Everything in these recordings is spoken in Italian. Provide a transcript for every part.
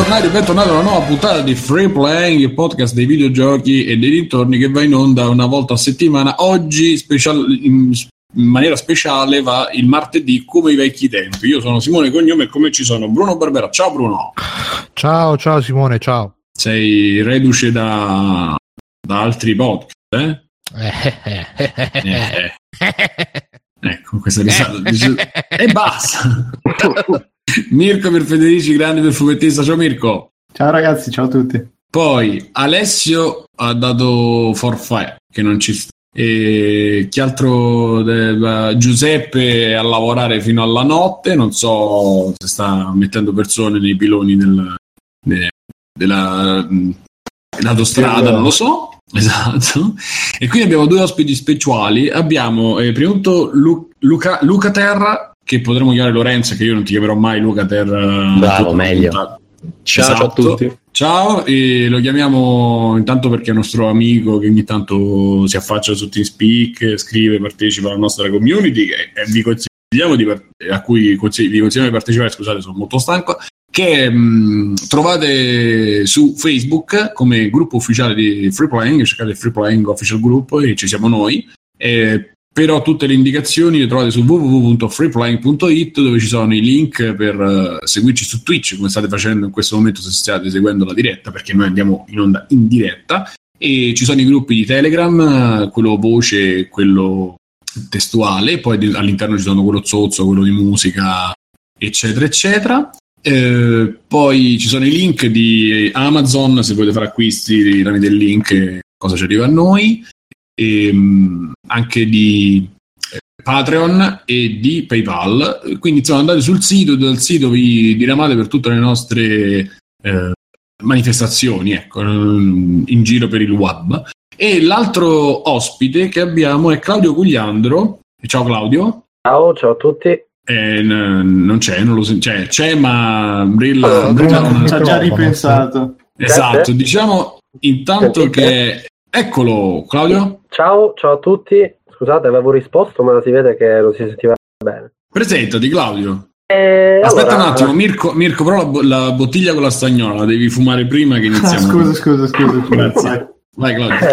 bentornati a una nuova puntata di Free Playing, il podcast dei videogiochi e dei dintorni che va in onda una volta a settimana. Oggi in maniera speciale va il martedì come i vecchi tempi. Io sono Simone Cognome e come ci sono Bruno Barbera. Ciao Bruno. Ciao Simone, ciao. Sei reduce da altri podcast, eh? Ecco, questa risata e basta. Mirko per Federici, grande per fumettista. Ciao Mirko. Ciao ragazzi, ciao a tutti. Poi Alessio ha dato forfait che non ci sta. E chi altro? Giuseppe a lavorare fino alla notte, non so se sta mettendo persone nei piloni dell'autostrada, non lo so. Esatto. E quindi abbiamo due ospiti speciali. Abbiamo prima di tutto Luca Terra, che potremmo chiamare Lorenzo, che io non ti chiamerò mai Luca Terra. Bravo, meglio. Ciao, esatto. Ciao a tutti. Ciao, e lo chiamiamo intanto perché è un nostro amico che ogni tanto si affaccia su TeamSpeak, scrive, partecipa alla nostra community e vi consigliamo vi consigliamo di partecipare. Scusate, sono molto stanco. Che trovate su Facebook come gruppo ufficiale di Free Playing, cercate Free Playing Official Group e ci siamo noi. Però tutte le indicazioni le trovate su www.freeplaying.it, dove ci sono i link per seguirci su Twitch, come state facendo in questo momento se state seguendo la diretta, perché noi andiamo in onda in diretta, e ci sono i gruppi di Telegram, quello voce e quello testuale, poi all'interno ci sono quello zozzo, quello di musica, eccetera eccetera. Poi ci sono i link di Amazon, se volete fare acquisti tramite il link cosa ci arriva a noi, e anche di Patreon e di PayPal. Quindi insomma andate sul sito, dal sito vi diramate per tutte le nostre manifestazioni, ecco, in giro per il web. E l'altro ospite che abbiamo è Claudio Gugliandro. Ciao Claudio. Ciao a tutti. Non c'è, non lo so, c'è ma Brilla ci ha già ripensato. Esatto, diciamo intanto che eccolo Claudio. Ciao a tutti. Scusate, avevo risposto ma si vede che non si sentiva bene. Presentati Claudio. Aspetta un attimo, Mirko, però la bottiglia con la stagnola la devi fumare prima che iniziamo. Scusa. Grazie. Vai Claudio.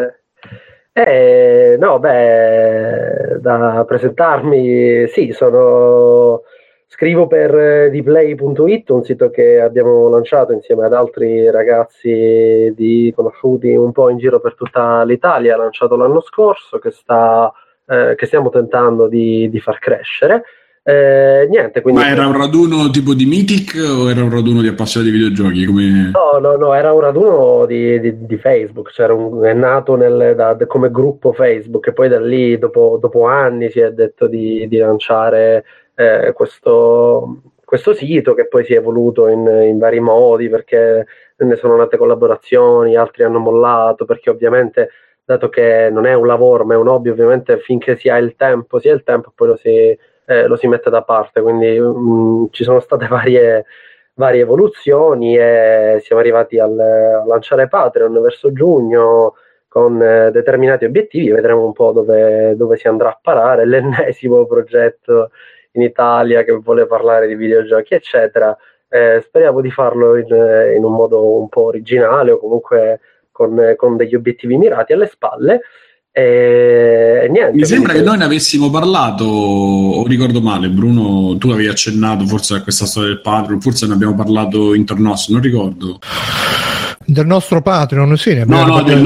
Da presentarmi, sì, scrivo per dplay.it, un sito che abbiamo lanciato insieme ad altri ragazzi conosciuti un po' in giro per tutta l'Italia, lanciato l'anno scorso, che stiamo tentando di far crescere. Quindi ma era un raduno tipo di Mythic o era un raduno di appassionati di videogiochi? Come... No, era un raduno di Facebook, è nato come gruppo Facebook, e poi da lì dopo anni si è detto di lanciare questo sito, che poi si è evoluto in vari modi, perché ne sono nate collaborazioni, altri hanno mollato, perché ovviamente, dato che non è un lavoro ma è un hobby, ovviamente finché si ha il tempo poi lo si mette da parte, quindi ci sono state varie evoluzioni e siamo arrivati a lanciare Patreon verso giugno con determinati obiettivi. Vedremo un po' dove si andrà a parare, l'ennesimo progetto in Italia che vuole parlare di videogiochi eccetera. Speriamo di farlo in un modo un po' originale, o comunque con degli obiettivi mirati alle spalle. Niente, mi sembra che noi ne avessimo parlato, o ricordo male, Bruno, tu avevi accennato forse a questa storia del Patreon, forse ne abbiamo parlato internos, non ricordo. Del nostro Patreon, sì, del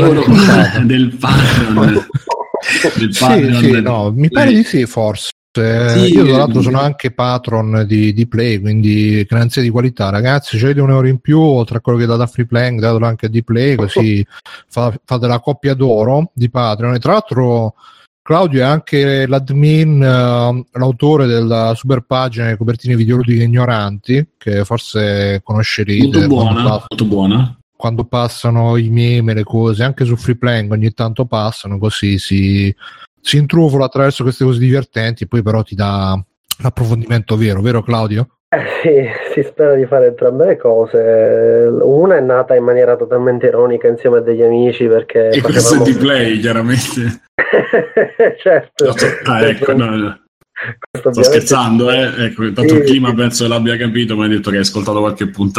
Patreon. Sì, no, mi pare di sì, forse. Sì, io tra l'altro sono anche patron di Play, quindi garanzia di qualità, ragazzi. C'è €1 in più oltre a quello che dà Free Playing, datelo anche a Dplay, così fate la coppia d'oro di Patreon. E tra l'altro Claudio è anche l'admin, l'autore della super pagina di copertine videoludiche ignoranti, che forse conoscerete. Molto buona. Quando passano i meme, le cose, anche su Free Playing ogni tanto passano, così si intrufola attraverso queste cose divertenti, e poi però ti dà l'approfondimento vero Claudio? Sì, si spera di fare entrambe le cose. Una è nata in maniera totalmente ironica insieme a degli amici, perché e questo è di Play, chiaramente. Certo. Ecco, no. Sto scherzando, ecco, tanto sì. Prima penso l'abbia capito, ma hai detto che hai ascoltato qualche puntata.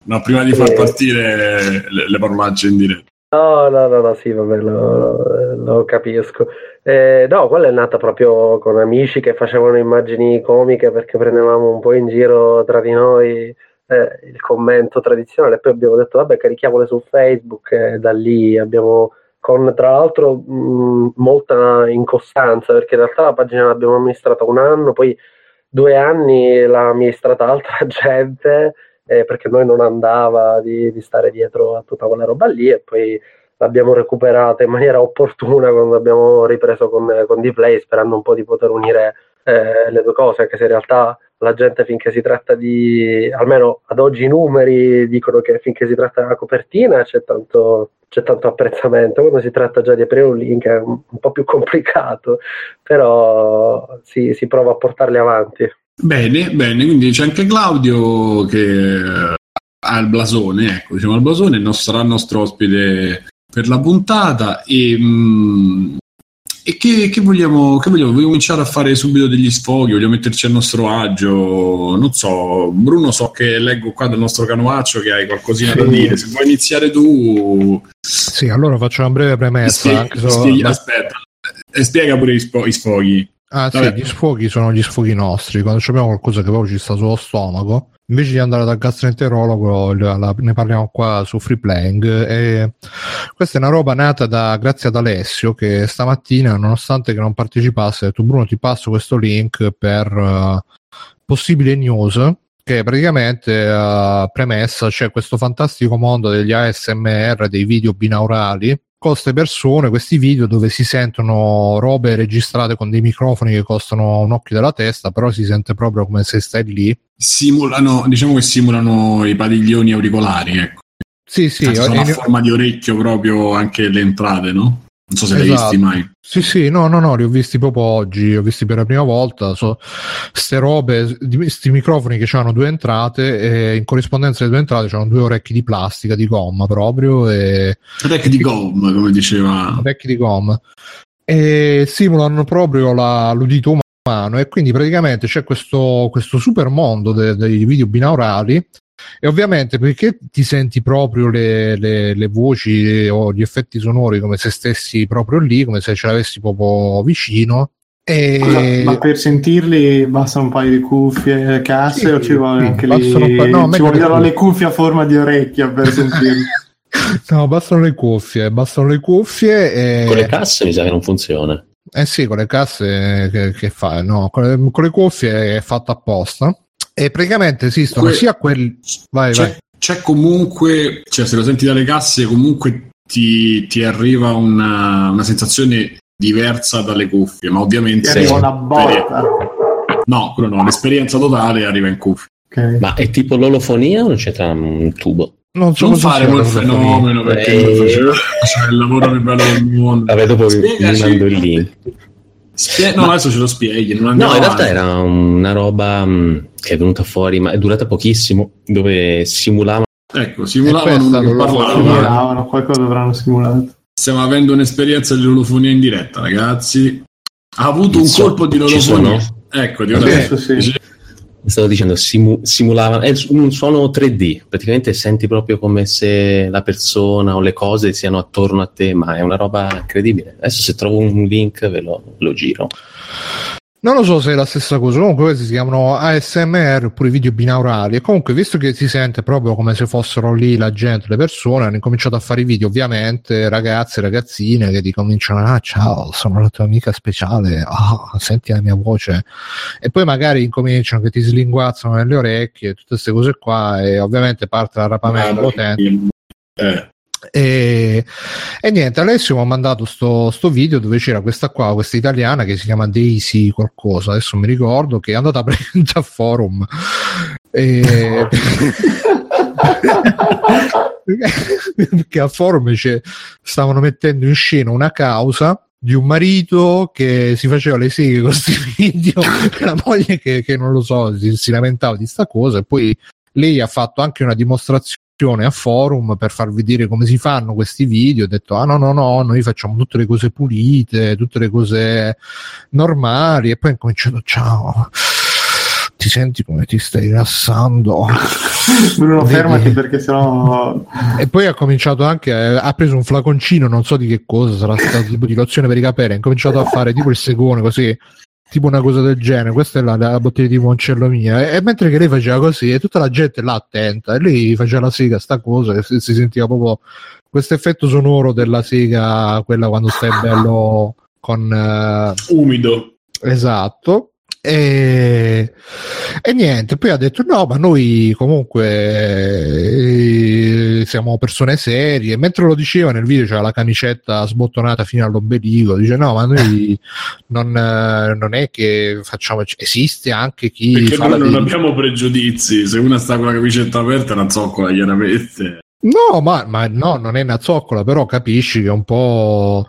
No, prima di far partire le parolacce in diretta. No, sì, vabbè, lo capisco. No, quella è nata proprio con amici che facevano immagini comiche perché prendevamo un po' in giro tra di noi il commento tradizionale, e poi abbiamo detto vabbè, carichiamole su Facebook, e da lì abbiamo, con tra l'altro molta incostanza, perché in realtà la pagina l'abbiamo amministrata un anno, poi 2 anni l'ha amministrata altra gente, perché noi non andava di stare dietro a tutta quella roba lì, e poi l'abbiamo recuperata in maniera opportuna quando abbiamo ripreso con Dplay, sperando un po' di poter unire le due cose, anche se in realtà la gente, finché si tratta di, almeno ad oggi i numeri dicono che finché si tratta della copertina c'è tanto apprezzamento. Quando si tratta già di aprire un link è un po' più complicato, però si prova a portarli avanti. Bene, quindi c'è anche Claudio che ha il blasone, ecco, diciamo il blasone, sarà il nostro ospite per la puntata. E che vogliamo? Vogliamo cominciare a fare subito degli sfoghi? Vogliamo metterci a nostro agio? Non so, Bruno, so che leggo qua del nostro canovaccio che hai qualcosina da dire. Se vuoi iniziare tu. Sì, allora faccio una breve premessa. Aspetta, e spiega pure i sfoghi. Ah sì, gli sfoghi sono gli sfoghi nostri. Quando abbiamo qualcosa che proprio ci sta sullo stomaco, invece di andare dal gastroenterologo, ne parliamo qua su Free Playing. E questa è una roba nata grazie ad Alessio, che stamattina, nonostante che non partecipasse, ha detto: Bruno, ti passo questo link per possibili news, che praticamente, premessa, c'è questo fantastico mondo degli ASMR, dei video binaurali, con queste persone, questi video dove si sentono robe registrate con dei microfoni che costano un occhio della testa, però si sente proprio come se stai lì. Simulano i padiglioni auricolari, ecco. Sì, sono a forma di orecchio proprio anche le entrate, no? Non so se l'hai visti mai. Sì, no, li ho visti proprio oggi, li ho visti per la prima volta. Ste robe, sti microfoni che hanno 2 entrate, e in corrispondenza delle 2 entrate c'hanno 2 orecchi di plastica, di gomma proprio. Orecchi di gomma, come diceva. Orecchi di gomma. E simulano proprio l'udito umano, e quindi praticamente c'è questo super mondo dei video binaurali. E ovviamente, perché ti senti proprio le voci o gli effetti sonori come se stessi proprio lì, come se ce l'avessi proprio vicino. Ma per sentirli bastano un paio di cuffie, casse, sì, o ci vuole anche lì? Ci vogliono le cuffie a forma di orecchia per sentirli. No, bastano le cuffie. Con le casse mi sa che non funziona. Sì, con le casse che fa? No, con le cuffie è fatta apposta. E praticamente esistono sia quelli. Vai. C'è comunque, cioè, se lo senti dalle casse, comunque ti arriva una sensazione diversa dalle cuffie, ma ovviamente ti arriva una botta. No, quello no, l'esperienza totale arriva in cuffie. Okay. Ma è tipo l'olofonia o non c'è tra un tubo? Non fare quel fenomeno, perché faceva il lavoro più bello del mondo. Vabbè, dopo vi mando il link. No, adesso ce lo spieghi. No, in realtà era una roba che è venuta fuori, ma è durata pochissimo, dove simulavano. Ecco, simulavano qualcosa dovranno simulato. Stiamo avendo un'esperienza di lolofonia in diretta, ragazzi. Ha avuto un colpo di lolofonia. Ecco, di ora sì. Stavo dicendo, simulavano, è un suono 3D, praticamente senti proprio come se la persona o le cose siano attorno a te, ma è una roba incredibile. Adesso se trovo un link ve lo giro. Non lo so se è la stessa cosa, comunque questi si chiamano ASMR oppure video binaurali, e comunque visto che si sente proprio come se fossero lì la gente, le persone, hanno incominciato a fare i video, ovviamente ragazzi e ragazzine che ti cominciano: ciao, sono la tua amica speciale, senti la mia voce, e poi magari incominciano che ti slinguazzano nelle orecchie, tutte queste cose qua, e ovviamente parte l'arrapamento potente. E niente, Alessio mi ha mandato sto video dove c'era questa italiana che si chiama Daisy qualcosa, adesso mi ricordo, che è andata a prendere a forum perché a forum stavano mettendo in scena una causa di un marito che si faceva le seghe con questi video, la moglie che non lo so, si lamentava di sta cosa, e poi lei ha fatto anche una dimostrazione a forum per far vedere come si fanno questi video. Ho detto: no, noi facciamo tutte le cose pulite, tutte le cose normali. E poi ho cominciato: ciao, ti ti senti come ti stai rilassando. Bruno, fermati perché sennò. E poi ha cominciato anche, ha preso un flaconcino, non so di che cosa, sarà stato tipo di lozione per i capelli, ha cominciato a fare tipo il segone così, tipo una cosa del genere. Questa è la bottiglia di Moncello mia, e mentre che lei faceva così e tutta la gente là attenta, e lei faceva la sega sta cosa e si sentiva proprio questo effetto sonoro della sega, quella quando stai bello con umido, esatto. E niente, poi ha detto no, ma noi comunque siamo persone serie. Mentre lo diceva nel video c'era la camicetta sbottonata fino all'ombelico, dice no, ma noi non è che facciamo, esiste anche chi perché fa noi non abbiamo pregiudizi, se una sta con la camicetta aperta è una zoccola chiaramente. No, ma no, non è una zoccola, però capisci che è un po'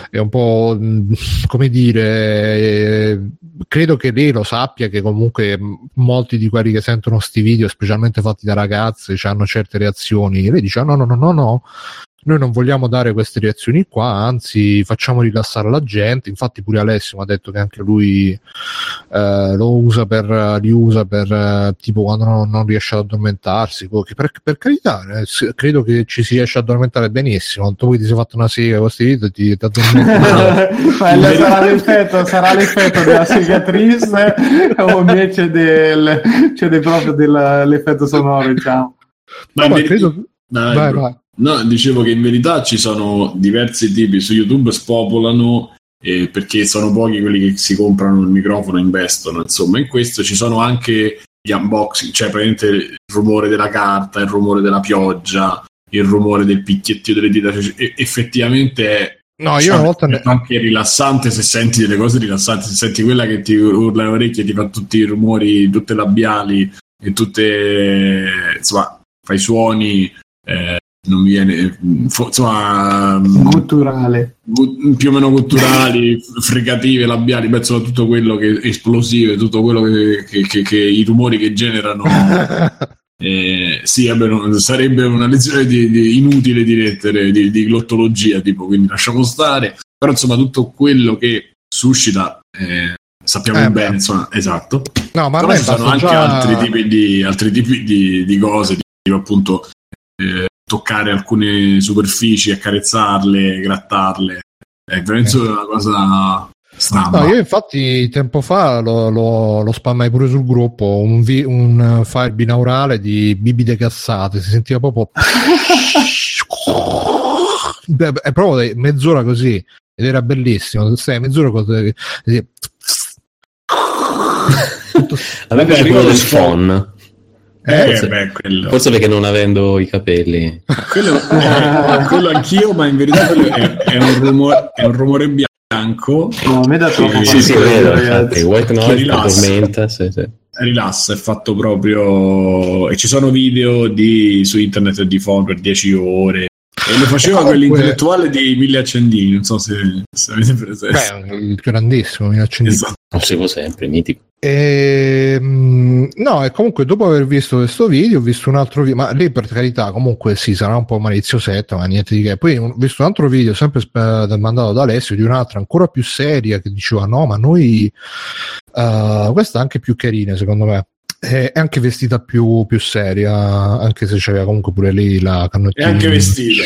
come dire, credo che lei lo sappia che comunque molti di quelli che sentono sti video, specialmente fatti da ragazze, hanno certe reazioni. Lei dice no, noi non vogliamo dare queste reazioni qua, anzi facciamo rilassare la gente. Infatti pure Alessio mi ha detto che anche lui li usa per tipo quando non riesce ad addormentarsi, che per carità credo che ci si riesce ad addormentare benissimo. Tu poi ti sei fatto una sega con questi video ti addormenti. sarà l'effetto della segatrice o invece proprio dell'effetto sonoro, diciamo. Ma credo vai. No, dicevo che in verità ci sono diversi tipi, su YouTube spopolano perché sono pochi quelli che si comprano il microfono e investono, insomma. In questo ci sono anche gli unboxing, cioè praticamente il rumore della carta, il rumore della pioggia, il rumore del picchiettio delle dita, effettivamente è io una volta anche rilassante. Se senti delle cose rilassanti, se senti quella che ti urla le orecchie, ti fa tutti i rumori, tutte labiali e tutte, insomma, fai suoni, non viene, insomma, gutturale, più o meno gutturali, fricative, labiali, penso a tutto quello che esplosive, tutto quello che i rumori che generano. Sì, vabbè, sarebbe una lezione di inutile di lettere, di glottologia, tipo, quindi lasciamo stare. Però insomma tutto quello che suscita sappiamo bene, insomma, esatto. No, ma però ci sono anche altri tipi di cose, tipo appunto toccare alcune superfici, accarezzarle, grattarle. È veramente una cosa strana. No, io infatti tempo fa lo spammai pure sul gruppo, un file binaurale di bibite cassate, si sentiva proprio è proprio mezz'ora così, ed era bellissimo. Stai mezz'ora così. A me piace quello del phon. Forse perché non avendo i capelli quello anch'io, ma in verità quello è un rumore bianco. No, a me da troppo sì, è vero, infatti, white noise tormenta, sì. Rilassa, è fatto proprio, e ci sono video su internet di phon per 10 ore e lo faceva quell'intellettuale di 1000 accendini, non so se avete presente. Il grandissimo 1000 accendini, esatto. Lo seguo sempre, mitico. No, e comunque dopo aver visto questo video ho visto un altro video, ma lì per carità comunque sì, sarà un po' maliziosetta, ma niente di che. Poi ho visto un altro video sempre mandato da Alessio di un'altra ancora più seria che diceva no, ma noi questa è anche più carina secondo me, è anche vestita più seria, anche se c'aveva comunque pure lì la canottina, è anche vestita.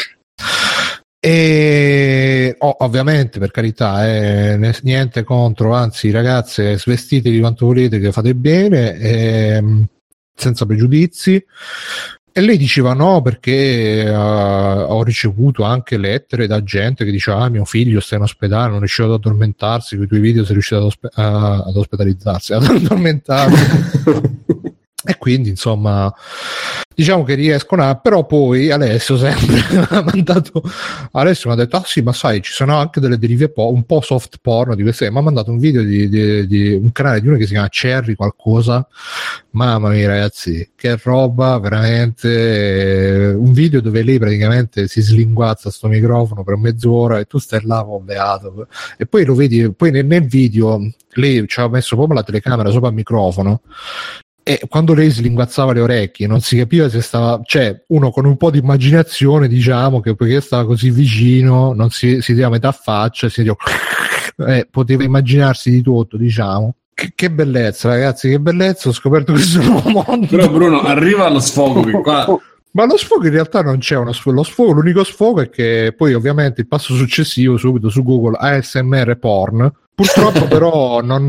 E ovviamente per carità niente contro, anzi ragazze, svestitevi quanto volete, che fate bene, senza pregiudizi. E lei diceva no, perché ho ricevuto anche lettere da gente che diceva mio figlio sta in ospedale, non riusciva ad addormentarsi, con i tuoi video sei riuscito ad ospedalizzarsi, ad addormentarsi. E quindi insomma diciamo che riescono però poi Alessio sempre Alessio mi ha detto sì, ma sai, ci sono anche delle derive un po' soft porno di queste. Mi ha mandato un video di un canale di uno che si chiama Cherry qualcosa, mamma mia ragazzi, che roba veramente, un video dove lei praticamente si slinguazza sto microfono per mezz'ora e tu stai là beato, e poi lo vedi, poi nel video lei ci ha messo proprio la telecamera sopra il microfono. E quando lei slinguazzava le orecchie non si capiva se stava, cioè uno con un po' di immaginazione, diciamo, che perché stava così vicino non si vedeva metà faccia, poteva immaginarsi di tutto, diciamo. Che bellezza, ragazzi, che bellezza, ho scoperto questo nuovo mondo. Però Bruno, arriva allo sfogo che qua... Ma lo sfogo in realtà non c'è uno sfogo, l'unico sfogo è che poi ovviamente il passo successivo subito su Google ASMR porn, purtroppo però non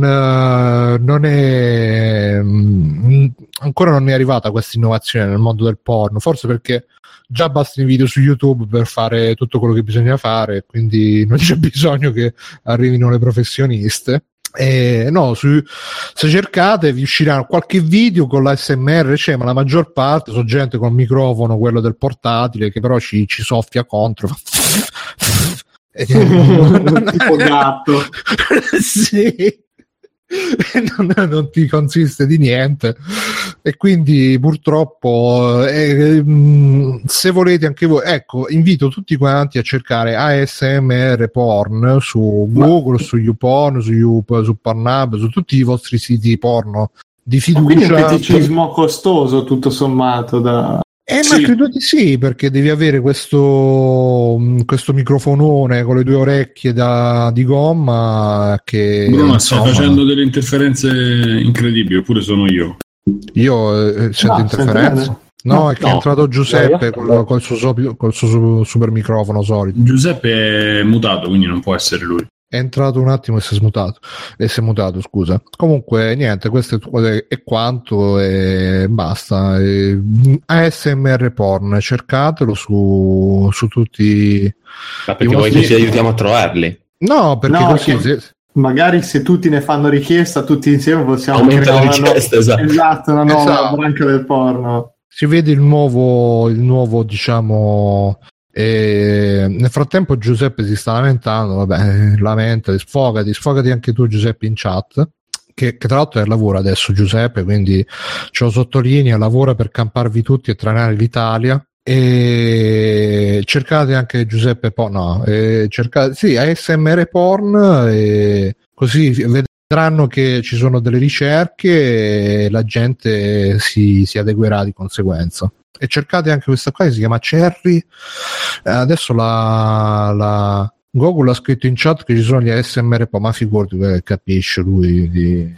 è ancora non è arrivata questa innovazione nel mondo del porno, forse perché già bastano i video su YouTube per fare tutto quello che bisogna fare, quindi non c'è bisogno che arrivino le professioniste. No, se cercate vi uscirà qualche video con l'ASMR, ma la maggior parte sono gente con il microfono, quello del portatile, che però ci soffia contro. Tipo gatto. Sì. Non ti consiste di niente, e quindi purtroppo se volete anche voi, ecco, invito tutti quanti a cercare ASMR porn su Google, su YouPorn, su Pornhub, su tutti i vostri siti porno di fiducia. Quindi è un feticismo costoso tutto sommato da... Ma credo di sì, perché devi avere questo microfonone con le 2 orecchie di gomma che... Bruno, stai facendo delle interferenze incredibili, oppure sono io? Io sento interferenze? No, è che è entrato Giuseppe col suo super microfono solito. Giuseppe è mutato, quindi non può essere lui. È entrato un attimo e si è mutato, scusa. Comunque niente, questo è quanto, e basta. ASMR porn, cercatelo su tutti. Ma perché voi ci aiutiamo a trovarli? No, perché così magari se tutti ne fanno richiesta, tutti insieme possiamo aumenta la richiesta, esatto, una nuova branca del porno. Si vede il nuovo diciamo. Nel frattempo Giuseppe si sta lamentando, sfogati anche tu, Giuseppe, in chat, che tra l'altro è al lavoro adesso Giuseppe, quindi ce lo sottolinea, lavora per camparvi tutti e trainare l'Italia. E cercate anche Giuseppe cercate ASMR porn, e così vedranno che ci sono delle ricerche e la gente si adeguerà di conseguenza. E cercate anche questa qua che si chiama Cherry. Adesso la Google ha scritto in chat che ci sono gli ASMR, ma figurati che capisce lui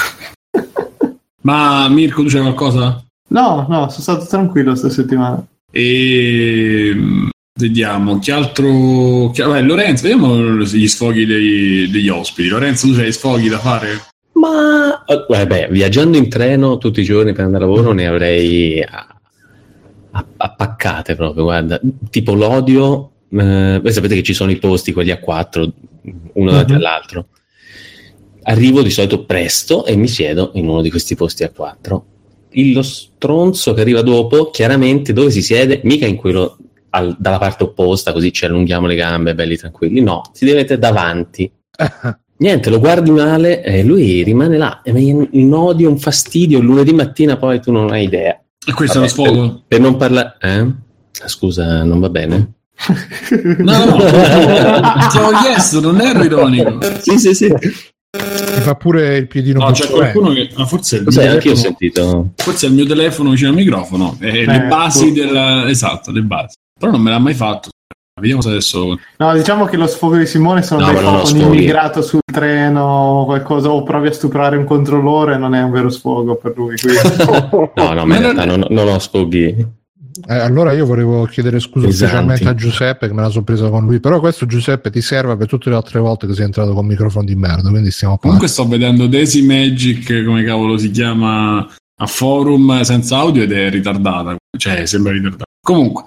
Ma Mirko, tu c'è qualcosa? No, sono stato tranquillo sta settimana. E vediamo che altro. Lorenzo, vediamo gli sfoghi degli ospiti. Lorenzo, tu c'hai gli sfoghi da fare? Ma viaggiando in treno tutti i giorni per andare a lavoro ne avrei appaccate proprio, guarda, tipo l'odio. Voi sapete che ci sono i posti, quelli a 4, uno davanti all'altro. Arrivo di solito presto e mi siedo in uno di questi posti a 4. Lo stronzo che arriva dopo, chiaramente dove si siede, mica in quello dalla parte opposta, così ci allunghiamo le gambe belli tranquilli, no, si deve mettere davanti. Niente, lo guardi male e lui rimane là, e un odio, un fastidio. Lunedì mattina poi tu non hai idea. E questo è lo sfogo? Per non parlare... Scusa, non va bene? No, ti ho chiesto, non ero ironico. Sì. Ti fa pure il piedino. No, c'è qualcuno che... forse il anche io ho sentito. Forse è il mio telefono vicino al microfono. Le basi Esatto, le basi. Però non me l'ha mai fatto. Vediamo se adesso... No, diciamo che lo sfogo di Simone sono un immigrato sul treno o qualcosa, o provi a stuprare un controllore, non è un vero sfogo per lui. No, ma in realtà non ho sfoghi. Allora io volevo chiedere scusa specialmente a Giuseppe, che me la sono presa con lui, però questo Giuseppe ti serve per tutte le altre volte che sei entrato con microfono di merda, quindi stiamo comunque sto vedendo Daisy Magic, come cavolo si chiama, a forum senza audio, ed è ritardata, cioè sembra ritardata. Comunque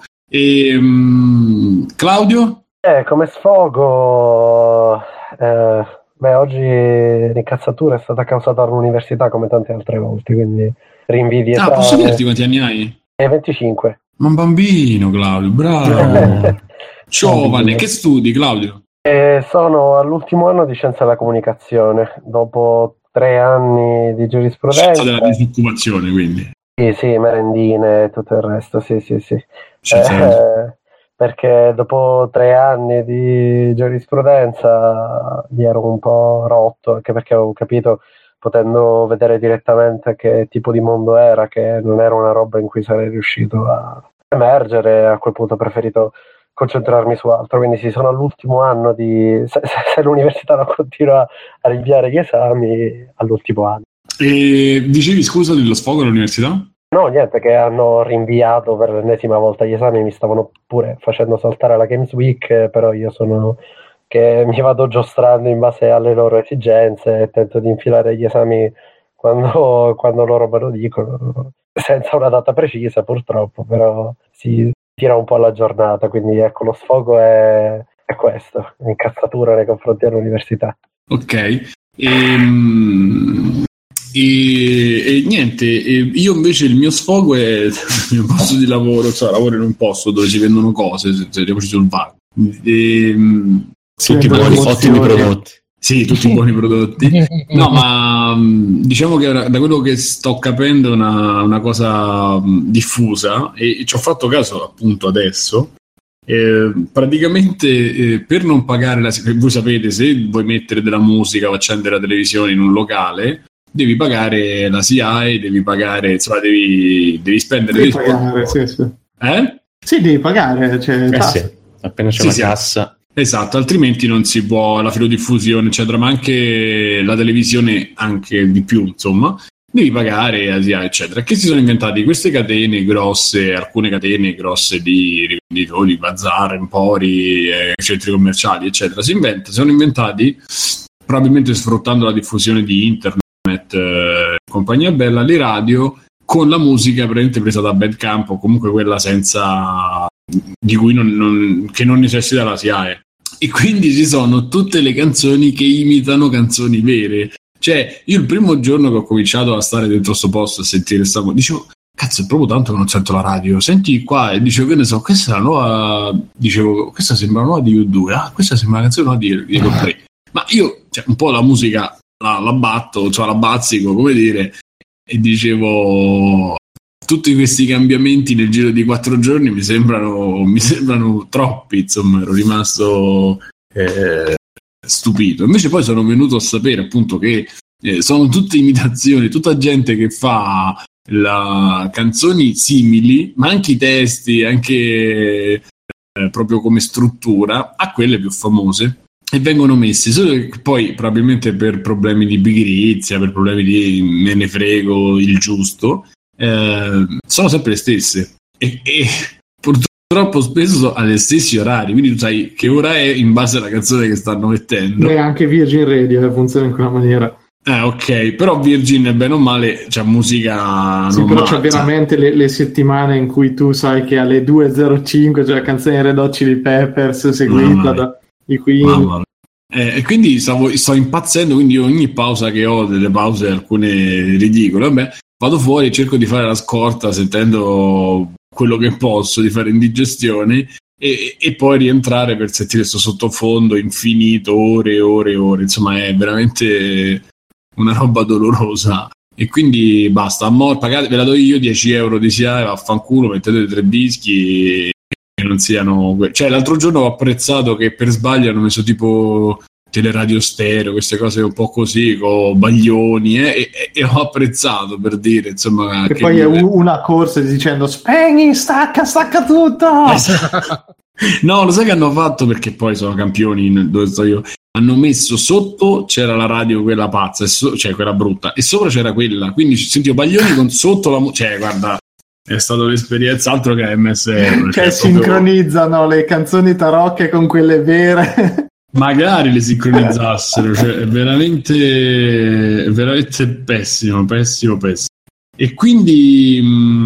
Claudio? Come sfogo oggi l'incazzatura è stata causata dall'università come tante altre volte, quindi rinvidietà. Posso dirti quanti anni hai? 25. Ma un bambino, Claudio, bravo. Giovane. Che studi, Claudio? Sono all'ultimo anno di scienza della comunicazione, dopo 3 anni di giurisprudenza. Scienza della disoccupazione, quindi. Sì, merendine e tutto il resto, sì. Perché dopo 3 anni di giurisprudenza mi ero un po' rotto, anche perché avevo capito, potendo vedere direttamente che tipo di mondo era, che non era una roba in cui sarei riuscito a emergere. A quel punto ho preferito concentrarmi su altro, quindi sono all'ultimo anno se l'università non continua a rinviare gli esami, all'ultimo anno. E dicevi, scusa, dello sfogo all'università? No, niente, che hanno rinviato per l'ennesima volta gli esami, mi stavano pure facendo saltare la Games Week, però io sono che mi vado giostrando in base alle loro esigenze e tento di infilare gli esami quando loro me lo dicono, senza una data precisa purtroppo, però si tira un po' alla giornata, quindi ecco, lo sfogo è questo, l'incazzatura nei confronti dell'università. Ok, e niente, io invece il mio sfogo è il mio posto di lavoro, cioè lavoro in un posto dove si vendono cose, tiriamoci sul vago. Tutti buoni, ottimi prodotti. Sì, tutti buoni prodotti. No, ma diciamo che da quello che sto capendo è una cosa diffusa e ci ho fatto caso appunto adesso. Praticamente per non pagare voi sapete, se vuoi mettere della musica o accendere la televisione in un locale, devi pagare la SIAE, devi pagare, insomma, devi spendere devi pagare, sì. Sì, devi pagare, cioè, sì. Appena c'è una cassa. Esatto, altrimenti non si può la filodiffusione, eccetera, ma anche la televisione, anche di più, insomma, devi pagare, eccetera. Che si sono inventati queste catene grosse, alcune catene grosse di rivenditori, bazar, empori, centri commerciali, eccetera. Sono inventati, probabilmente sfruttando la diffusione di internet, compagnia bella, le radio con la musica praticamente presa da Bandcamp o comunque quella senza di cui che non necessita la SIAE, e quindi ci sono tutte le canzoni che imitano canzoni vere. Cioè, io il primo giorno che ho cominciato a stare dentro sto posto a sentire dicevo, cazzo, è proprio tanto che non sento la radio, senti qua, e dicevo, che ne so, questa è la nuova, dicevo, questa sembra la nuova di U2, questa sembra la canzone nuova di Coldplay. Ma io, cioè, un po' la musica la batto, cioè la bazzico, come dire, e dicevo, tutti questi cambiamenti nel giro di 4 giorni mi sembrano troppi, insomma, ero rimasto stupito. Invece poi sono venuto a sapere appunto che sono tutte imitazioni, tutta gente che fa canzoni simili, ma anche i testi, anche proprio come struttura, a quelle più famose, e vengono messi, solo che poi probabilmente per problemi di pigrizia, per problemi di me ne frego il giusto, sono sempre le stesse e purtroppo spesso alle stessi orari, quindi tu sai che ora è in base alla canzone che stanno mettendo. E anche Virgin Radio funziona in quella maniera. Ok, però Virgin bene o male c'è musica, sì, però c'è veramente le settimane in cui tu sai che alle 2.05 c'è la canzone Red Hot Chili Peppers seguita da i Queen. E quindi sto impazzendo, quindi io ogni pausa che ho, delle pause alcune ridicole, vado fuori e cerco di fare la scorta sentendo quello che posso, di fare indigestione e poi rientrare per sentire questo sottofondo infinito, ore e ore e ore, insomma è veramente una roba dolorosa. E quindi basta, pagate, ve la do io 10 euro di SIAE, vaffanculo, mettete 3 dischi che non siano, cioè l'altro giorno ho apprezzato che per sbaglio hanno messo tipo teleradio stereo, queste cose un po' così con baglioni, e ho apprezzato, per dire, insomma, che poi è una corsa dicendo spegni, stacca tutto. No, lo sai che hanno fatto, perché poi sono campioni dove sto io, hanno messo sotto, c'era la radio quella pazza, cioè quella brutta, e sopra c'era quella, quindi sentivo baglioni con sotto la cioè guarda, è stata un'esperienza altro che MSR, cioè sincronizzano le canzoni tarocche con quelle vere. Magari le sincronizzassero, cioè è veramente pessimo. E quindi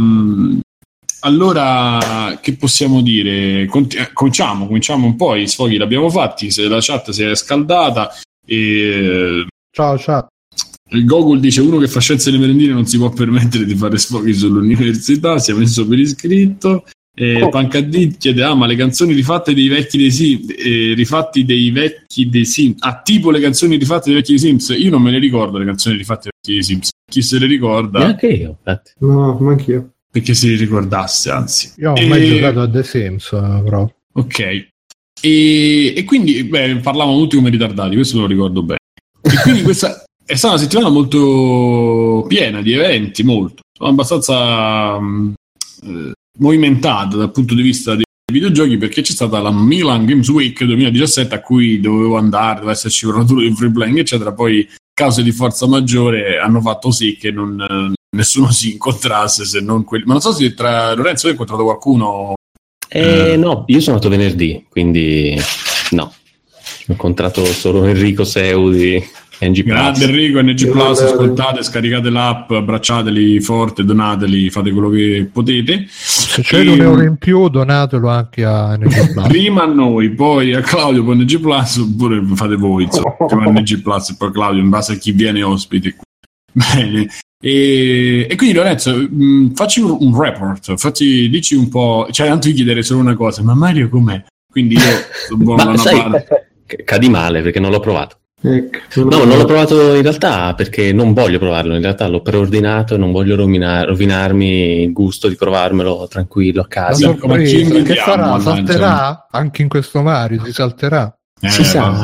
allora che possiamo dire? Cominciamo un po', i sfoghi l'abbiamo fatti, se la chat si è scaldata e ciao chat. Il Gogol dice: uno che fa scienze delle merendine non si può permettere di fare sfoghi sull'università, si è messo per iscritto. Pancadì chiede: ma le canzoni rifatte dei vecchi dei Sims, rifatti dei vecchi dei Sims, tipo le canzoni rifatte dei vecchi dei Sims? Io non me le ricordo le canzoni rifatte dei vecchi dei Sims, chi se le ricorda? Neanche io, infatti. No, anch'io. Perché se li ricordasse, anzi. Io ho mai giocato a The Sims, però. Ok. E quindi parlavamo tutti come ritardati, questo me lo ricordo bene. E quindi questa è stata una settimana molto piena di eventi, abbastanza movimentata dal punto di vista videogiochi perché c'è stata la Milan Games Week 2017 a cui dovevo andare, doveva esserci un tour di free playing eccetera, poi cause di forza maggiore hanno fatto sì che nessuno si incontrasse se non quelli. Ma non so se tra Lorenzo hai incontrato qualcuno. No, io sono andato venerdì, quindi no, ho incontrato solo Enrico Seu di NG Grande Enrico, NG Plus, ascoltate, scaricate l'app, abbracciateli forte, donateli, fate quello che potete. Se c'è €1 in più, donatelo anche a NG Plus. Prima a noi, poi a Claudio, poi NG Plus, oppure fate voi, insomma, prima a NG Plus e poi Claudio, in base a chi viene ospite. Bene. E quindi Lorenzo, facci un report, dici un po', cioè tanto io chiedere solo una cosa, ma Mario com'è? Quindi io sono buono da una parte. Cadi male perché non l'ho provato. Ecco, No, non l'ho provato in realtà perché non voglio provarlo, in realtà l'ho preordinato e non voglio rovinarmi il gusto di provarmelo tranquillo a La casa. sorpresa, che farà? Salterà? Anche in questo Mario si salterà? Si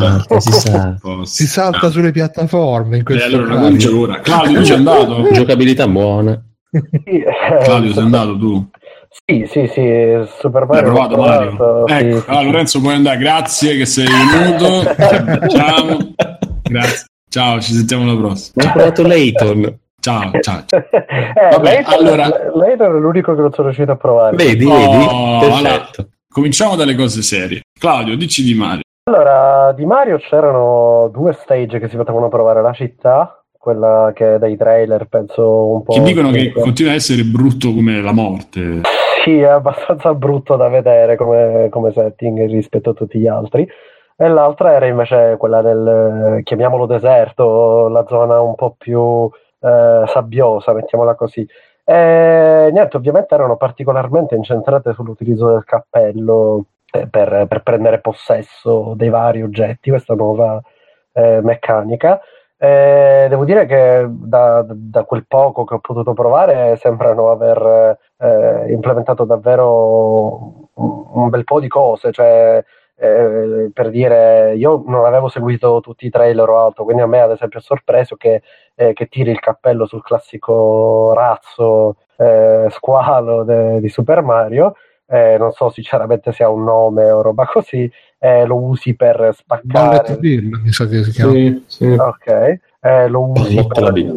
salta sulle piattaforme in questo allora non c'è ora. Claudio, tu sei andato? Giocabilità buona. Claudio, sei andato tu? Sì, Super Mario. Hai provato Mario? Ecco, sì. Allora, Lorenzo puoi andare, grazie che sei venuto. Ciao. Grazie. Ciao, ci sentiamo alla prossima. Ho provato Layton. Ciao. Vabbè, Layton è l'unico che non sono riuscito a provare. Vedi, perfetto. Allora, cominciamo dalle cose serie. Claudio, dici di Mario. Allora, di Mario c'erano 2 stage che si potevano provare, la città, quella che dai trailer penso un po'... Che dicono che continua a essere brutto come la morte. Sì, è abbastanza brutto da vedere come setting rispetto a tutti gli altri. E l'altra era invece quella del, chiamiamolo deserto, la zona un po' più sabbiosa, mettiamola così. E niente, ovviamente erano particolarmente incentrate sull'utilizzo del cappello per prendere possesso dei vari oggetti, questa nuova meccanica. Devo dire che da quel poco che ho potuto provare sembrano aver implementato davvero un bel po' di cose, cioè per dire, io non avevo seguito tutti i trailer o altro, quindi a me ad esempio è sorpreso che tiri il cappello sul classico razzo squalo di Super Mario. Non so sinceramente se ha un nome o roba così, lo usi per spaccare. Ballet Bill, mi sa che si chiama. Sì. Ok, lo usi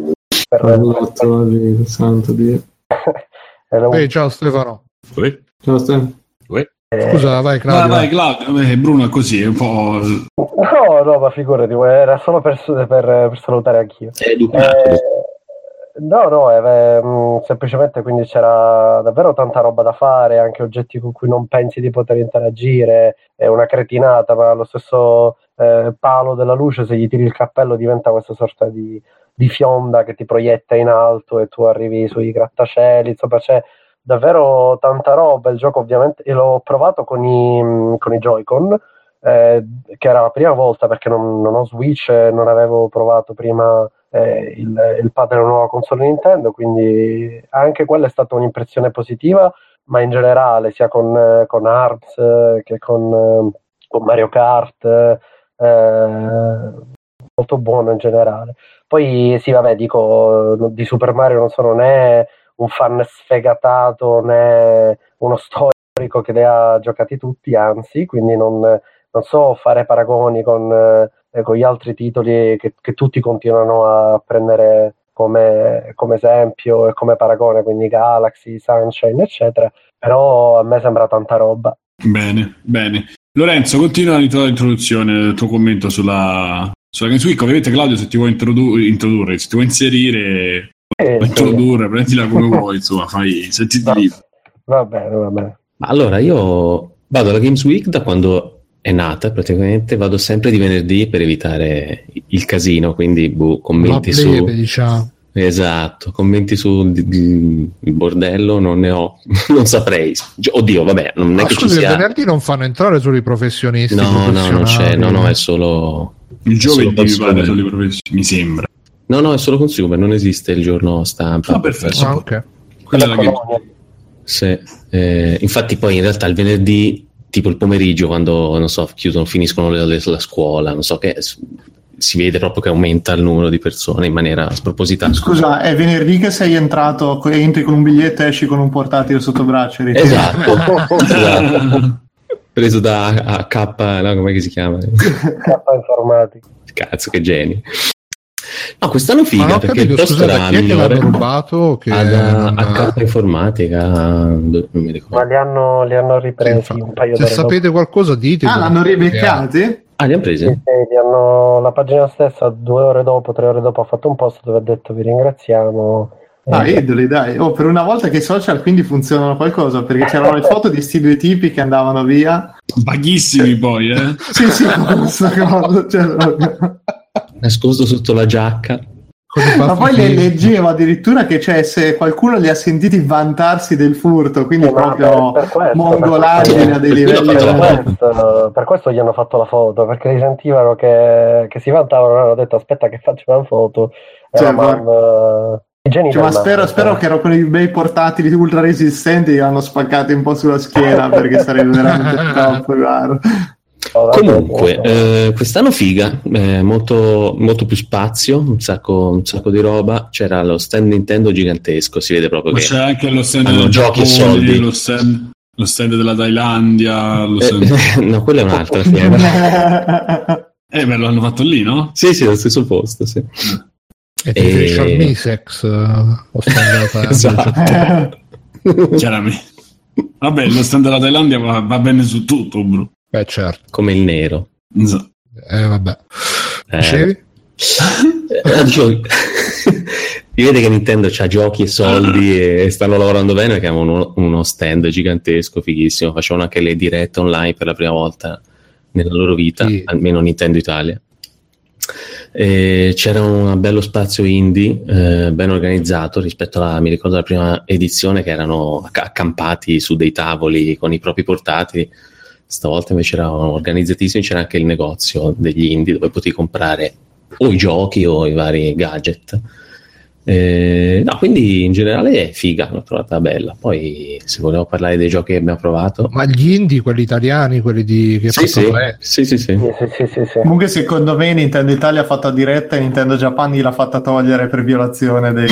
santo Dio. Ciao Stefano. Ciao Stefano. Scusa, vai Claudio. Vai Claudio, Bruno è così, è un po'... No, ma figurati, era solo per salutare anch'io. È educato. No, semplicemente quindi c'era davvero tanta roba da fare, anche oggetti con cui non pensi di poter interagire, è una cretinata, ma lo stesso palo della luce, se gli tiri il cappello diventa questa sorta di fionda che ti proietta in alto e tu arrivi sui grattacieli, insomma c'è davvero tanta roba. Il gioco ovviamente, io l'ho provato con i Joy-Con, che era la prima volta perché non ho Switch, non avevo provato prima il pad della nuova console Nintendo, quindi anche quella è stata un'impressione positiva, ma in generale sia con ARMS che con Mario Kart molto buono in generale. Poi sì, vabbè, dico, di Super Mario non sono né un fan sfegatato né uno storico che li ha giocati tutti, anzi, quindi non so fare paragoni con gli altri titoli che tutti continuano a prendere come esempio e come paragone, quindi Galaxy, Sunshine, eccetera, però a me sembra tanta roba. Bene. Lorenzo, continua la tua introduzione, il tuo commento sulla Games Week. Ovviamente Claudio, se ti vuoi introdurre, se ti vuoi inserire, introdurre, prendila come vuoi, insomma, sentiti libero. Va bene. Allora, io vado alla Games Week da quando è nata, praticamente vado sempre di venerdì per evitare il casino, quindi commenti su... diciamo. Esatto, commenti su il bordello non ne ho, non saprei. Oddio, vabbè, non è che ci sia... il venerdì non fanno entrare solo i professionisti. No, non c'è, no, è solo... Il giovedì mi pare solo i professionisti, mi sembra. No, è solo consumer, non esiste il giorno stampa. Ah, perfetto. Ok. Quella è la Games Week. Sì, infatti poi in realtà il venerdì, tipo il pomeriggio, quando non so, finiscono la scuola, non so che si vede proprio che aumenta il numero di persone in maniera spropositata. Scusa, è venerdì che sei entrato, entri con un biglietto e esci con un portatile sotto braccio. Esatto. Preso da K, no, come si chiama? K informatica. Cazzo, che genio. No, quest'anno figa, perché capito, il posto scusate, era chi è che migliore. l'hanno rubato? Che A K informatica, non mi ricordo. Ma li hanno ripresi un paio se d'ore sapete qualcosa dite. L'hanno ribeccati? Li hanno presi? dopo. La pagina stessa 2 ore dopo, 3 ore dopo ha fatto un post dove ha detto vi ringraziamo. Idoli, dai. Per una volta che i social quindi funzionano qualcosa, perché c'erano le foto di sti due tipi che andavano via. Vaghissimi poi, Sì, questa cosa. Nascosto sotto la giacca. Ma poi le leggevo addirittura che se qualcuno li ha sentiti vantarsi del furto, quindi proprio mongolaggine a dei livelli. Per questo gli hanno fatto la foto, perché li sentivano che si vantavano e hanno detto aspetta che faccio una foto. Ma spero che ero con i bei portatili ultra resistenti che hanno spaccati un po' sulla schiena perché sarebbe veramente troppo raro. Comunque quest'anno figa, molto, molto più spazio, un sacco di roba. C'era lo stand Nintendo gigantesco, si vede proprio. Ma che c'è anche lo stand del giochi e soldi, lo stand della Thailandia, no, quella è un'altra me l'hanno fatto lì, no? Sì, allo stesso posto, sì. E Misex esatto. Chiaramente. Vabbè, lo stand della Thailandia va bene su tutto, bro. Certo. Come il nero. Vabbè. Si vede che Nintendo c'ha giochi e soldi e stanno lavorando bene, perché avevano uno stand gigantesco, fighissimo. Facevano anche le dirette online per la prima volta nella loro vita, sì. Almeno Nintendo Italia. C'era un bello spazio indie ben organizzato rispetto mi ricordo la prima edizione che erano accampati su dei tavoli con i propri portatili. Stavolta invece erano organizzatissimi, c'era anche il negozio degli indie dove potevi comprare o i giochi o i vari gadget. Quindi in generale è figa, l'ho trovata bella. Poi se volevo parlare dei giochi che abbiamo provato, ma gli indie, quelli italiani, quelli che sì. Comunque secondo me Nintendo Italia ha fatto diretta e Nintendo Japan l'ha fatta togliere per violazione dei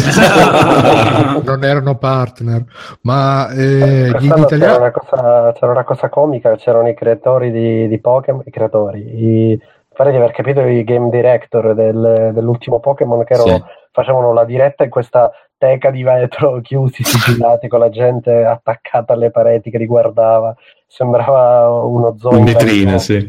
non erano partner, ma gli italiani c'era una cosa comica, c'erano i creatori di Pokémon, pare di aver capito i game director dell'ultimo Pokémon che facevano la diretta in questa teca di vetro chiusi, sigillati, con la gente attaccata alle pareti che li guardava. Sembrava uno zoo in vetrina, sì.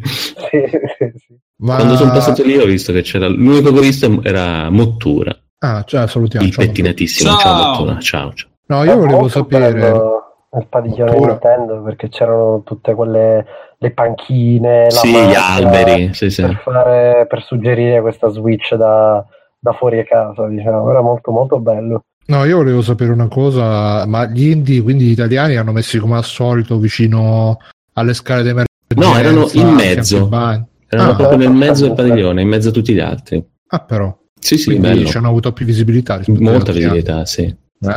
Ma... Quando sono passato lì ho visto che c'era l'unico che ho visto era Mottura. Salutiamo. Il pettinatissimo. Ciao Mottura. Ciao. No, io volevo sapere il padiglione Nintendo, perché c'erano tutte quelle le panchine, gli alberi, per suggerire questa Switch da fuori a casa, diciamo. Era molto molto bello. No, io volevo sapere una cosa, ma gli indie, quindi gli italiani, hanno messi come al solito vicino alle scale dei mercati? No, erano in mezzo, erano proprio nel mezzo del padiglione, in mezzo a tutti gli altri. Però sì, quindi bello. Ci hanno avuto più visibilità, molta visibilità, sì.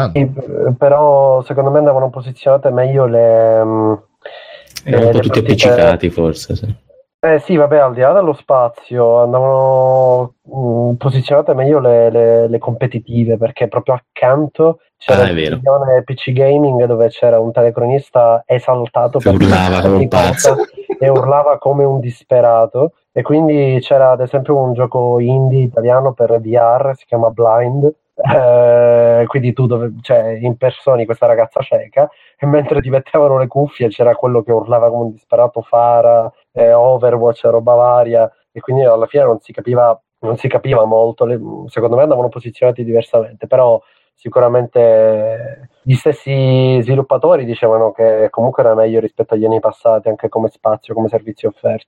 Però secondo me andavano posizionate meglio erano un po' tutti appiccicati, forse, sì. Sì, vabbè, al di là dello spazio andavano posizionate meglio le competitive, perché proprio accanto c'era il PC Gaming, dove c'era un telecronista esaltato che urlava come un pazzo e urlava come un disperato. E quindi c'era ad esempio un gioco indie italiano per VR, si chiama Blind. Quindi tu impersoni questa ragazza cieca e mentre ti mettevano le cuffie c'era quello che urlava come un disperato, Fara, Overwatch, roba varia, e quindi alla fine non si capiva molto. Secondo me andavano posizionati diversamente, però sicuramente gli stessi sviluppatori dicevano che comunque era meglio rispetto agli anni passati, anche come spazio, come servizi offerti.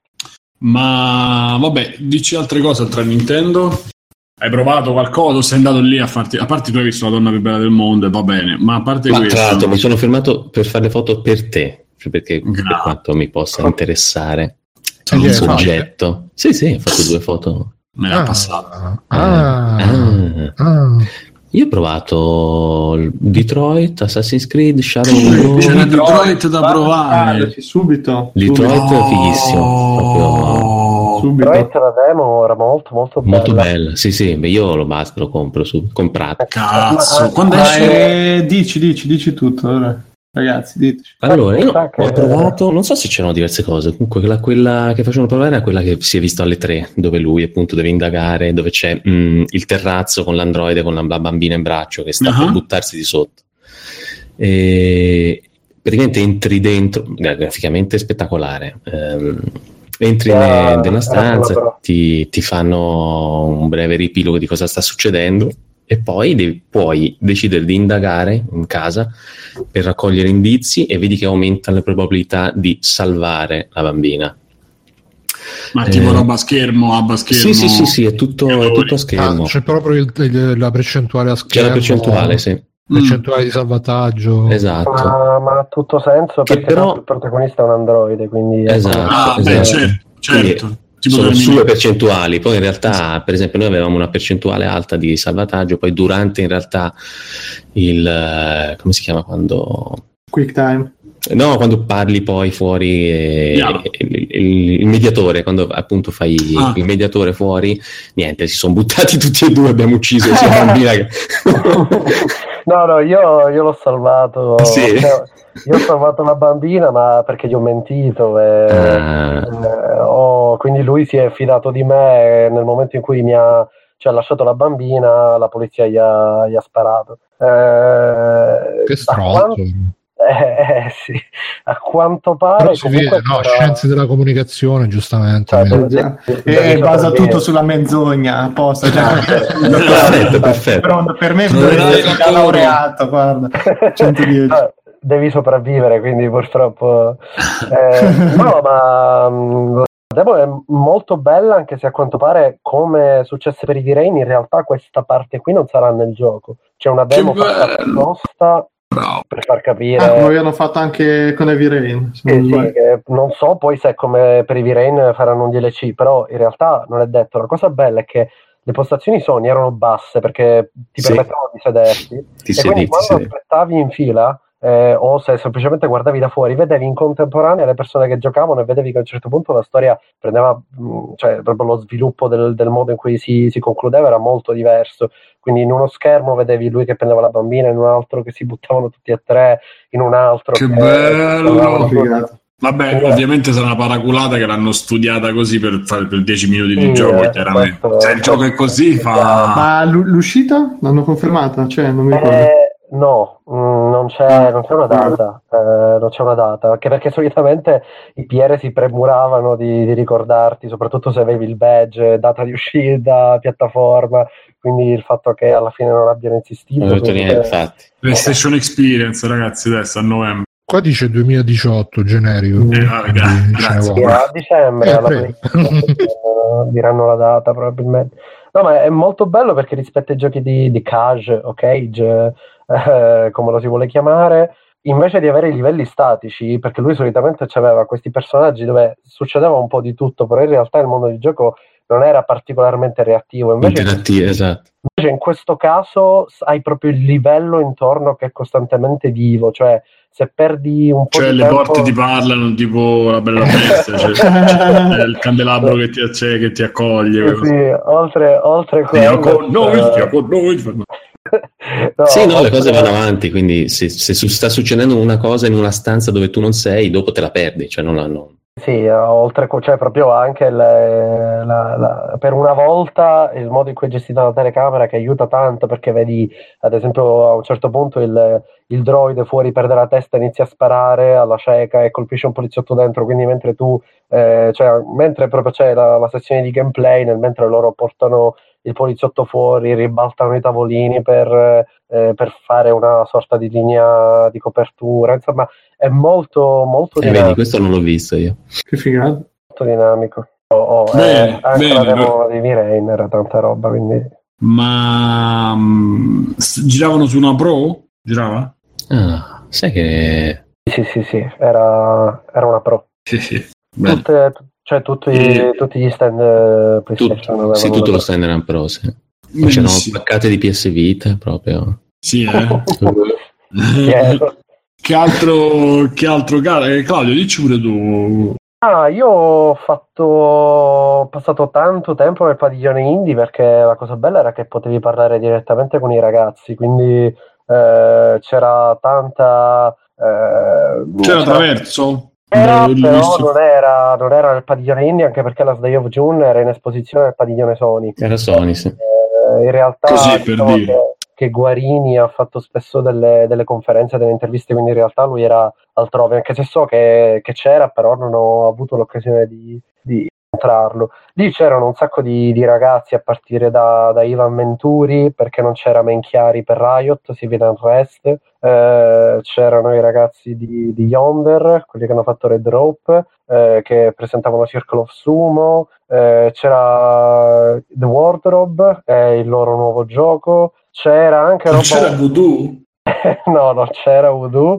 Ma vabbè, dici altre cose oltre a Nintendo? Hai provato qualcosa? Sei andato lì a farti... A parte tu hai visto la donna più bella del mondo, va bene, ma a parte questo... Tra l'altro mi sono fermato per fare le foto per te, perché per quanto mi possa interessare il soggetto. Sì, ho fatto 2 foto. Me l'ha passata. Io ho provato Detroit, Assassin's Creed, Shadow. C'era Detroit da provare. Subito. Detroit è fighissimo. Proprio subito. Veramente la demo era molto bella. Molto bella, sì, beh, io lo compro su, comprato. Cazzo, quando Ma esce? dici tutto, allora. Ragazzi, diteci. Allora, io ho provato, non so se c'erano diverse cose, comunque quella che facevano provare era quella che si è visto alle 3, dove lui appunto deve indagare, dove c'è il terrazzo con l'androide con la bambina in braccio che sta per buttarsi di sotto. E praticamente entri dentro, graficamente spettacolare, entri nella stanza, ti fanno un breve riepilogo di cosa sta succedendo e poi puoi decidere di indagare in casa per raccogliere indizi e vedi che aumenta le probabilità di salvare la bambina. Ma tipo roba schermo, abba schermo? Sì, è tutto a schermo. C'è proprio la percentuale a schermo. C'è la percentuale, sì. Percentuale di salvataggio. Esatto. Ma ha tutto senso che perché però il protagonista è un androide, quindi esatto. Certo. Sono sue percentuali, poi in realtà per esempio noi avevamo una percentuale alta di salvataggio, poi durante in realtà il come si chiama quando Quick time. No, quando parli poi fuori il mediatore, quando appunto fai il mediatore fuori, niente, si sono buttati tutti e due, abbiamo ucciso sia bambina che... No, io l'ho salvato. Sì. Io ho salvato la bambina, ma perché gli ho mentito quindi lui si è fidato di me nel momento in cui mi ha lasciato la bambina, la polizia gli ha sparato. Che stronzo. Sì, a quanto pare. Però si vede, scienze della comunicazione, giustamente. E basa tutto sulla menzogna, apposta. Perfetto. Però per me è laureato, guarda. 110. Devi sopravvivere, quindi purtroppo. No, ma la demo è molto bella, anche se a quanto pare, come successe per i V-Rain, in realtà questa parte qui non sarà nel gioco. C'è una demo fatta apposta per far capire come abbiano fatto anche con Heavy Rain, non so poi se come per i V-Rain faranno un DLC, però in realtà non è detto. La cosa bella è che le postazioni Sony erano basse perché ti permettevano di sederti quindi quando aspettavi in fila o se semplicemente guardavi da fuori vedevi in contemporanea le persone che giocavano e vedevi che a un certo punto la storia prendeva, cioè proprio lo sviluppo del modo in cui si concludeva era molto diverso. Quindi in uno schermo vedevi lui che prendeva la bambina, in un altro che si buttavano tutti e tre, in un altro che bello. Vabbè, ovviamente sarà una paraculata che l'hanno studiata così per 10 minuti di gioco, chiaramente. Se il gioco è così fa... Ma l'uscita l'hanno confermata? Cioè, non mi ricordo. No, non c'è una data, non c'è una data, anche perché solitamente i PR si premuravano di ricordarti, soprattutto se avevi il badge, data di uscita, piattaforma, quindi il fatto che alla fine non abbiano insistito. PlayStation Experience, ragazzi, adesso a novembre. Qua dice 2018 generico. Grazie. A dicembre alla diranno la data probabilmente. No, ma è molto bello perché rispetto ai giochi di Cage o Cage, come lo si vuole chiamare, invece di avere i livelli statici, perché lui solitamente aveva questi personaggi dove succedeva un po' di tutto, però in realtà il mondo di gioco non era particolarmente reattivo. Interattivo, esatto. Invece in questo caso hai proprio il livello intorno che è costantemente vivo, cioè se perdi un po' di le tempo... porte ti parlano tipo la bella bestia, c'è il candelabro che ti accoglie. Sì, oltre quello... con noi. Le cose vanno avanti, quindi se sta succedendo una cosa in una stanza dove tu non sei, dopo te la perdi, cioè non... Sì, oltre cioè proprio anche per una volta il modo in cui è gestita la telecamera che aiuta tanto, perché vedi ad esempio a un certo punto il droide fuori perde la testa, inizia a sparare alla cieca e colpisce un poliziotto dentro, quindi mentre tu mentre proprio c'è la sezione di gameplay, mentre loro portano il poliziotto fuori, ribaltano i tavolini per fare una sorta di linea di copertura, insomma è molto dinamico. Vedi, questo non l'ho visto io. Che figata. Molto dinamico. Anche la demo di V-Rain era tanta roba, quindi... Ma giravano su una Pro? Girava? Ah, sai che... Sì, era una Pro. Sì. Tutti gli stand PlayStation. Tutto lo stand era Pro, sì. C'erano paccate di PS Vita proprio. Sì, Che altro Claudio, dici pure tu Io ho passato tanto tempo nel padiglione indie perché la cosa bella era che potevi parlare direttamente con i ragazzi, quindi c'era tanta... C'era Traverso? Però L'ho visto. non era nel padiglione indie, anche perché la Day of June era in esposizione nel padiglione Sony. Era Sony, sì. In realtà Così, per diciamo dire. che Guarini ha fatto spesso delle conferenze, delle interviste, quindi in realtà lui era altrove, anche se so che c'era, però non ho avuto l'occasione di incontrarlo. Lì c'erano un sacco di ragazzi, a partire da Ivan Venturi, perché non c'era Menchiari per Riot, Civil Unrest, c'erano i ragazzi di Yonder, quelli che hanno fatto Red Rope, che presentavano Circle of Sumo, c'era The Wardrobe, il loro nuovo gioco, c'era anche Non roba... c'era Voodoo? No, non c'era Voodoo,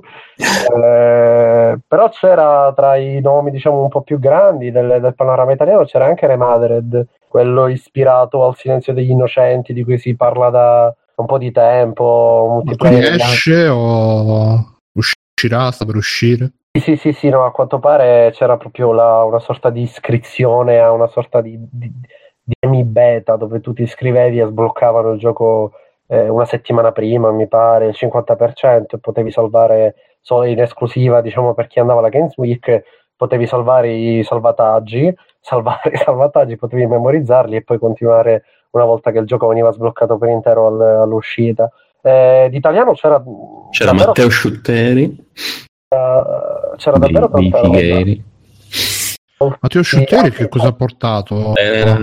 però c'era tra i nomi diciamo un po' più grandi del panorama italiano, c'era anche Remadred, quello ispirato al Silenzio degli Innocenti di cui si parla da un po' di tempo, Ma quindi multiplayer. esce o uscirà? Sta per uscire? Sì, no, a quanto pare c'era proprio una sorta di iscrizione a una sorta di beta dove tu ti iscrivevi e sbloccavano il gioco una settimana prima, mi pare, il 50%, e potevi salvare solo in esclusiva, diciamo, per chi andava alla Games Week, potevi salvare i salvataggi, potevi memorizzarli e poi continuare una volta che il gioco veniva sbloccato per intero all'uscita. D'italiano c'era davvero, Matteo Sciutteri, c'era davvero dei tanta roba. Fighieri. Matteo Sciutteri che cosa ha portato?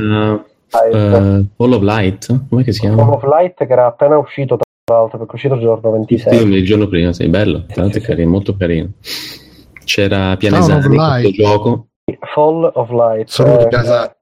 Fall of Light, come che si chiama? Fall of Light, che era appena uscito, tra l'altro, perché è uscito il giorno 26. Sì, il giorno prima, sei bello, tra l'altro è carino, molto carino. C'era Pianesani, questo gioco. Fall of Light. Saluti Pianesani.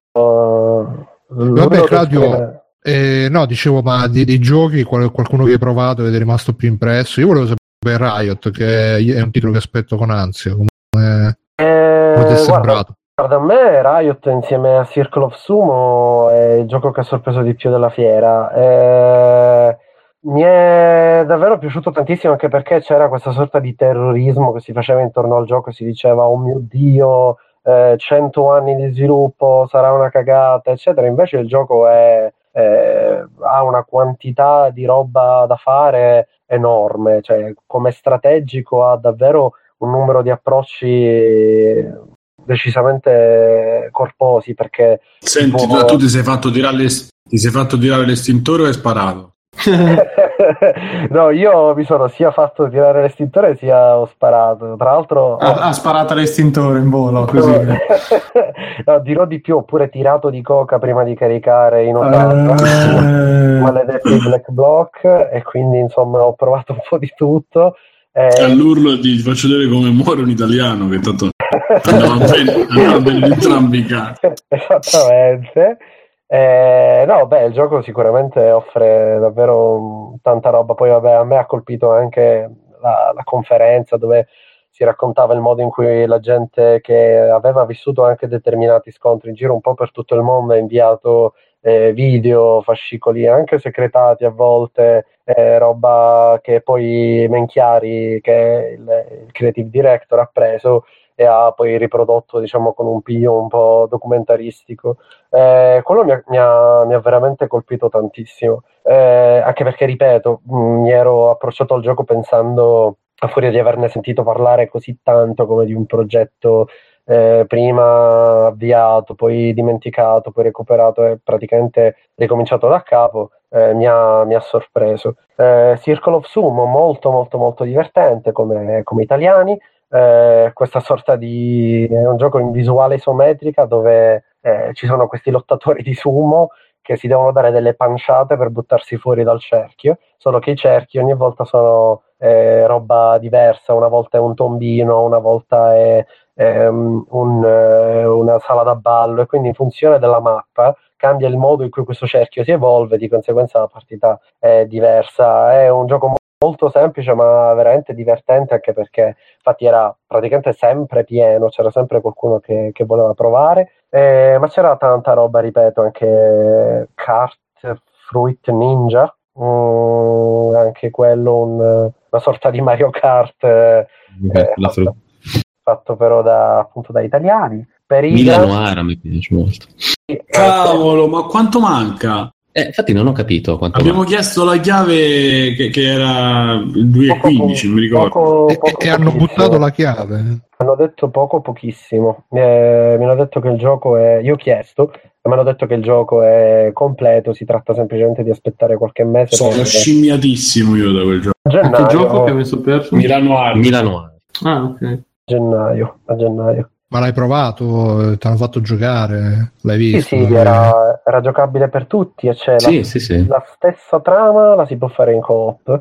Vabbè, Claudio, no, dicevo, ma dei giochi qualcuno che hai provato ed è rimasto più impresso? Io volevo sapere Riot, che è un titolo che aspetto con ansia. Come ti è sembrato? Guarda, a me Riot insieme a Circle of Sumo è il gioco che ha sorpreso di più della fiera. Mi è davvero piaciuto tantissimo, anche perché c'era questa sorta di terrorismo che si faceva intorno al gioco, si diceva oh mio Dio, 100 anni di sviluppo, sarà una cagata, eccetera. Invece il gioco ha una quantità di roba da fare enorme, cioè come strategico ha davvero un numero di approcci decisamente corposi, perché senti, tu ti sei fatto tirare l'estintore o hai sparato? No, io mi sono sia fatto tirare l'estintore sia ho sparato. Tra l'altro ha sparato l'estintore in volo così. No, dirò di più, ho pure tirato di coca prima di caricare in ottava, maledetti Black Block, e quindi insomma ho provato un po' di tutto. All'urlo ti faccio vedere come muore un italiano, che tanto andava bene in entrambi i casi. Esattamente. No, beh, il gioco sicuramente offre davvero tanta roba. Poi vabbè, a me ha colpito anche la conferenza dove si raccontava il modo in cui la gente che aveva vissuto anche determinati scontri in giro un po' per tutto il mondo ha inviato video, fascicoli anche secretati a volte, roba che poi Menchiari, che è il creative director, ha preso e ha poi riprodotto, diciamo, con un piglio un po' documentaristico. Quello mi ha veramente colpito tantissimo, anche perché, ripeto, mi ero approcciato al gioco pensando, a furia di averne sentito parlare così tanto come di un progetto prima avviato, poi dimenticato, poi recuperato e praticamente ricominciato da capo, mi ha sorpreso. Circle of Sumo molto molto molto divertente come italiani. Questa sorta è un gioco in visuale isometrica dove ci sono questi lottatori di sumo che si devono dare delle panciate per buttarsi fuori dal cerchio, solo che i cerchi ogni volta sono roba diversa, una volta è un tombino, una volta è una sala da ballo, e quindi in funzione della mappa cambia il modo in cui questo cerchio si evolve, di conseguenza la partita è diversa. È un gioco molto semplice ma veramente divertente, anche perché infatti era praticamente sempre pieno, c'era sempre qualcuno che voleva provare, ma c'era tanta roba, ripeto, anche Kart Fruit Ninja, anche quello una sorta di Mario Kart, fatto però appunto da italiani. Per Milano Ara mi piace molto. Cavolo, ma quanto manca? Infatti non ho capito quanto Abbiamo chiesto la chiave che era il 2,15, mi ricordo. E hanno buttato la chiave. Hanno detto pochissimo. Mi hanno detto che il gioco è... Io ho chiesto e mi hanno detto che il gioco è completo, si tratta semplicemente di aspettare qualche mese. Sono scimmiatissimo io da quel gioco. Che gioco che mi sono perso? Milano Ara. Ah, ok. A gennaio. Ma l'hai provato? Ti hanno fatto giocare? L'hai visto? Sì, era giocabile per tutti e c'è la stessa trama, la si può fare in co-op.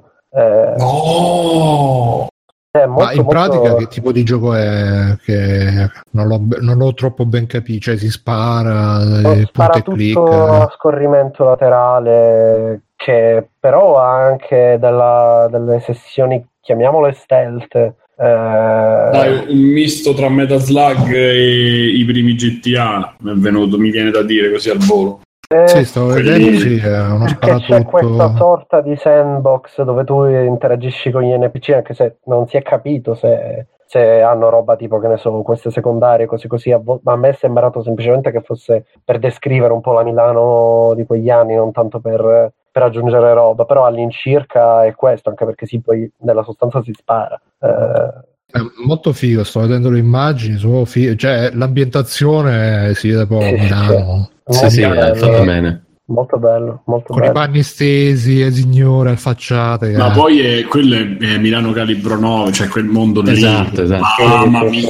Ma in pratica che tipo di gioco è? Che non l'ho troppo ben capito, cioè si spara spara tutto a scorrimento laterale, che però ha anche delle sessioni, chiamiamole stealth. Dai, un misto tra Metal Slug e i primi GTA mi viene da dire così al volo. Sì, stavo vedendo, sì, è uno sparatutto. C'è questa sorta di sandbox dove tu interagisci con gli NPC, anche se non si è capito se hanno roba tipo, che ne so, queste secondarie, così, ma a me è sembrato semplicemente che fosse per descrivere un po' la Milano di quegli anni, non tanto per aggiungere roba, però all'incirca è questo, anche perché sì, poi nella sostanza si spara. È molto figo, sto vedendo le immagini, cioè l'ambientazione si vede proprio Milano. Sì, è fatto bene. Molto bello, molto con bello. I panni stesi, le signore, facciate. Ma poi quello è Milano Calibro 9, cioè quel mondo lì. Esatto. Mamma mia.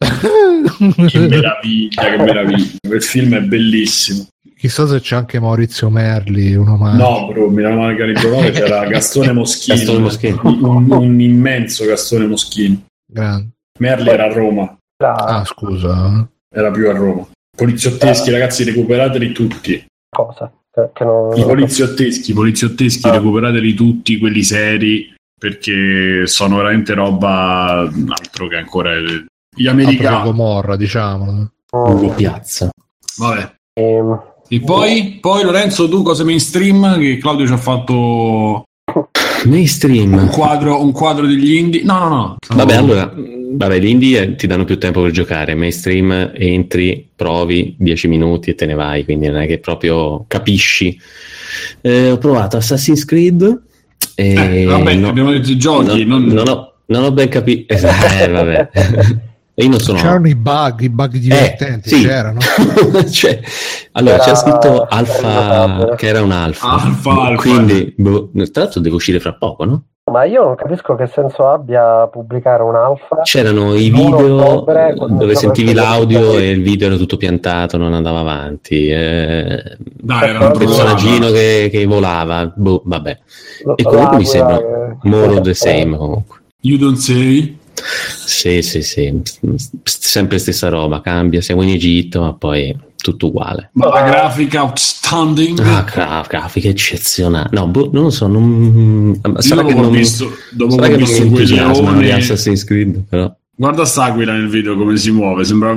Che meraviglia. Quel film è bellissimo. Chissà se c'è anche Maurizio Merli, uno mai. No, bro, Milano Calibro 9 c'era Gastone Moschini. Un immenso Gastone Moschini. Grande. Merli era a Roma. Scusa. Era più a Roma. Poliziotteschi, ragazzi, recuperateli tutti. Cosa? I poliziotteschi, recuperateli tutti, quelli seri, perché sono veramente roba altro che ancora gli americani. Gomorra, diciamo. Ugo Piazza. Vabbè. E poi Lorenzo, tu cosa mainstream? Che Claudio ci ha fatto mainstream un quadro degli indie. No. Vabbè, gli indie ti danno più tempo per giocare. Mainstream entri, provi 10 minuti e te ne vai, quindi non è che proprio capisci. Ho provato Assassin's Creed abbiamo detto i giochi, non ho ben capito. Vabbè. Io non sono... C'erano i bug divertenti, sì. C'erano. C'è scritto alfa, che era un alfa. Quindi tra l'altro deve uscire fra poco, no? Ma io non capisco che senso abbia pubblicare un alfa. C'erano i video dove sentivi l'audio e il video era tutto piantato, non andava avanti. Era un personaggino che volava. Vabbè. E comunque mi sembra more of the same. Comunque. You don't say? Sì. Sempre stessa roba, cambia, siamo in Egitto, ma poi tutto uguale. Ma la grafica outstanding. Grafica eccezionale. No, non lo so, sarà che non visto quei leoni di Assassin's Creed, però. Guarda st'aquila nel video come si muove, sembra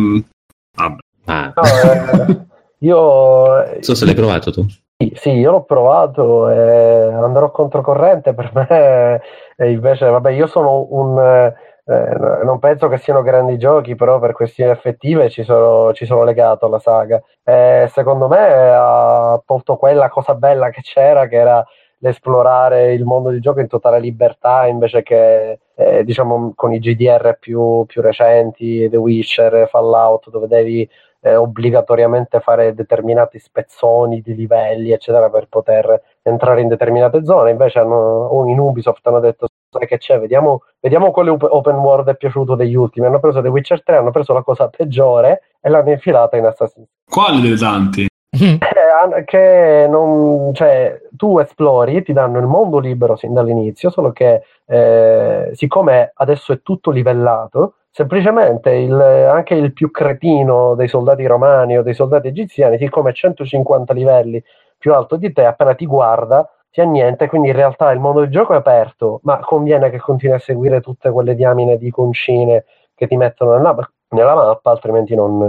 io non so se l'hai provato tu. Sì, io l'ho provato e andrò controcorrente. Per me invece, vabbè, io sono non penso che siano grandi giochi, però per questioni affettive ci sono legato alla saga. Secondo me ha tolto quella cosa bella che c'era, che era l'esplorare il mondo di gioco in totale libertà, invece che diciamo con i GDR più recenti, The Witcher, Fallout, dove devi obbligatoriamente fare determinati spezzoni di livelli eccetera per poter entrare in determinate zone. Invece in Ubisoft hanno detto: sai che c'è, vediamo quale open world è piaciuto degli ultimi. Hanno preso The Witcher 3, hanno preso la cosa peggiore e l'hanno infilata in Assassin's Creed. Quale delle tante? Che non, cioè, tu esplori, ti danno il mondo libero sin dall'inizio, solo che siccome adesso è tutto livellato, semplicemente anche il più cretino dei soldati romani o dei soldati egiziani, siccome è 150 livelli più alto di te, appena ti guarda ti annienta. Quindi in realtà il mondo del gioco è aperto, ma conviene che continui a seguire tutte quelle diamine di concine che ti mettono nella mappa, altrimenti non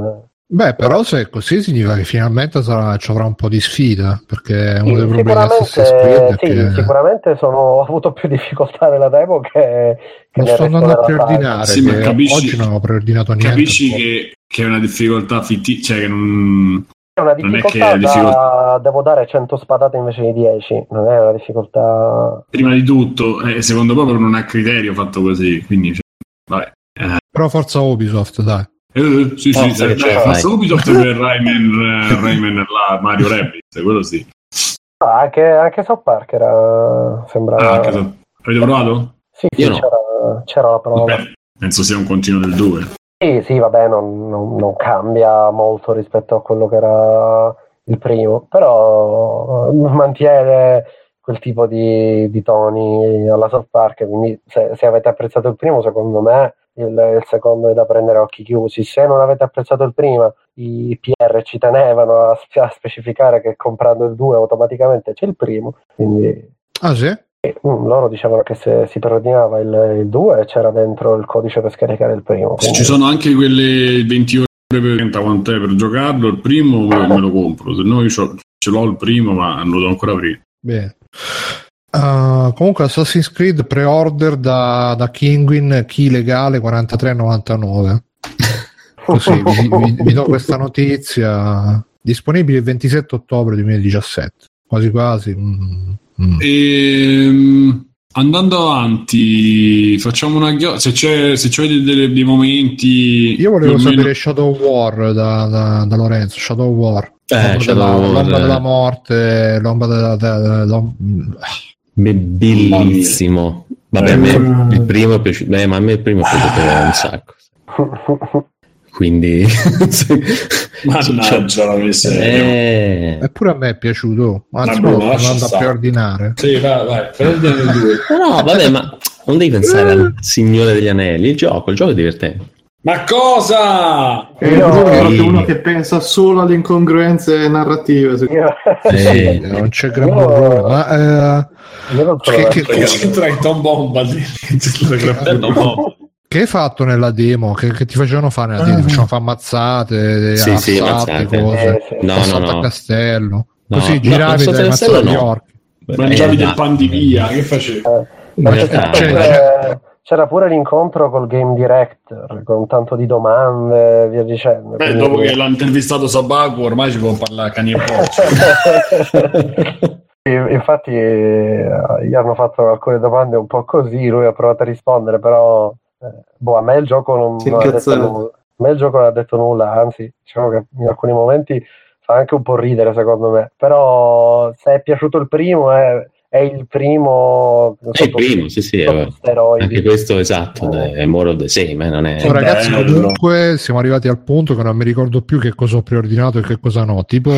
Beh, però se è così significa che finalmente ci avrà un po' di sfida, perché uno dei problemi di Assassin's Creed è che sicuramente ho avuto più difficoltà nella demo che non sto andando a preordinare, sì, ma oggi non ho preordinato niente. Capisci che è una difficoltà cioè che non è una difficoltà, devo dare 100 spadate invece di 10, non è una difficoltà. Prima di tutto, secondo me non ha criterio fatto così, quindi vabbè. Però forza Ubisoft, dai. Sì, forza Ubisoft per Rayman la Mario Rabbids, quello sì. Anche South Park sembrava. Avete provato? Sì, c'era la prova. Beh, penso sia un continuo del 2. Sì, vabbè, non cambia molto rispetto a quello che era il primo, però mantiene quel tipo di toni alla South Park, quindi se avete apprezzato il primo, secondo me il secondo è da prendere a occhi chiusi. Se non avete apprezzato il primo, i PR ci tenevano a specificare che comprando il 2 automaticamente c'è il primo, quindi sì? Loro dicevano che se si preordinava il 2 c'era dentro il codice per scaricare il primo. Se ci sono anche quelle 20 ore per 30 quant'è per giocarlo, il primo me lo compro, se no io ce l'ho il primo ma non lo devo ancora aprire. Bene. Comunque Assassin's Creed pre-order da Kinguin, key legale 43,99. Così vi do questa notizia, disponibile il 27 ottobre 2017, quasi quasi. Andando avanti, facciamo una se c'è dei momenti. Io volevo sapere Shadow War da Lorenzo. Shadow War, l'ombra della morte, l'ombra bellissimo. Vabbè, a me il primo è piaciuto, ma a me il primo è piaciuto un sacco. Quindi mannaggia la miseria. Eppure a me è piaciuto, anzi lo sto andando a preordinare. Sì, vai preordinare il 2. No, vabbè, ma non devi pensare al Signore degli Anelli, il gioco è divertente. Ma cosa? Uno che pensa solo alle incongruenze narrative. Sì, non c'è gran errore. Che c'entra il Tom Bomba? Che hai fatto nella demo? Che ti facevano fare nella demo? Ti facevano fare ammazzate, cose. No. A castello. Così giravi dai ammazzate gli orchi. Mangiavi del pan di via, che facevi? C'era pure l'incontro col game director con tanto di domande, via dicendo. Beh, dopo che l'ha intervistato Sabaku ormai ci può parlare cani e porci. Infatti gli hanno fatto alcune domande un po' così, lui ha provato a rispondere, però a me il gioco non ha detto nulla. A me il gioco non ha detto nulla, anzi diciamo che in alcuni momenti fa anche un po' ridere secondo me, però se è piaciuto il primo è il primo. È il primo, sì, anche questo esatto, è more of the same, non è. Ragazzi, comunque siamo arrivati al punto che non mi ricordo più che cosa ho preordinato e che cosa no, tipo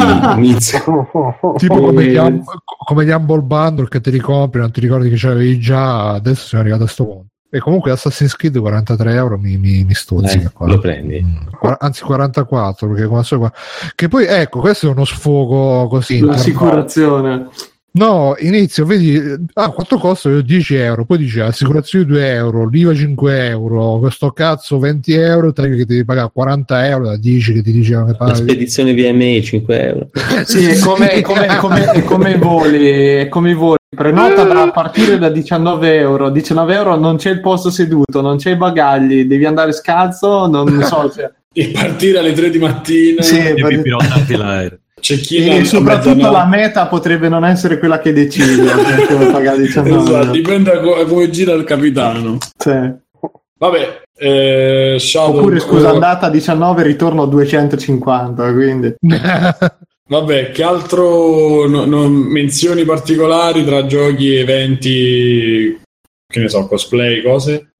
come gli Humble Bundle che ti ricompri, non ti ricordi che c'avevi già, adesso siamo arrivati a sto punto. E comunque Assassin's Creed 43 euro mi stuzzica qua. Lo prendi, anzi 44, perché che poi ecco, questo è uno sfogo così, l'assicurazione. No, inizio, vedi, quanto costa? 10 euro, poi dice assicurazione 2 euro, l'IVA 5 euro, questo cazzo 20 euro, te che ti devi pagare 40 euro da 10 che ti dicevano che paghi. La spedizione VMI 5 euro. Sì, è come i voli, prenota a partire da 19 euro, 19 euro non c'è il posto seduto, non c'è i bagagli, devi andare scalzo, non so se... E partire alle 3 di mattina. Sì, e mi pilota anche l'aereo. E soprattutto la meta potrebbe non essere quella che decide pagare 19 esatto, dipende da come gira il capitano. Sì. Vabbè, oppure scusa, andata a 19, ritorno a 250, quindi vabbè, che altro menzioni particolari tra giochi, eventi, che ne so, cosplay, cose?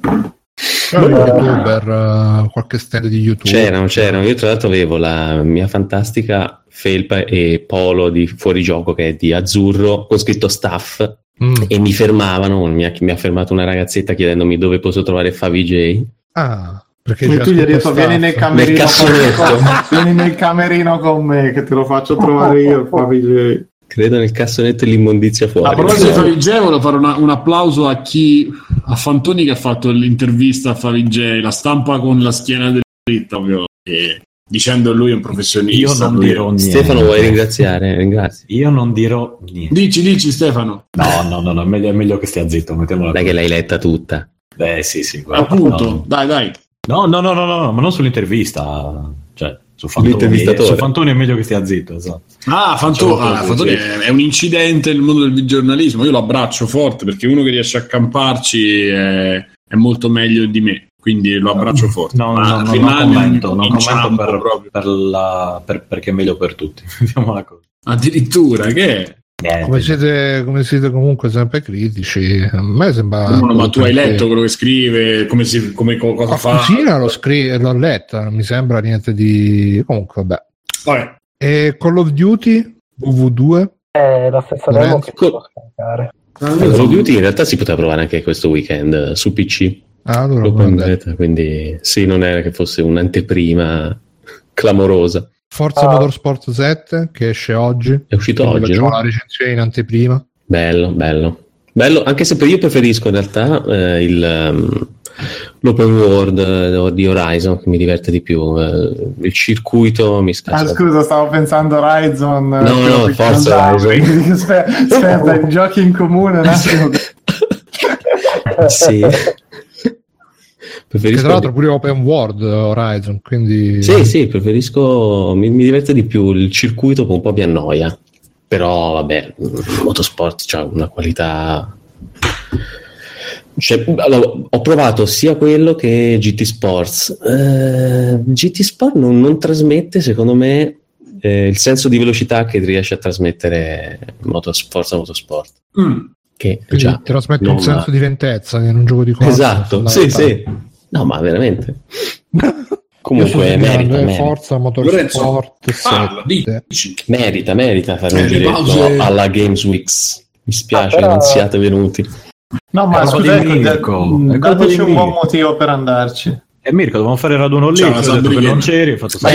YouTuber, qualche stand di YouTube c'erano. Io tra l'altro avevo la mia fantastica felpa e polo di fuorigioco che è di azzurro con scritto staff e mi fermavano, mi ha fermato una ragazzetta chiedendomi dove posso trovare Favij. Perché tu gli hai detto vieni nel camerino con me che te lo faccio trovare io Favij. Credo nel cassonetto e l'immondizia fuori. A proposito di Favij, volevo fare un applauso a Fantoni che ha fatto l'intervista a Favij, la stampa con la schiena dritta, dicendo lui è un professionista. Io non dirò niente. Stefano, vuoi ringraziare? Ringrazio. Io non dirò niente. Dici Stefano. No, è meglio che stia zitto, mettiamola. Dai che l'hai letta tutta. Sì, guarda, Appunto, no. dai. No, ma non sull'intervista, cioè su L'intervistatore. Fantoni è meglio che stia zitto, esatto. Fantoni è un incidente nel mondo del giornalismo. Io lo abbraccio forte perché uno che riesce a camparci è molto meglio di me, quindi lo abbraccio forte. Non commento perché è meglio per tutti. Vediamo la cosa. Addirittura che come siete comunque sempre critici, a me sembra. Ma tu hai letto quello che scrive, cosa fa? L'ho letta, non mi sembra niente di. Comunque, vabbè. E Call of Duty WW2 è la stessa demo che si può scaricare. Call of Duty in realtà si poteva provare anche questo weekend su PC. Quindi sì, non era che fosse un'anteprima clamorosa. Forza Motorsport 7 che esce oggi. È uscito oggi, no? La recensione in anteprima. Bello, anche se io preferisco in realtà l'open world di Horizon, che mi diverte di più. Il circuito mi scassa. Scusa, stavo pensando Horizon. No, Forza Horizon. Aspetta, i giochi in comune un attimo. Sì. Che tra l'altro pure open world Horizon, quindi sì, preferisco, mi diverte di più, il circuito un po' mi annoia, però vabbè, Motorsport c'ha una qualità, allora, ho provato sia quello che GT Sports. GT Sport non trasmette secondo me il senso di velocità che riesce a trasmettere Forza Motorsport. Che già trasmette un senso di lentezza che in un gioco di corsa. Esatto, sì. No, ma veramente. Comunque merita. Forza Motorsport 7. Merita fare un giretto alla Games Weeks. Mi spiace che non siate venuti. No, ma scusate, dateci un buon motivo per andarci. E Mirko, dovevamo fare il raduno lì, ho detto che non c'eri, hai fatto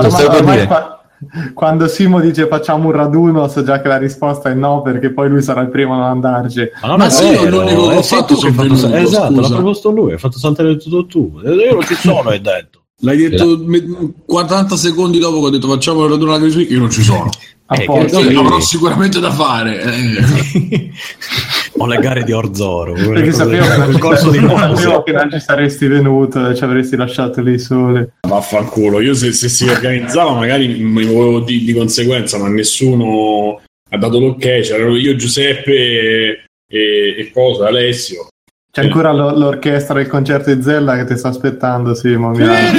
quando Simo dice facciamo un raduno, so già che la risposta è no, perché poi lui sarà il primo a non andarci. Ma sì, io l'unico che ho fatto esatto, l'ha proposto lui, hai fatto saltare tutto tu. Io non ci sono, hai detto. L'hai detto 40 secondi dopo che ho detto facciamo il raduno alla Games Week, io non ci sono. Avrò sicuramente da fare. Ho le gare di Orzoro, perché sapevo che non ci saresti venuto e ci avresti lasciato lì soli. Vaffanculo, io se si organizzava magari mi muovevo di conseguenza, ma nessuno ha dato l'ok. C'erano io, Giuseppe e Alessio. C'è ancora l'orchestra del concerto di Zella che ti sta aspettando, Simo.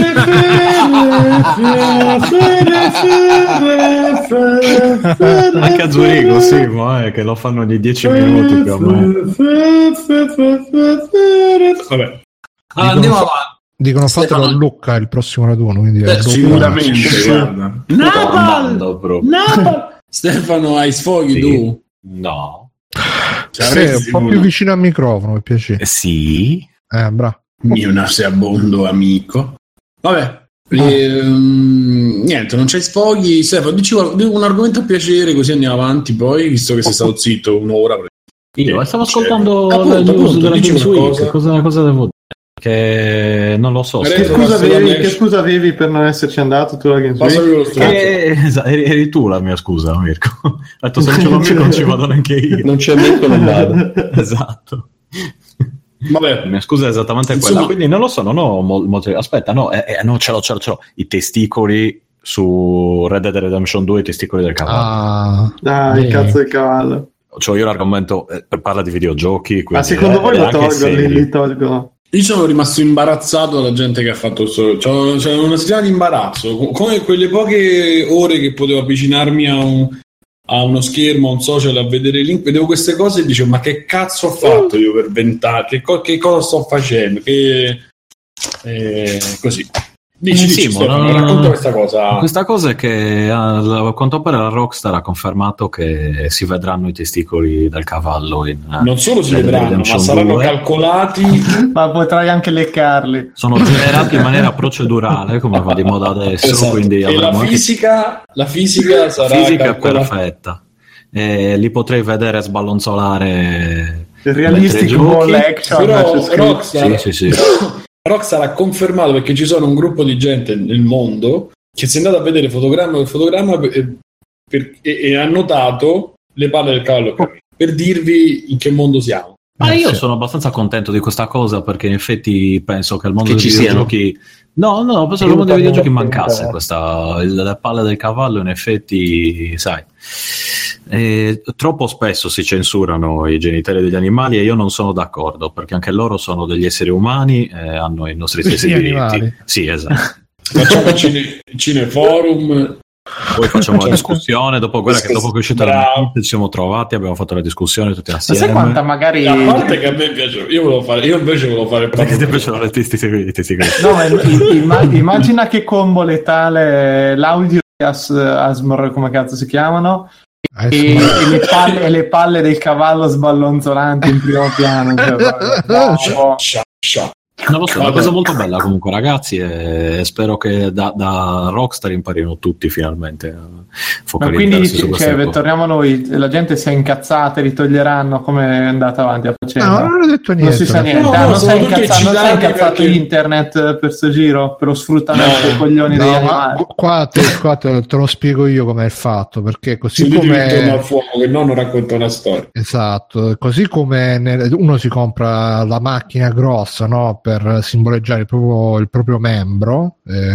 Anche a Zurigo, Simo, che lo fanno ogni 10 minuti più o meno. Vabbè. Andiamo avanti. Dicono fatelo a Lucca il prossimo raduno, quindi sicuramente, guarda. Napoli! Stefano, hai sfoghi tu? No. Un po' più vicino al microfono, per piacere. Sì. Bravo. Mio nauseabondo amico. Vabbè. Niente, non c'hai sfoghi. Stefano, dici un argomento a piacere, così andiamo avanti poi, visto che sei stato zitto un'ora. Io stavo ascoltando la news della Games Week. Cosa devo dire? Che non lo so. Che scusa avevi per non esserci andato tu alla Games Week? Eri tu la mia scusa, Mirko. Ho detto, se non ce l'ho Mirko non ci vado neanche io. Non c'è Mirko, non vado. Esatto. Vabbè, la mia scusa è esattamente quella. Quindi non lo so, non ho molto. Aspetta, no, ce l'ho. I testicoli su Red Dead Redemption 2, i testicoli del cavallo. Il cazzo del cavallo. Cioè, io l'argomento parla di videogiochi. Ma secondo voi lo tolgono? Li tolgono? Io sono rimasto imbarazzato dalla gente che ha fatto questo. C'è una settimana di imbarazzo, come quelle poche ore che potevo avvicinarmi a uno schermo, a un social, a vedere il link, vedevo queste cose e dicevo: ma che cazzo ho fatto io per 20 anni? Che cosa sto facendo? Così. Dici racconta questa cosa. Questa cosa è che a quanto pare la Rockstar ha confermato che si vedranno i testicoli del cavallo non solo si vedranno, ma saranno calcolati. Ma potrai anche leccarli. Sono generati in maniera procedurale, come va di moda adesso. Esatto. Quindi e la fisica sarà perfetta. Li potrei vedere sballonzolare realistico ball action. Però Rockstar, sì. Rockstar ha confermato, perché ci sono un gruppo di gente nel mondo che si è andato a vedere fotogramma per fotogramma e ha notato le palle del cavallo per dirvi in che mondo siamo. Ma io sono abbastanza contento di questa cosa, perché in effetti penso che il mondo dei videogiochi penso che il mondo dei videogiochi mancasse questa, la palla del cavallo. In effetti, sai, troppo spesso si censurano i genitali degli animali e io non sono d'accordo, perché anche loro sono degli esseri umani, hanno i nostri stessi diritti. Animali. Sì, esatto. Facciamo cineforum. Poi facciamo la discussione dopo quella che dopo che è uscita la notizia ci siamo trovati, abbiamo fatto la discussione tutti assieme. Ma sai quanta magari a parte che a me piace, io invece volevo fare perché ti piacciono le testi no, immagina che combo letale l'audio di Asmr, come cazzo si chiamano, e le palle del cavallo sballonzolanti in primo piano, non lo so, è una cosa molto bella comunque, ragazzi, e spero che da Rockstar imparino tutti finalmente a focalizzarsi su queste cose. Torniamo a noi, la gente si è incazzata, ritoglieranno, come è andata avanti a faccenda? No, non ho detto niente. Non si sa niente. Non si è incazzato perché... internet per sto giro, per lo sfruttamento dei coglioni degli animali. Qua te lo spiego io com'è il fatto, perché così come al fuoco, che nonno racconta una storia. Esatto, così come uno si compra la macchina grossa, no, per simboleggiare il proprio membro,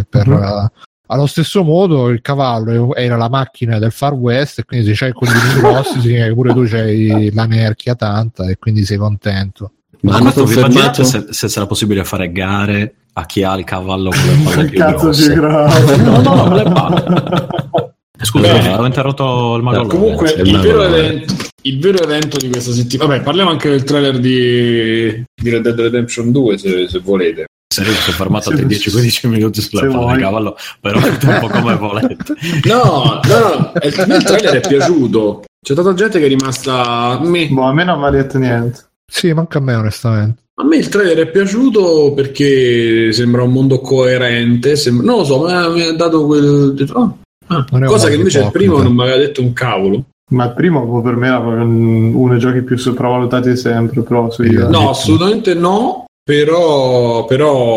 allo stesso modo il cavallo era la macchina del Far West, e quindi se c'hai i coglioni grossi significa che pure tu c'hai la nerchia tanta e quindi sei contento. Ma hanno confermato se sarà possibile fare gare a chi ha il cavallo con le palle più grosse. No, con le palle. Scusa, ho interrotto il mago. Comunque il vero evento di questa settimana. Vabbè, parliamo anche del trailer di Red Dead Redemption 2 se volete. Sarete fermato 10-15 minuti sulla palla del cavallo, però il tempo come volete. No, il trailer è piaciuto. C'è tanta gente che è rimasta a me non mi ha detto niente. Sì, manca a me onestamente. A me il trailer è piaciuto perché sembra un mondo coerente, non lo so, ma mi ha dato quel cosa che invece il primo non mi aveva detto un cavolo. Ma il primo per me era uno dei giochi più sopravvalutati di sempre, però no, assolutamente no, però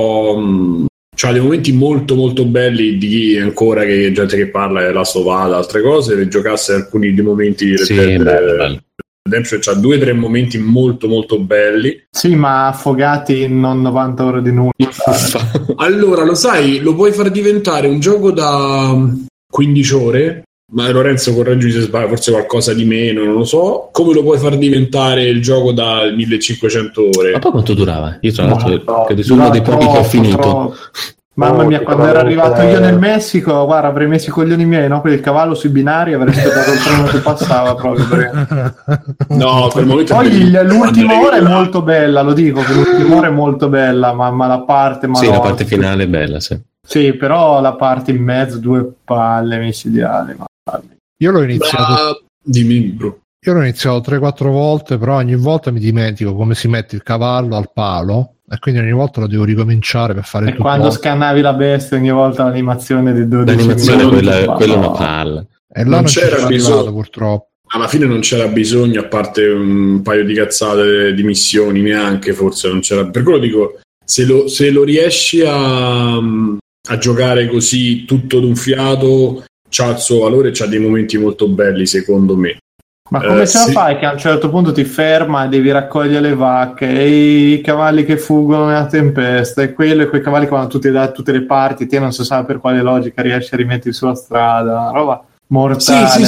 c'ha dei momenti molto molto belli di chi ancora, che gente che parla è la sovata, altre cose, e giocasse alcuni dei momenti di Red Dead Redemption, c'ha 2-3 momenti molto molto belli. Sì, ma affogati in non 90 ore di nulla. Allora, lo sai, lo puoi far diventare un gioco da 15 ore, ma Lorenzo correggi se sbaglio, forse qualcosa di meno, non lo so. Come lo puoi far diventare il gioco da 1500 ore? Ma poi quanto durava? Io tra l'altro credo sia uno dei pochi che ho finito. Mamma mia, quando ero arrivato io nel Messico, guarda, avrei messo i coglioni miei, no? Quel cavallo sui binari, avrei aspettato il treno che passava proprio. No, per il momento poi l'ultima ora è molto bella, lo dico, che l'ultima ora è molto bella, ma la parte... Sì, la parte finale è bella, sì. Sì, però la parte in mezzo, 2 palle micidiali. Io l'ho iniziato... Dimmi, bro. Io l'ho iniziato 3-4 volte, però ogni volta mi dimentico come si mette il cavallo al palo, e quindi ogni volta lo devo ricominciare per fare tutto. E quando scannavi la bestia ogni volta l'animazione di 12 l'animazione quella è una palla. E là non c'era bisogno, purtroppo. Alla fine non c'era bisogno, a parte un paio di cazzate di missioni, neanche forse non c'era. Per quello dico, se lo riesci a giocare così tutto d'un fiato, c'ha il suo valore, c'ha dei momenti molto belli secondo me. Ma come ce la fai che a un certo punto ti ferma e devi raccogliere le vacche e i cavalli che fuggono nella tempesta e quei cavalli che vanno tutti da tutte le parti, te non si sa per quale logica riesci a rimetterli sulla strada, roba mortale.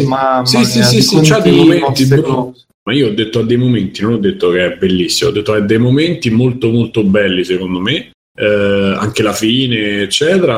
Sì, c'ha dei momenti, ma io ho detto a dei momenti, non ho detto che è bellissimo, ho detto a dei momenti molto molto belli secondo me, anche la fine eccetera,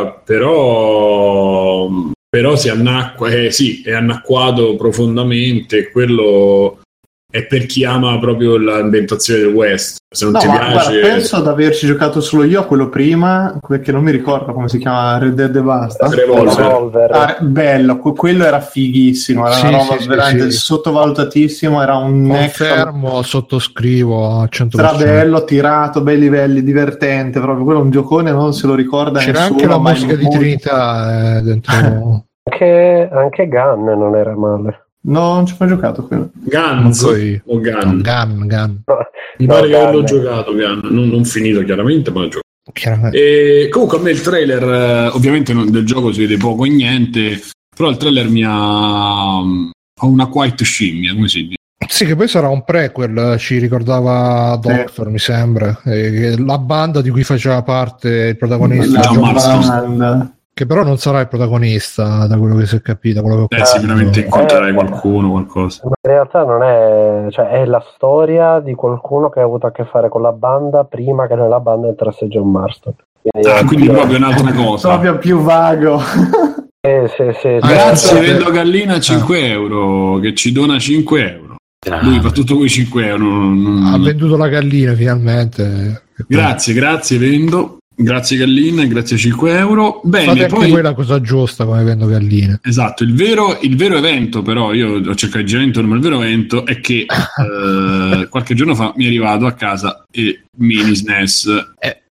però si annacqua, è annacquato profondamente. Quello è per chi ama proprio l'ambientazione del West. Se non ti piace, guarda, penso ad averci giocato solo io a quello prima, perché non mi ricordo come si chiama, Red Dead e basta. Revolver. Bello, quello era fighissimo, era una roba veramente sottovalutatissimo, era un confermo, sottoscrivo a 100%. Era bello, tirato, bei livelli, divertente, proprio quello è un giocone, non se lo ricorda c'era nessuno. Anche la musica di Trinità dentro. Anche Gun non era male. No, non ci ho mai giocato quello. Gun. Gun. Mi pare che l'ho giocato Gun, non finito chiaramente, ma l'ho giocato. E comunque a me il trailer, ovviamente del gioco si vede poco e niente, però il trailer mi ha una quite scimmia, come si dice. Sì, che poi sarà un prequel, ci ricordava Doctor, mi sembra, la banda di cui faceva parte il protagonista, che però non sarà il protagonista, da quello che si è capito. Sicuramente incontrerai qualcuno, qualcosa. In realtà non è, cioè è la storia di qualcuno che ha avuto a che fare con la banda prima che nella banda entrasse John Marston. Quindi proprio un'altra cosa. Proprio più vago. Sì. Grazie, vendo Gallina a 5 euro, che ci dona 5 euro. Lui fa tutto con i 5 euro. Ha venduto la gallina finalmente. Grazie, vendo. Grazie Gallina, grazie a 5 euro. Bene, fate anche voi la cosa giusta come vendo galline. Esatto, il vero evento, però io ho cercato di girare intorno, ma il vero evento è che qualche giorno fa mi è arrivato a casa il mini SNES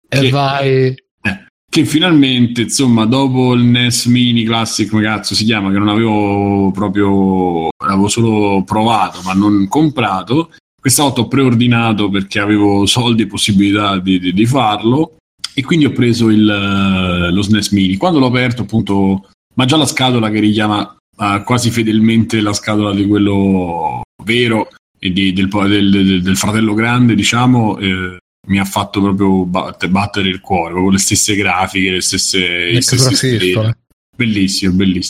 che finalmente, insomma, dopo il NES Mini Classic, come cazzo si chiama, che non avevo proprio, avevo solo provato ma non comprato, questa volta ho preordinato perché avevo soldi e possibilità di farlo, e quindi ho preso lo SNES Mini. Quando l'ho aperto, appunto, ma già la scatola che richiama quasi fedelmente la scatola di quello vero e del fratello grande, diciamo, mi ha fatto proprio battere il cuore, proprio le stesse grafiche, le stesse bellissimo.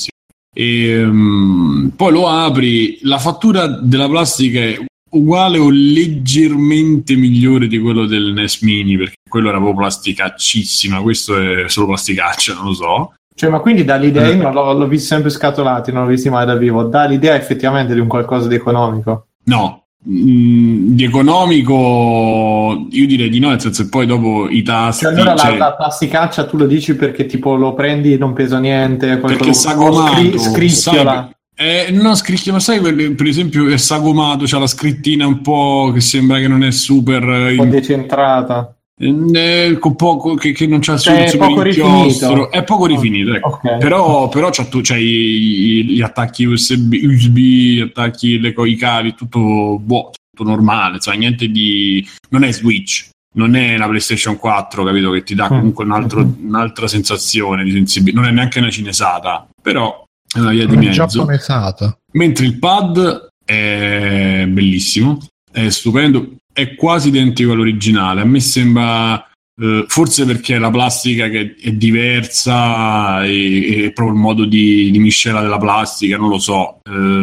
E poi lo apri, la fattura della plastica è uguale o leggermente migliore di quello del NES Mini, perché quello era proprio plasticaccissima, questo è solo plasticaccia, non lo so. Cioè, ma quindi dà l'idea, io l'ho visto sempre scatolati, non l'ho visti mai da vivo, dà l'idea effettivamente di un qualcosa di economico? No, di economico io direi di no, nel senso che poi dopo i tasti, cioè, allora la plasticaccia tu lo dici perché tipo lo prendi e non pesa niente, perché è sagomato, scricchiola. Non scricchia, ma sai, per esempio è sagomato, c'ha la scrittina un po' che sembra che non è super un po' decentrata, con poco che non c'ha super inchiostro, è poco rifinito, ecco. Okay. però c'è gli attacchi USB, gli attacchi, i cavi, tutto buono, tutto normale, cioè niente di, non è Switch, non è la PlayStation 4, capito, che ti dà comunque un'altra sensazione di sensibilità, non è neanche una cinesata, però è una via di mezzo, giapponesata. Mentre il pad è bellissimo, è stupendo, è quasi identico all'originale. A me sembra, forse perché la plastica che è diversa e proprio il modo di miscela della plastica, non lo so.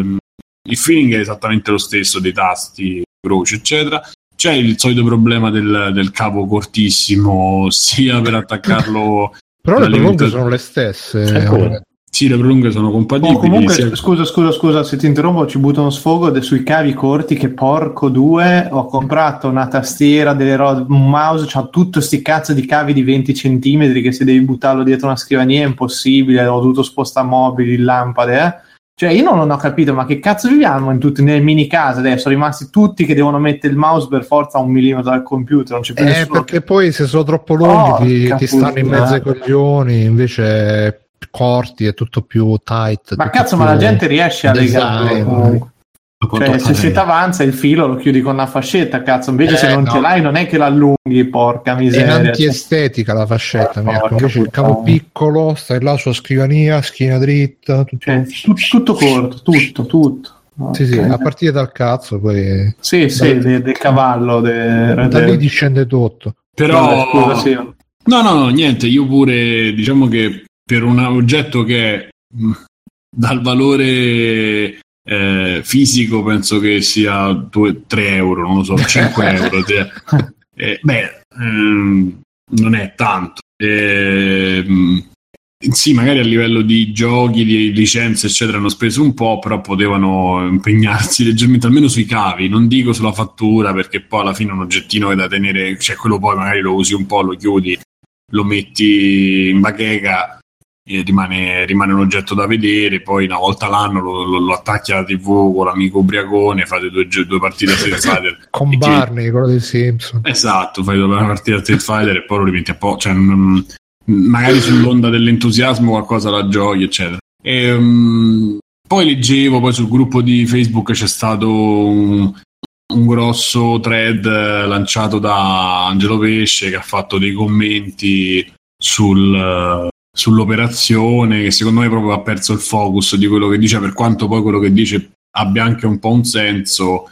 Il feeling è esattamente lo stesso, dei tasti, croce, eccetera. C'è il solito problema del cavo cortissimo, sia per attaccarlo. Però le prolunghe sono le stesse. Sì, le prolunghe sono compatibili. Comunque, scusa se ti interrompo, ci butto uno sfogo sui cavi corti, che porco due, ho comprato una tastiera, un mouse, c'ha tutto sti cazzo di cavi di 20 centimetri che se devi buttarlo dietro una scrivania è impossibile, ho dovuto spostare mobili, lampade, Cioè io non ho capito, ma che cazzo viviamo nelle mini case adesso? Sono rimasti tutti che devono mettere il mouse per forza a 1 millimetro dal computer, non c'è più nessuno. Perché poi se sono troppo lunghi ti stanno in mezzo ai coglioni, invece corti è tutto più tight. Ma cazzo, ma la gente riesce a legarlo. Cioè, se ti avanza il filo lo chiudi con una fascetta, cazzo, invece se non ce l'hai non è che l'allunghi, porca miseria. È antiestetica la fascetta, invece il cavo piccolo, stai là sulla scrivania, schiena dritta, tutto corto, tutto. Okay. Sì, a partire dal cazzo poi del cavallo da lì discende tutto. Però no, niente, io pure, diciamo che per un oggetto che dal valore fisico penso che sia 2-3 euro, non lo so, 5 euro non è tanto, sì, magari a livello di giochi, di licenze eccetera hanno speso un po', però potevano impegnarsi leggermente, almeno sui cavi, non dico sulla fattura, perché poi alla fine è un oggettino che da tenere, cioè quello poi magari lo usi un po', lo chiudi, lo metti in bacheca e rimane un oggetto da vedere, poi una volta l'anno lo attacchi alla TV con l'amico ubriacone, fate due partite a Street Fighter con Barney, quello dei Simpson, esatto, fai una partita a Street Fighter e poi lo rimetti a po', cioè magari sull'onda dell'entusiasmo qualcosa la giochi, eccetera. Poi leggevo, poi sul gruppo di Facebook c'è stato un grosso thread lanciato da Angelo Pesce, che ha fatto dei commenti sull'operazione, che secondo me proprio ha perso il focus di quello che dice, per quanto poi quello che dice abbia anche un po' un senso,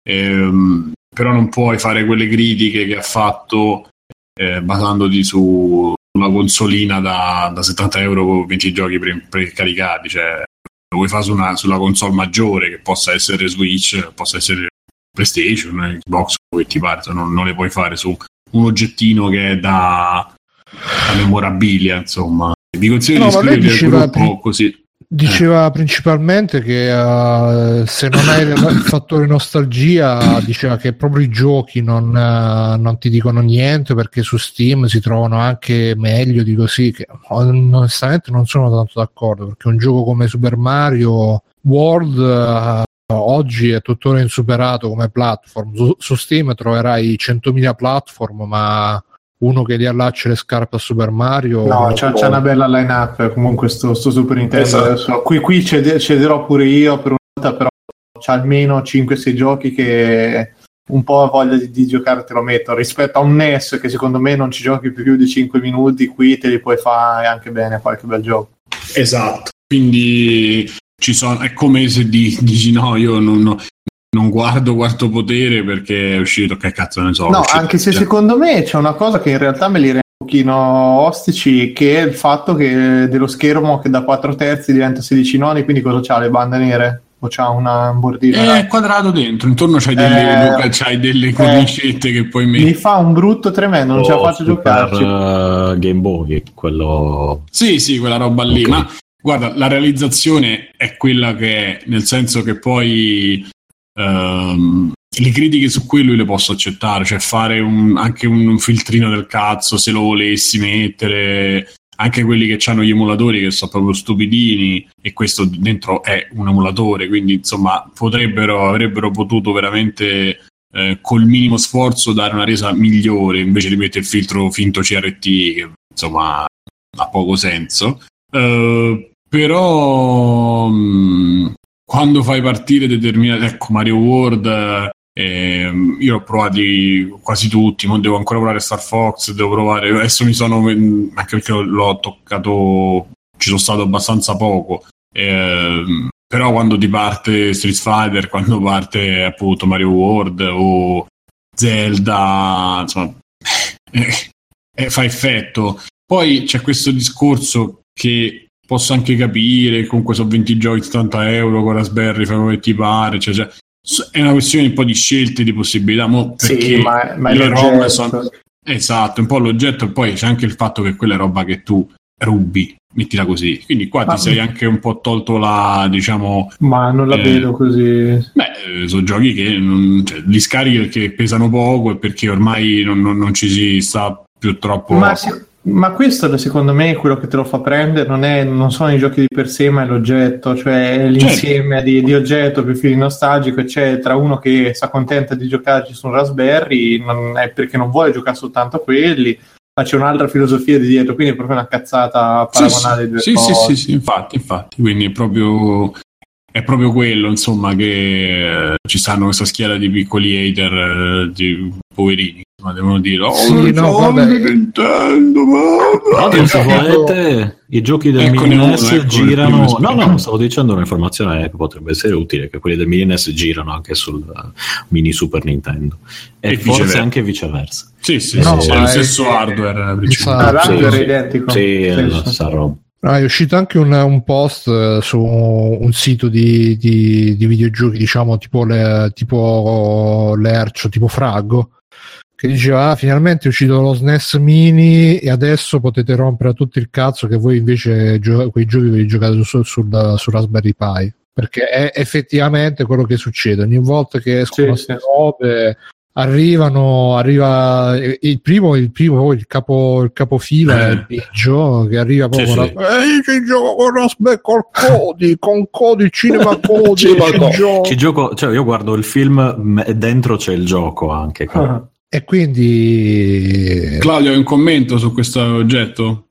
però non puoi fare quelle critiche che ha fatto basandoti su una consolina da 70 euro con 20 giochi precaricati, cioè lo vuoi fare sulla console maggiore, che possa essere Switch, possa essere PlayStation, Xbox, che ti pare, non le puoi fare su un oggettino che è da memorabilia, insomma. Vi consiglio di iscrivervi al gruppo così. Diceva principalmente che se non hai il fattore nostalgia, diceva che proprio i giochi non ti dicono niente, perché su Steam si trovano anche meglio di così, che onestamente non sono tanto d'accordo, perché un gioco come Super Mario World oggi è tuttora insuperato come platform. Su Steam troverai 100.000 platform, ma uno che riallaccia le scarpe a Super Mario. No, c'è una bella line-up comunque sto Super Nintendo. Esatto. Adesso, qui cederò pure io per una volta, però c'ha almeno 5-6 giochi che un po' voglia di giocare te lo metto, rispetto a un NES che secondo me non ci giochi più di 5 minuti, qui te li puoi fare anche bene qualche bel gioco. Esatto, quindi è come se dici no, io non guardo Quarto Potere perché è uscito, che cazzo ne so. No, anche se secondo me c'è una cosa che in realtà me li rende un pochino ostici, che è il fatto che dello schermo che da 4/3 diventa 16 noni, quindi cosa c'ha, le bande nere? O c'ha una bordina? È quadrato dentro, intorno c'hai delle cornicette che puoi mettere. Mi fa un brutto tremendo, non ce la faccio giocarci. Game Boy, quello... Sì, quella roba lì, okay. Ma guarda, la realizzazione è quella che è, nel senso che poi... le critiche su quello le posso accettare, cioè fare anche un filtrino del cazzo, se lo volessi mettere, anche quelli che hanno gli emulatori che sono proprio stupidini, e questo dentro è un emulatore, quindi insomma avrebbero potuto veramente col minimo sforzo dare una resa migliore, invece di mettere il filtro finto CRT, che insomma ha poco senso, però quando fai partire determinati, ecco, Mario World, io l'ho provati quasi tutti, ma devo ancora provare Star Fox, devo provare, adesso anche perché l'ho toccato, ci sono stato abbastanza poco, però quando ti parte Street Fighter, quando parte appunto Mario World o Zelda, insomma, fa effetto. Poi c'è questo discorso che posso anche capire, comunque sono 20 giochi, 70 euro con Raspberry, fai come ti pare, cioè, è una questione un po' di scelte, di possibilità, perché sì, ma le ROM sono... Esatto, un po' l'oggetto, e poi c'è anche il fatto che quella è roba che tu rubi, mettila così, quindi qua ti sei anche un po' tolto la, diciamo... Ma non la vedo così. Sono giochi che li scarichi perché pesano poco e perché ormai non ci si sta più troppo... Ma questo secondo me quello che te lo fa prendere non sono i giochi di per sé, ma è l'oggetto, cioè l'insieme di oggetto più fili nostalgico, eccetera. Uno che si accontenta di giocarci su un Raspberry non è perché non vuole giocare soltanto a quelli, ma c'è un'altra filosofia di dietro, quindi è proprio una cazzata paragonare due cose. Sì, infatti, quindi è proprio quello, insomma, che ci stanno questa schiera di piccoli hater, di poverini, ma devono dire Nintendo, i giochi del mini NES girano. No, stavo dicendo un'informazione che potrebbe essere utile, che quelli del mini NES girano anche sul mini Super Nintendo e forse anche viceversa. Sì, è lo stesso hardware principale. L'hardware è identico. Sì, è la stessa roba. È uscito anche un post su un sito di videogiochi, diciamo tipo Lercio, tipo Fraggo, che diceva finalmente è uscito lo SNES Mini e adesso potete rompere a tutto il cazzo che voi invece quei giochi ve li giocate su Raspberry Pi, perché è effettivamente quello che succede ogni volta che escono queste robe. Arriva il primo il capofila è il peggio, che arriva proprio ci gioco con Raspberry con codi cinema codi ci gioco, cioè io guardo il film e dentro c'è il gioco anche e quindi Claudio, hai un commento su questo oggetto?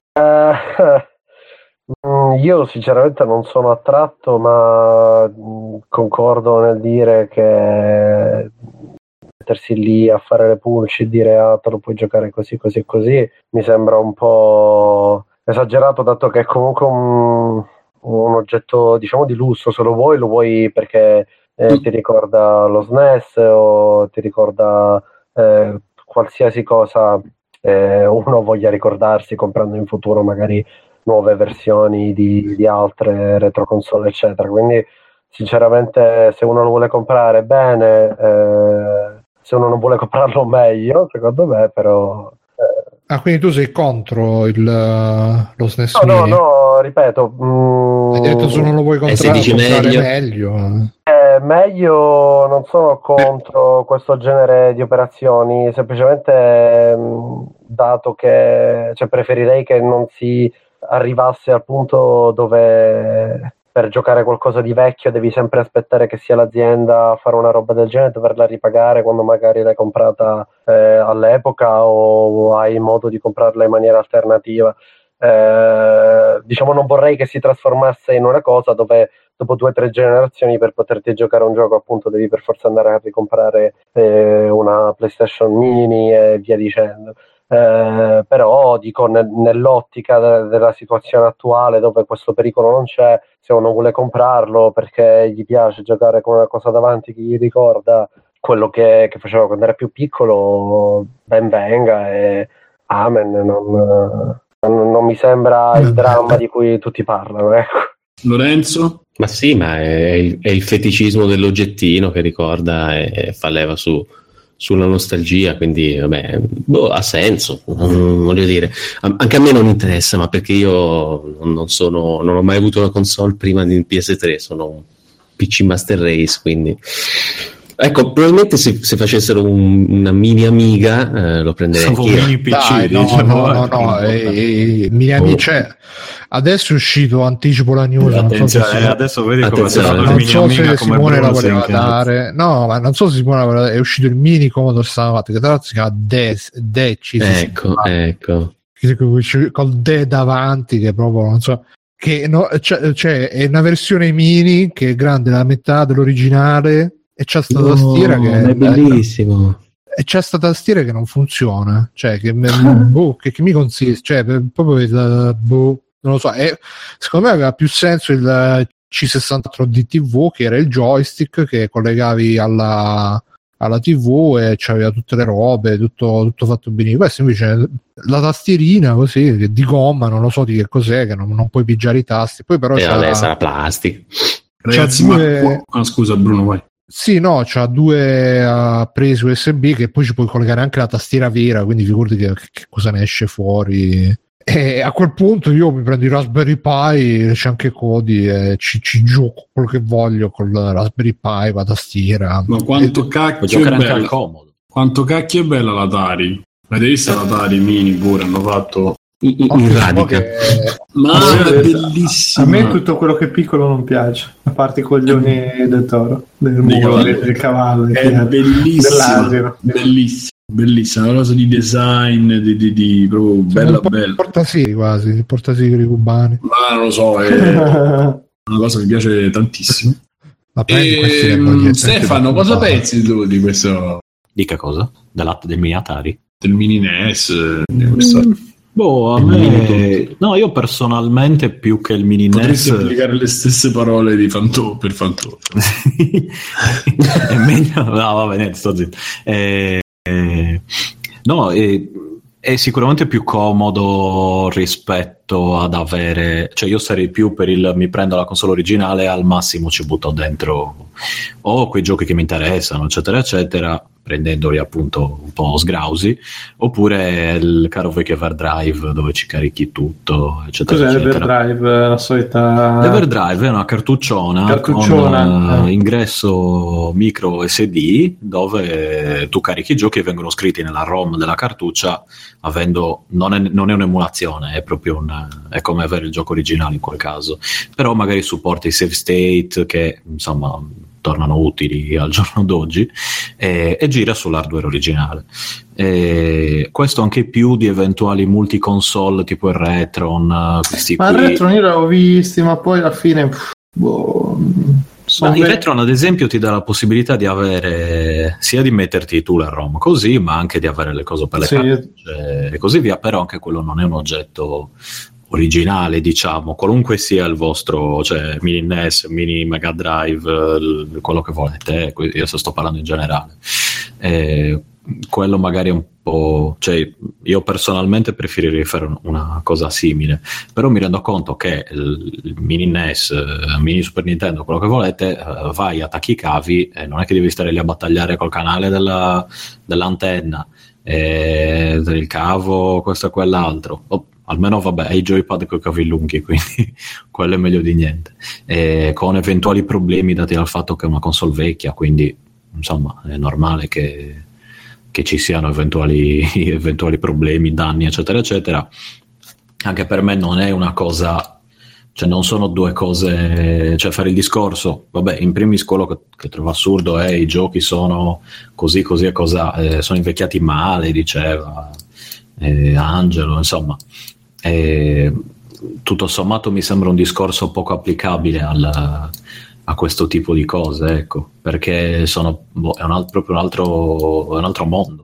Io sinceramente non sono attratto, ma concordo nel dire che mettersi lì a fare le pulci e dire te lo puoi giocare così così così mi sembra un po' esagerato, dato che è comunque un oggetto diciamo di lusso. Se lo vuoi perché ti ricorda lo SNES o ti ricorda qualsiasi cosa uno voglia ricordarsi comprando in futuro magari nuove versioni di altre retro console eccetera. Quindi sinceramente se uno lo vuole comprare bene, se uno non vuole comprarlo meglio secondo me, però quindi tu sei contro lo SNES no, ripeto, hai detto se non lo vuoi comprare meglio. Meglio, non sono contro questo genere di operazioni, semplicemente dato che preferirei che non si arrivasse al punto dove per giocare qualcosa di vecchio devi sempre aspettare che sia l'azienda a fare una roba del genere e doverla ripagare quando magari l'hai comprata all'epoca o hai modo di comprarla in maniera alternativa. Diciamo non vorrei che si trasformasse in una cosa dove dopo 2 o 3 generazioni per poterti giocare un gioco appunto devi per forza andare a ricomprare una PlayStation Mini e via dicendo. Però dico nell'ottica della situazione attuale dove questo pericolo non c'è, se uno vuole comprarlo perché gli piace giocare con una cosa davanti che gli ricorda quello che faceva quando era più piccolo, ben venga e amen. Non mi sembra il dramma di cui tutti parlano, ecco. Lorenzo? Ma sì, ma è il feticismo dell'oggettino che ricorda e fa leva sulla nostalgia, quindi vabbè, ha senso, voglio dire, anche a me non interessa, ma perché io non ho mai avuto una console prima di PS3, sono un PC Master Race, quindi ecco, probabilmente se facessero una mini Amiga lo prenderei anch'io. Mini PC, dai, no, mini Amiga, cioè, adesso è uscito, anticipo la news, adesso vedi come è stato il mini Amiga, come Simone la voleva dare, no, ma non so se Simone la voleva dare, è uscito il mini Commodore 64 che tra l'altro si chiama Decis, ecco col D davanti, che proprio non so, che cioè è una versione mini che è grande la metà dell'originale e c'è sta tastiera che è bellissimo. E c'è sta tastiera che non funziona, cioè che mi consiste, cioè proprio non lo so, secondo me aveva più senso il C64 DTV, che era il joystick che collegavi alla TV e c'aveva tutte le robe, tutto fatto benissimo. Questo invece la tastierina così di gomma, non lo so di che cos'è, che non puoi pigiare i tasti. Poi però sarà plastica. Ragazzi, scusa Bruno, vai. Sì, no, c'ha 2 prese USB che poi ci puoi collegare anche la tastiera vera, quindi figurati che cosa ne esce fuori. E a quel punto io mi prendo il Raspberry Pi, c'è anche Kodi e ci gioco quello che voglio con la Raspberry Pi, la tastiera. Ma quanto cacchio è bella, comodo. Quanto cacchio è bella l'Atari. Avete visto l'Atari Mini pure? Hanno fatto in radica. Ma è bellissimo. A me tutto quello che è piccolo non piace, a parte i coglioni del toro, del cavallo, è bellissimo, bellissima, una cosa di design di proprio bella. Portasiri quasi, portasiri cubani. Ma non lo so, è una cosa che mi piace tantissimo. Stefano, cosa pensi tu di questo? Dica cosa? Del mini Atari? Del mini NES, a me no, io personalmente più che il mini potresti NES applicare le stesse parole di per Fantò. È meglio, no vabbè, niente, sto zitto. No, è sicuramente più comodo rispetto ad avere, cioè io sarei più per mi prendo la console originale e al massimo ci butto dentro o quei giochi che mi interessano eccetera eccetera, prendendoli appunto un po' sgrausi, oppure il caro vecchio Everdrive dove ci carichi tutto eccetera. Cos'è eccetera. l'Everdrive? La solita l'Everdrive è una cartucciona. Con ingresso micro SD dove tu carichi i giochi e vengono scritti nella ROM della cartuccia, avendo non è un'emulazione, è proprio è come avere il gioco originale in quel caso, però magari supporta i save state che insomma tornano utili al giorno d'oggi, e gira sull'hardware originale. Questo anche più di eventuali multiconsole tipo il Retron, questi ma il Retron io l'avevo visti, ma poi alla fine Il Retron ad esempio ti dà la possibilità di avere sia di metterti tu la ROM così, ma anche di avere le cose per le cartucce e così via, però anche quello non è un oggetto originale, diciamo, qualunque sia il vostro, cioè mini NES, mini Mega Drive, quello che volete, io sto parlando in generale. Quello magari è un po', cioè io personalmente preferirei fare una cosa simile, però mi rendo conto che il mini NES, mini Super Nintendo, quello che volete, vai, attacchi i cavi e non è che devi stare lì a battagliare col canale dell'antenna, del cavo, questo e quell'altro. Almeno vabbè, hai i joypad con i cavi lunghi, quindi quello è meglio di niente, con eventuali problemi dati dal fatto che è una console vecchia, quindi insomma è normale che ci siano eventuali problemi, danni, eccetera eccetera. Anche per me non è una cosa, cioè non sono due cose, cioè fare il discorso, vabbè, in primis quello che trovo assurdo è i giochi sono così e cosa, sono invecchiati male, diceva Angelo, insomma, tutto sommato mi sembra un discorso poco applicabile a questo tipo di cose, ecco, perché è proprio un altro mondo,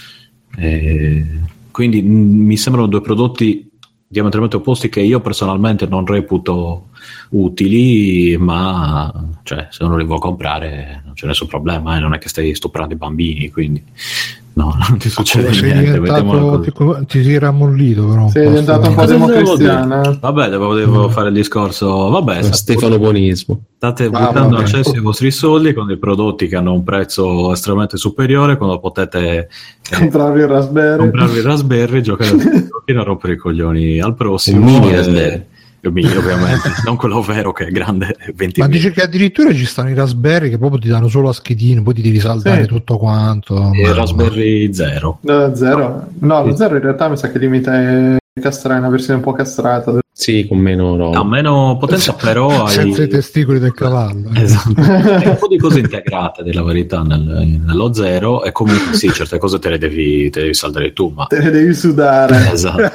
quindi mi sembrano due prodotti diametralmente opposti che io personalmente non reputo utili, ma cioè, se uno li vuole comprare non c'è nessun problema, non è che stai stuprando i bambini, quindi no, non ti succede niente. Ti si era ammollito, però sei diventato un po' democristiano. Vabbè, devo fare il discorso, vabbè, Stefano Buonismo, state buttando accesso ai vostri soldi con dei prodotti che hanno un prezzo estremamente superiore, quando potete comprarvi il Raspberry, giocare a rompere i coglioni al prossimo. Mini Raspberry. Ovviamente, non quello vero che è grande 20 ma dice che addirittura ci stanno i Raspberry che proprio ti danno solo a schedino, poi ti devi saldare tutto quanto. E Raspberry 0? Lo 0 in realtà mi sa che limita castrare, una versione un po' castrata. Sì, con meno roba. Ha meno potenza, però senza i testicoli del cavallo. Esatto. Hai un po' di cose integrate della verità nello 0, e comunque sì, certe cose te le devi saldare tu, ma te le devi sudare. Esatto.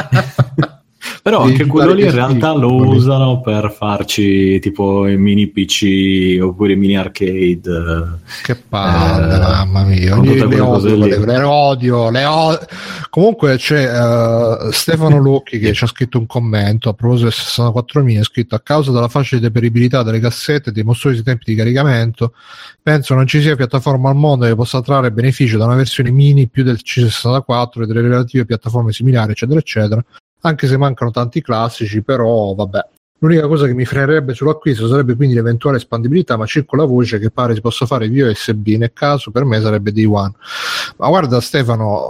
Però anche quello lì in realtà lo usano per farci tipo i mini PC oppure i mini arcade. Che palle, mamma mia, le odio. Comunque c'è Stefano Lucchi che ci ha scritto un commento a proposito del 64.000, ha scritto: a causa della facile deperibilità delle cassette e dei mostruosi tempi di caricamento, penso non ci sia piattaforma al mondo che possa trarre beneficio da una versione mini più del C64 e delle relative piattaforme similari, eccetera eccetera. Anche se mancano tanti classici, però vabbè. L'unica cosa che mi frenerebbe sull'acquisto sarebbe quindi l'eventuale espandibilità, ma circola voce che pare si possa fare via USB, nel caso per me sarebbe Day One. Ma guarda Stefano,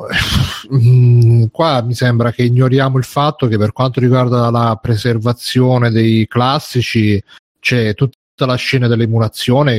qua mi sembra che ignoriamo il fatto che per quanto riguarda la preservazione dei classici c'è tutta la scena dell'emulazione che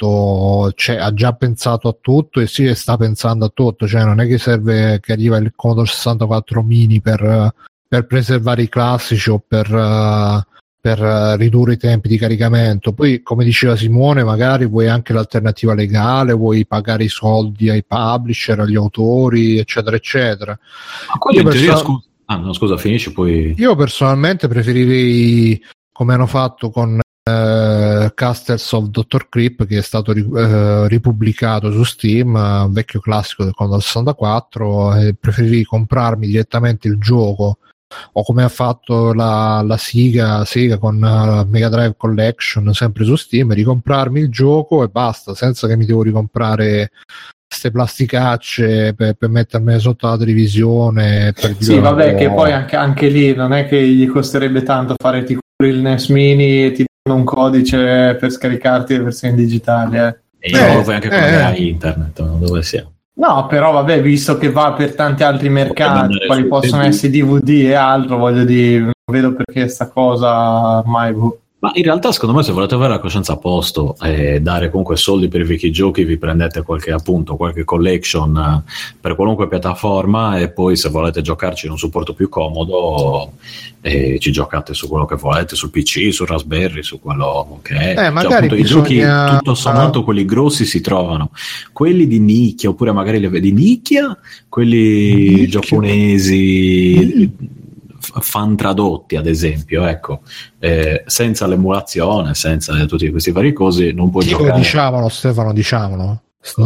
ha già pensato a tutto e sì, sta pensando a tutto, cioè non è che serve che arriva il Commodore 64 mini per preservare i classici o per ridurre i tempi di caricamento. Poi, come diceva Simone, magari vuoi anche l'alternativa legale, vuoi pagare i soldi ai publisher, agli autori, eccetera eccetera. Ma quello in teoria scusa, finisci poi. Io personalmente preferirei, come hanno fatto con Castles of Dr. Creep, che è stato ripubblicato su Steam, un vecchio classico del Commodore 64, e preferirei comprarmi direttamente il gioco, o come ha fatto la Sega con Mega Drive Collection sempre su Steam, ricomprarmi il gioco e basta, senza che mi devo ricomprare queste plasticacce per mettermi sotto la televisione sì, vabbè, che poi anche lì non è che gli costerebbe tanto fare tipo il NES Mini e ti danno un codice per scaricarti le versioni digitali e io vuoi anche collegare internet dove siamo. No, però vabbè, visto che va per tanti altri mercati, quali possono essere DVD e altro, voglio dire, non vedo perché sta cosa ormai. Ma in realtà secondo me se volete avere la coscienza a posto e dare comunque soldi per i vecchi giochi, vi prendete qualche collection per qualunque piattaforma, e poi se volete giocarci in un supporto più comodo ci giocate su quello che volete, sul PC, sul Raspberry, su quello che è. Magari i giochi tutto sommato quelli grossi si trovano, quelli di nicchia, oppure magari di nicchia, quelli giapponesi fan tradotti, ad esempio, ecco, senza l'emulazione, senza tutti questi vari cose, non puoi giocare. Diciamolo, Stefano, diciamolo.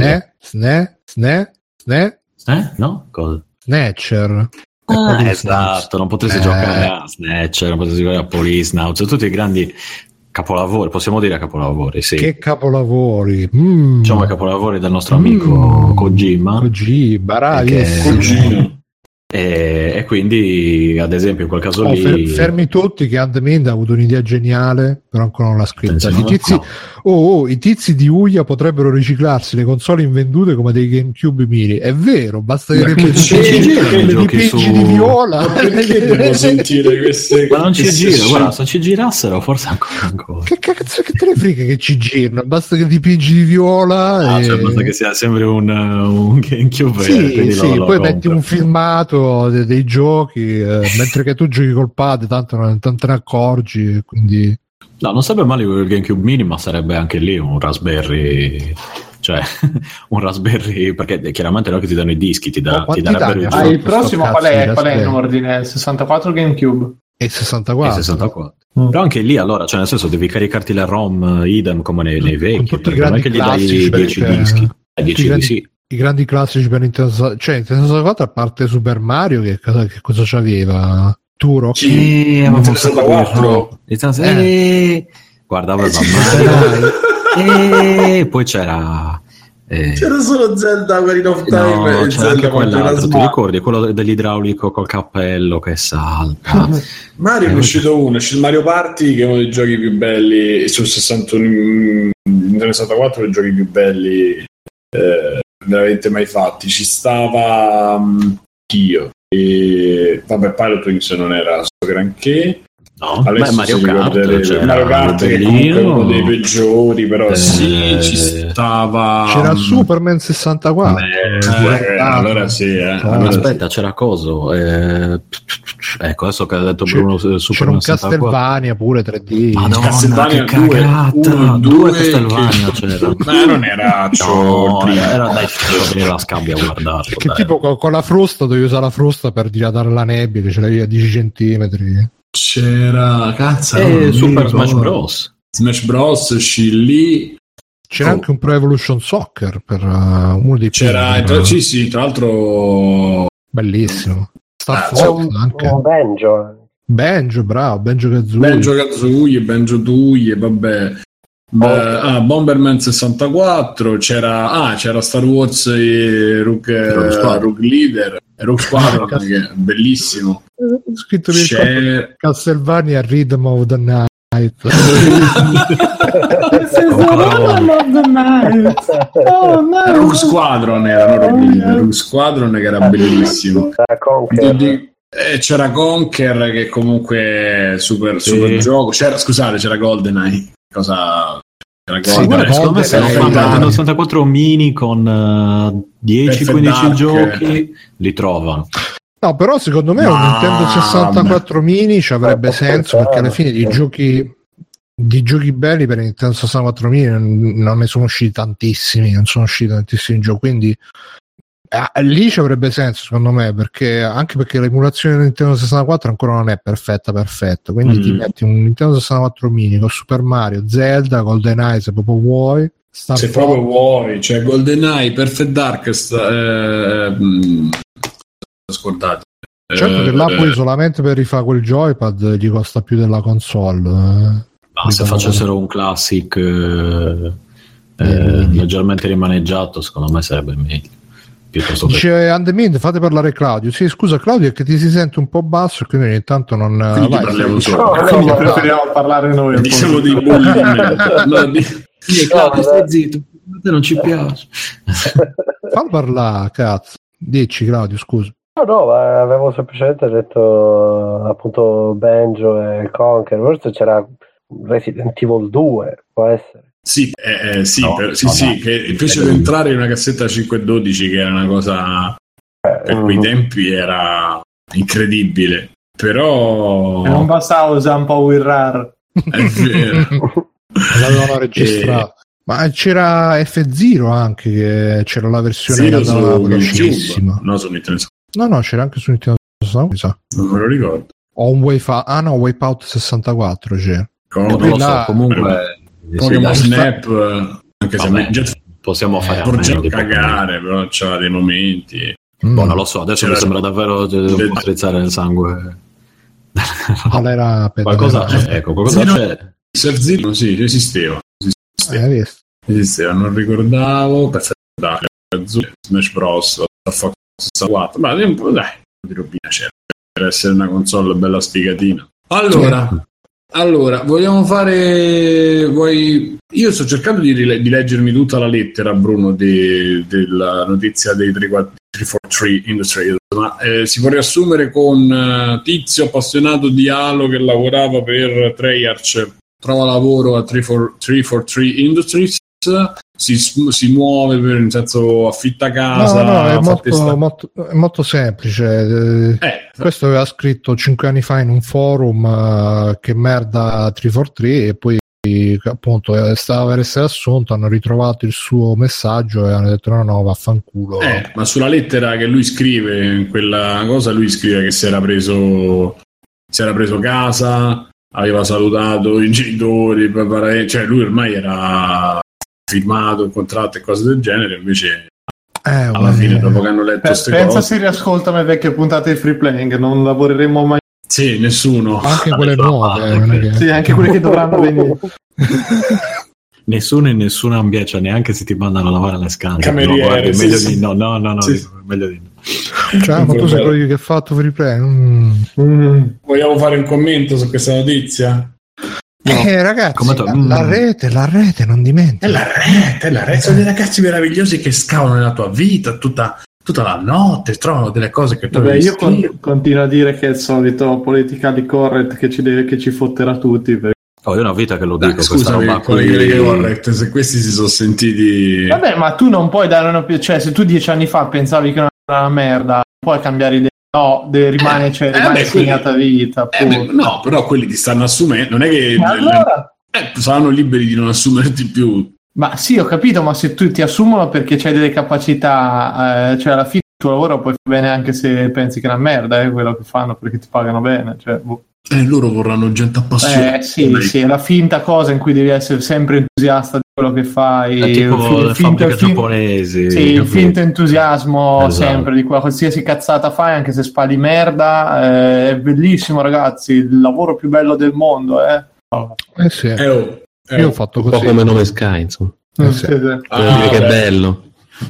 No? Cosa? Snatcher. Esatto, non potresti giocare a Snatcher, non potresti giocare a Policenauts, tutti i grandi capolavori, possiamo dire capolavori, sì. Che capolavori? Diciamo i capolavori del nostro amico Kojima, bravissimo. E quindi, ad esempio, in quel caso lì fermi tutti che Andemind ha avuto un'idea geniale, però ancora non l'ha scritta. I tizi di Uia potrebbero riciclarsi le console invendute come dei GameCube mini. È vero, basta che i peggi di viola. Ma perché devo sentire queste? Ma non ci gira, guarda, se ci girassero forse ancora. Che cazzo che te ne frega che ci girano? Basta che ti peggi di viola. Cioè, basta che sia sempre un GameCube. Sì, poi metti un filmato dei giochi mentre che tu giochi col pad tanto te ne accorgi, quindi no, non sarebbe male il GameCube mini, ma sarebbe anche lì un Raspberry, cioè un Raspberry, perché chiaramente non è che ti danno i dischi, ti darebbero i giochi. Il prossimo qual è in ordine? 64 GameCube e 64. Però anche lì, allora, cioè nel senso, devi caricarti la ROM idem come nei vecchi, non è che gli dai 10 dischi, 10 dischi. I grandi classici per Nintendo, cioè Nintendo 64, a parte Super Mario, che cosa c'aveva? Turok? Sì, ma 64. Guardava Mario. E poi c'era solo Zelda Ocarina of Time, no, c'era anche quell'altro, ti ricordi? Quello dell'idraulico col cappello che salta. Mario è uscito Mario Party, che è uno dei giochi più belli sul 64, dei giochi più belli veramente mai fatti. Ci stava io e vabbè, Pilot Wings non era granché. No, Mario Kart che è comunque uno dei peggiori, però sì, ci stava. C'era Superman 64. Allora sì, allora aspetta, sì. C'era coso. Ecco, adesso che ha detto Bruno, c'era un Castlevania pure 3D. Madonna, Castlevania che cagata, 2 Castlevania c'era. Ma non era era dai, la scabbia a guardarlo. Che tipo con la frusta dovevi usare la frusta per dilatare la nebbia, che ce l'avevi a 10 centimetri. C'era Super Smash Bros. Smash Bros uscì lì. C'era anche un Pro Evolution Soccer per uno dei c'era sì, tra l'altro bellissimo. Star Fox anche Banjo, bravo, Banjo Kazooie, Banjo Tooie, vabbè. Bomberman 64, c'era Star Wars e Rogue Leader, Rogue Squadron che è bellissimo. Scritto Castlevania Rhythm of the Night. Rogue Squadron era Rogue Squadron che era bellissimo. C'era Conker che comunque super gioco. C'era GoldenEye. Secondo me se lo fanno 64 mini con 10-15 giochi li trovano. No, però secondo me un Nintendo 64 mini ci avrebbe senso, perché alla fine di giochi belli per Nintendo 64 mini non ne sono usciti tantissimi, giochi, quindi lì ci avrebbe senso secondo me, anche perché l'emulazione del Nintendo 64 ancora non è perfetta, quindi ti metti un Nintendo 64 mini con Super Mario, Zelda, GoldenEye se proprio vuoi, proprio vuoi, cioè GoldenEye, Perfect Dark, scordate. Certo che là poi solamente per rifare quel joypad gli costa più della console. Se facessero un classic leggermente rimaneggiato, secondo me sarebbe meglio. Dice Andemind, fate parlare Claudio. Sì, scusa Claudio, è che ti si sente un po' basso e quindi ogni tanto non preferiamo parlare noi. Diciamo dei bollini. Claudio, stai zitto, a te non ci piace. Fallo parlare, cazzo. Dici Claudio, scusa. No, avevo semplicemente detto appunto Banjo e Conker, forse c'era Resident Evil 2, può essere. Sì, che fece entrare in una cassetta 512 che era una cosa per quei tempi era incredibile, però non bastava usare un po' WinRAR. È vero. L'avevano registrato. Ma c'era F-Zero anche, che c'era la versione che andava velocissima. No, su Nintendo. No, c'era anche su Nintendo, mi sa. Non me lo ricordo. Ho un Wipeout 64 c'è. Non lo so, comunque Pokémon Snap, anche se a me possiamo fare cagare, però c'ha dei momenti. Non lo so, adesso mi sembra davvero strizzare nel sangue. Qualcosa c'è, ecco, qualcosa c'è. Zero, sì, esisteva. Non ricordavo. Perfetto, Smash Bros. Fox 64. Ma dai, un po' di robina c'era per essere una console bella sfigatina. Allora, vogliamo fare. Io sto cercando di leggermi tutta la lettera, Bruno, della notizia dei 343 Industries, ma si può riassumere con tizio appassionato di Halo che lavorava per Treyarch, trova lavoro a 343 Industries, si muove, nel senso affitta casa. No, è molto semplice. Questo aveva scritto 5 anni fa in un forum che merda 343 e poi appunto stava per essere assunto, hanno ritrovato il suo messaggio e hanno detto no vaffanculo. Ma sulla lettera che lui scrive, in quella cosa lui scrive che si era preso casa, aveva salutato i genitori, cioè lui ormai era firmato il contratto e cose del genere, invece alla fine dopo che hanno letto queste cose, pensa se riascoltano le vecchie puntate di Free Playing, non lavoreremo mai. Sì, nessuno, anche quelle nuove, sì, anche quelle che dovranno venire. Nessuno in nessuna ambiente, neanche se ti mandano a lavare le scanne. Cameriere, meglio di no, meglio di no. Cioè, ma tu sei quello che ha fatto Free Play. Vogliamo fare un commento su questa notizia? Ragazzi, la rete non dimentica. È la rete, sono dei ragazzi meravigliosi che scavano nella tua vita tutta la notte, trovano delle cose che tu io continuo a dire che è il solito politically correct che ci fotterà tutti. Perché... è una vita che lo dico. Scusami, correct, se questi si sono sentiti. Vabbè, ma tu non puoi dare una cioè se tu 10 anni fa pensavi che era una merda, non puoi cambiare idea. No, rimane segnata vita. No, però quelli ti stanno assumendo, non è che saranno liberi di non assumerti più. Ma sì, ho capito, ma se tu ti assumono perché c'hai delle capacità, cioè alla fine il tuo lavoro puoi fare bene anche se pensi che è una merda, è quello che fanno perché ti pagano bene, cioè, loro vorranno gente appassionata. Sì, è la finta cosa in cui devi essere sempre entusiasta di quello che fai. È tipo le fabbriche giapponesi. Sì, il finto entusiasmo, esatto. Sempre di qualsiasi cazzata fai, anche se spali merda, è bellissimo, ragazzi, il lavoro più bello del mondo, sì. Io ho fatto così. Un po' come Nome Sky, insomma. Dire che è bello.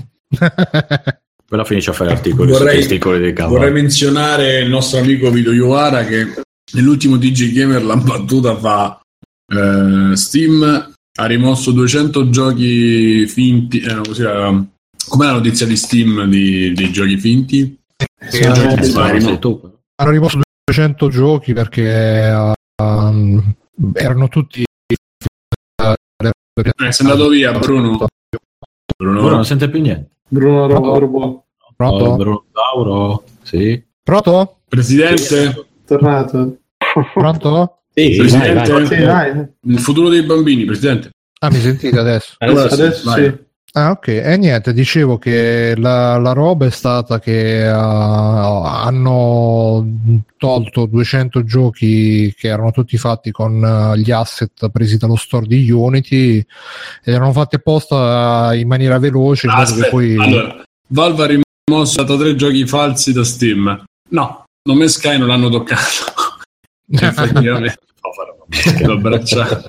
Però finisce a fare articoli dei cavoli. Vorrei menzionare il nostro amico Vito Iovara che nell'ultimo TG Gamer l'ha battuta Steam ha rimosso 200 giochi finti, così com'è la notizia di Steam di giochi finti? Hanno rimosso 200 giochi perché erano tutti sei andato via Bruno non sente più niente. Bruno Robot. Pronto? Bruno Tauro, sì. Pronto? Presidente? Tornato. Pronto? Sì, Presidente? Vai. Il futuro dei bambini, Presidente. Mi sentite adesso? Adesso sì. Ok, e niente, dicevo che la roba è stata che hanno tolto 200 giochi che erano tutti fatti con gli asset presi dallo store di Unity e erano fatti apposta in maniera veloce. Aspetta, poi... allora, Valve ha rimosso 3 giochi falsi da Steam. No, Nome Sky non l'hanno toccato. Effettivamente lo abbracciamo.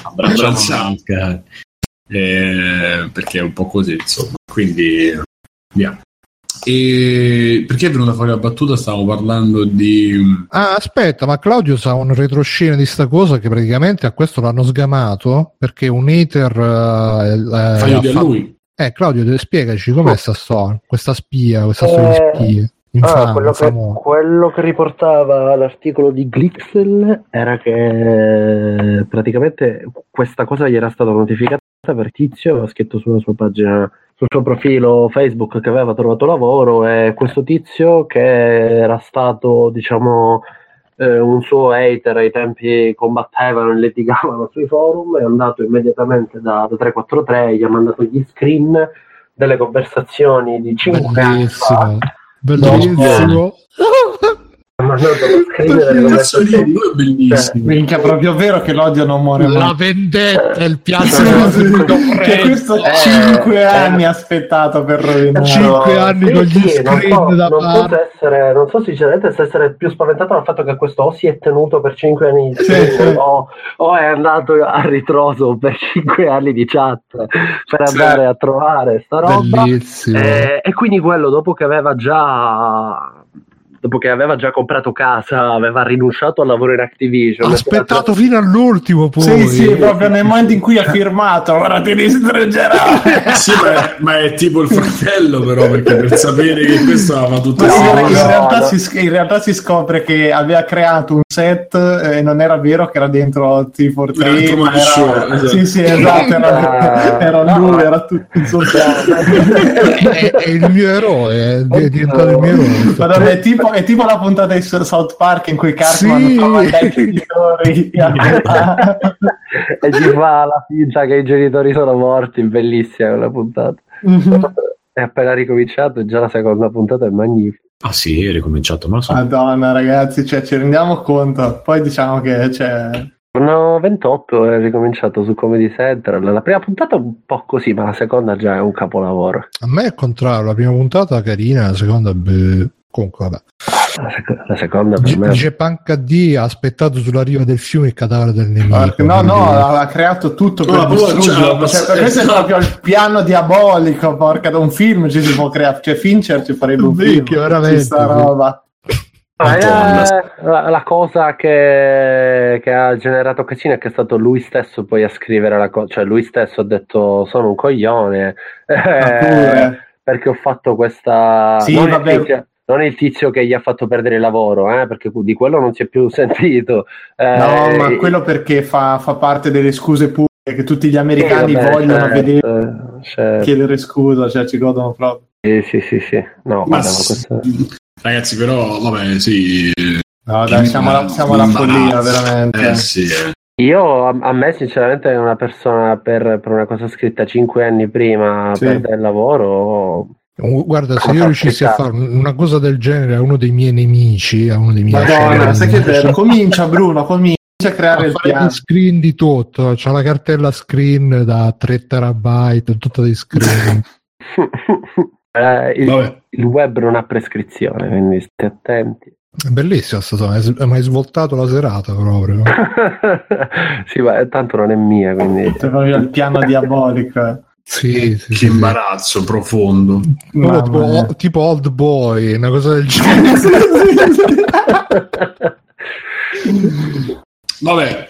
Perché è un po' così, insomma, quindi via. E perché è venuta fuori la battuta? Stavamo parlando di aspetta, ma Claudio sa un retroscena di sta cosa che praticamente a questo l'hanno sgamato perché un hater lui. Claudio, spiegaci com'è questa storia di spie. Quello che riportava l'articolo di Glixel era che praticamente questa cosa gli era stata notificata per Tizio, aveva scritto sulla sua pagina, sul suo profilo Facebook che aveva trovato lavoro, e questo Tizio che era stato un suo hater ai tempi, combattevano e litigavano sui forum, è andato immediatamente da 343 e gli ha mandato gli screen delle conversazioni di 5 anni fa. Bellissimo. è bellissimo. Minchia, proprio vero che l'odio non muore mai. La vendetta, il piano che questo 5 anni aspettato per rovinare. 5 anni con gli screen da parte. Non so sinceramente se essere più spaventato dal fatto che questo o si è tenuto per 5 anni o è andato a ritroso per 5 anni di chat per andare a trovare sta roba. E quindi quello dopo che aveva già comprato casa, aveva rinunciato al lavoro in Activision, ha aspettato fino all'ultimo poi. Sì, proprio nel momento in cui ha firmato, ora ti ristringerà. Sì, ma è tipo il fratello, però, perché per sapere che questo aveva tutto in realtà si scopre che aveva creato un set e non era vero che era dentro T43, sì, esatto, era lui, era tutto il suo è il mio eroe, è diventato il mio eroe. Madonna, è tipo la puntata di South Park in cui Cartman trova i genitori e gli fa la finta che i genitori sono morti. Bellissima quella puntata. È appena ricominciato e già la seconda puntata è magnifica. Ah sì, è ricominciato, ma Madonna ragazzi, cioè ci rendiamo conto, poi diciamo che c'è... No, 28 è ricominciato su Comedy Central. La prima puntata un po' così, ma la seconda già è un capolavoro. A me è il contrario, la prima puntata carina, la seconda comunque vabbè. La seconda per me dice PankD ha aspettato sulla riva del fiume il cadavere del nemico. No, ha creato tutto per distruggerlo. Questo è proprio il piano diabolico, porca, da un film ci si può creare, cioè Fincher ci farebbe un film veramente sta roba. La cosa che ha generato casino è che è stato lui stesso poi a scrivere la cosa, cioè lui stesso ha detto sono un coglione perché ho fatto questa non il tizio che gli ha fatto perdere il lavoro, perché di quello non si è più sentito. No, ma quello perché fa parte delle scuse pubbliche che tutti gli americani vogliono vedere, chiedere scusa, cioè ci godono proprio. Sì. No, questo... Ragazzi, però, vabbè, sì. No, dai, siamo alla follia, veramente. Sì. Io, a me, sinceramente, è una persona per una cosa scritta 5 anni prima perdere il lavoro... Guarda, se io riuscissi a fare una cosa del genere a uno dei miei nemici, Madonna, sai che bello? Comincia Bruno, comincia a creare il piano. Screen di tutto, c'ha la cartella screen da 3 terabyte, tutta di screen. Il web non ha prescrizione, quindi stai attenti. È bellissimo sta zona, ma hai svoltato la serata proprio. Sì, ma tanto non è mia, quindi è proprio il piano diabolico. Sì, che imbarazzo profondo. Tipo Old Boy, una cosa del genere. Vabbè,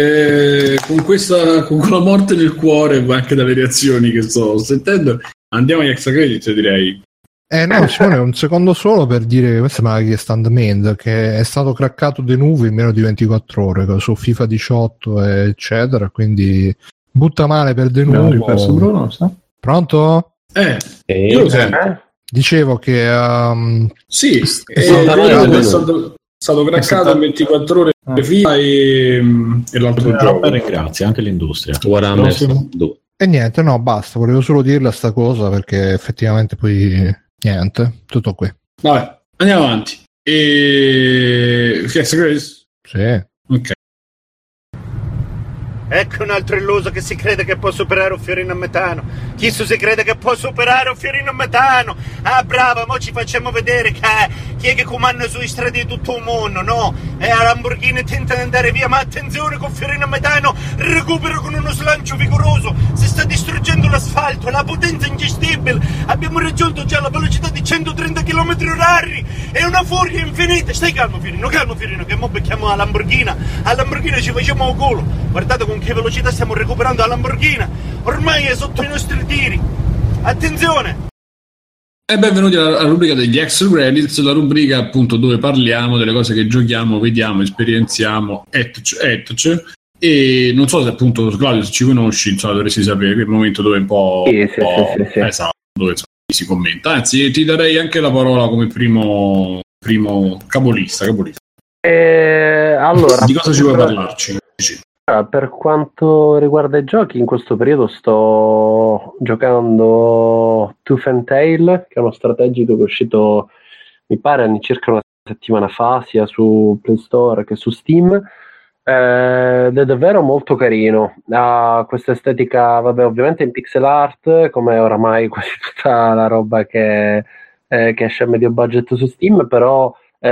con la morte nel cuore, ma anche dalle reazioni che sto sentendo, andiamo agli extra credits, direi. No, Simone, un secondo solo per dire che questa è una richiesta on-demand, che è stato craccato de nuovo in meno di 24 ore su FIFA 18 eccetera, quindi butta male per de nuovo. Bruno, sa? Pronto? Io lo sento. Dicevo che sì, è stato craccato in 24 ore FIFA e l'altro gioco. Ringrazio anche l'industria. E niente, no, basta, volevo solo dirla sta cosa perché effettivamente poi niente, tutto qui. Vabbè, andiamo avanti. Sì. Ok. Ecco un altro illuso che si crede che può superare un fiorino a metano. Chi si crede che può superare un fiorino a metano? Ah, brava, mo ci facciamo vedere chi è che comanda sui strade di tutto il mondo, no? E a Lamborghini tenta di andare via, ma attenzione, con fiorino a metano recupero con uno slancio vigoroso. Si sta distruggendo l'asfalto, la potenza ingestibile. Abbiamo raggiunto già la velocità di 130 km/h. È una furia infinita. Stai calmo, Fiorino, che mo becchiamo la Lamborghini. A Lamborghini ci facciamo il culo. Guardate con che velocità stiamo recuperando la Lamborghini. Ormai è sotto i nostri tiri. Attenzione! E benvenuti alla rubrica degli extra credits, la rubrica appunto dove parliamo delle cose che giochiamo, vediamo, esperienziamo, etc. E non so se appunto Claudio, se ci conosci, insomma, dovresti sapere che è il momento dove un po', sì. Esatto, dove si commenta. Anzi, ti darei anche la parola come primo capolista. Allora, di cosa ci vuoi parlarci? Per quanto riguarda i giochi, in questo periodo sto giocando Tooth and Tail, che è uno strategico che è uscito, mi pare, circa una settimana fa, sia su Play Store che su Steam, ed è davvero molto carino. Ha questa estetica, vabbè, ovviamente in pixel art, come oramai quasi tutta la roba che esce a medio budget su Steam, però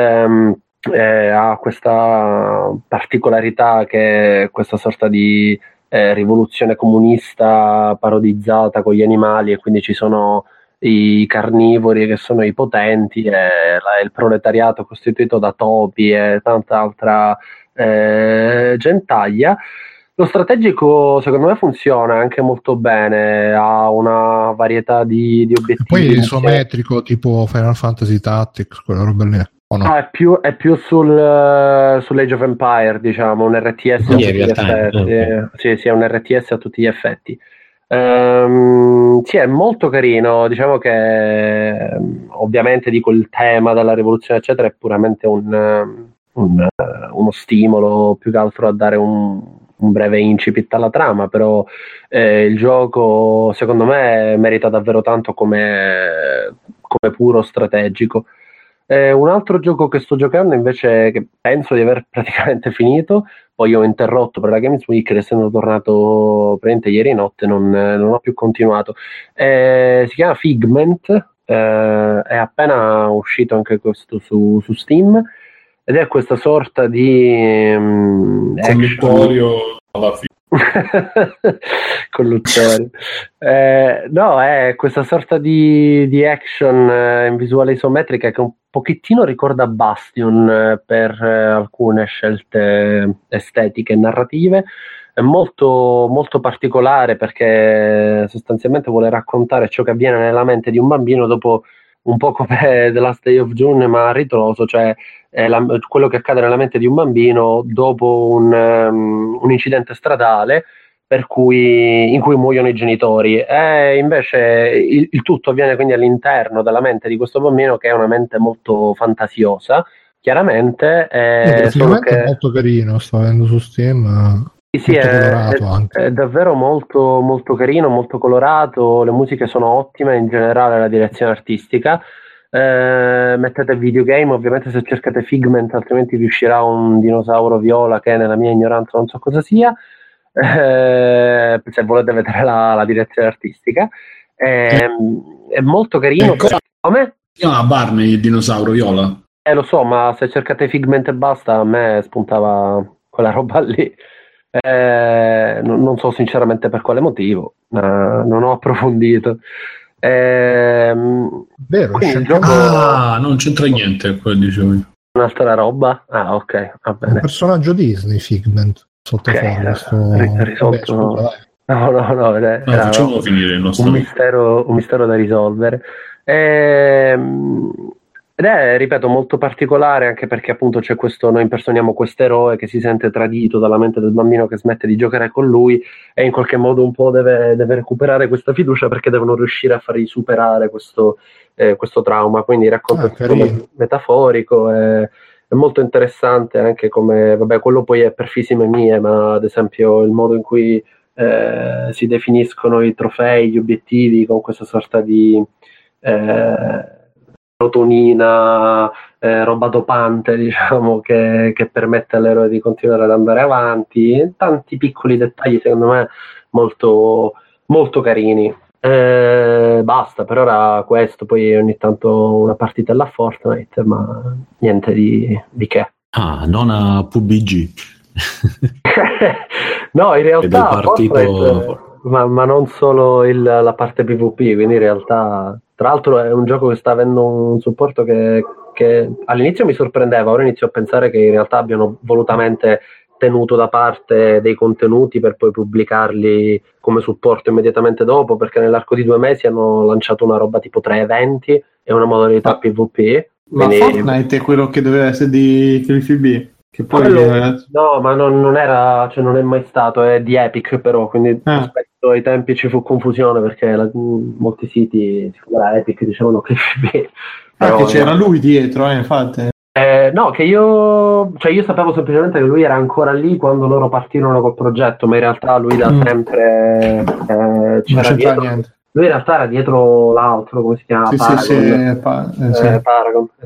ha questa particolarità che è questa sorta di rivoluzione comunista parodizzata con gli animali, e quindi ci sono i carnivori che sono i potenti e il proletariato costituito da topi e tanta altra gentaglia. Lo strategico secondo me funziona anche molto bene, ha una varietà di obiettivi. Poi è isometrico tipo Final Fantasy Tactics, quella roba lì. O no? È più sull'Age of Empire, diciamo, un RTS a tutti gli effetti. Sì, è un RTS a tutti gli effetti. Sì, è molto carino. Diciamo che ovviamente dico il tema della rivoluzione eccetera è puramente uno stimolo più che altro a dare un breve incipit alla trama, però il gioco secondo me merita davvero tanto come puro strategico. Un altro gioco che sto giocando invece, che penso di aver praticamente finito, poi ho interrotto per la Games Week ed essendo tornato praticamente ieri notte non ho più continuato. Si chiama Figment, è appena uscito anche questo su Steam, ed è questa sorta di colluttorio alla fine. Colluttorio. No, è questa sorta di action in visuale isometrica che un pochettino ricorda Bastion per alcune scelte estetiche e narrative. È molto, molto particolare perché sostanzialmente vuole raccontare ciò che avviene nella mente di un bambino dopo, un po' come The Last Day of June ma a ritroso, cioè quello che accade nella mente di un bambino dopo un incidente stradale in cui muoiono i genitori, e invece il tutto avviene quindi all'interno della mente di questo bambino, che è una mente molto fantasiosa, chiaramente. È molto carino, sto vedendo su Steam. Sì, è davvero molto, molto carino, molto colorato, le musiche sono ottime, in generale la direzione artistica. Mettete videogame, ovviamente se cercate Figment, altrimenti vi uscirà un dinosauro viola che nella mia ignoranza non so cosa sia, se volete vedere la direzione artistica. È molto carino. Come? Si chiama Barney il dinosauro viola? Lo so, ma se cercate Figment e basta, a me spuntava quella roba lì. Non so sinceramente per quale motivo, non ho approfondito. Vero, il gioco... non c'entra niente quello dicevo. Un'altra roba? Ah, ok, va bene. Un personaggio Disney, Figment, risolto. No, facciamo finire il nostro un mistero da risolvere. Ed è, ripeto, molto particolare anche perché appunto c'è noi impersoniamo quest'eroe che si sente tradito dalla mente del bambino che smette di giocare con lui, e in qualche modo un po' deve recuperare questa fiducia perché devono riuscire a fargli superare questo trauma. Quindi racconta metaforico, è molto interessante anche come, vabbè, quello poi è per fisime mie, ma ad esempio il modo in cui si definiscono i trofei, gli obiettivi con questa sorta di rotonina, roba dopante, diciamo, che permette all'eroe di continuare ad andare avanti. Tanti piccoli dettagli secondo me molto, molto carini. Basta per ora questo, poi ogni tanto una partitella a Fortnite, ma niente di che. Non a PUBG. No, in realtà Fortnite, ma non solo la parte PvP, quindi in realtà tra l'altro è un gioco che sta avendo un supporto che all'inizio mi sorprendeva, ora inizio a pensare che in realtà abbiano volutamente tenuto da parte dei contenuti per poi pubblicarli come supporto immediatamente dopo, perché nell'arco di 2 mesi hanno lanciato una roba tipo 3 eventi e una modalità PvP. Ma quindi... Fortnite è quello che doveva essere di FB? Che poi no, ma non era, cioè non è mai stato, è di Epic però, quindi rispetto ai tempi ci fu confusione perché molti siti da Epic dicevano che che c'era lui dietro, infatti. No, che io sapevo semplicemente che lui era ancora lì quando loro partirono col progetto, ma in realtà lui da sempre c'era dietro. Niente. Lui in realtà era dietro l'altro, come si chiama? Paragon, Paragon, esatto.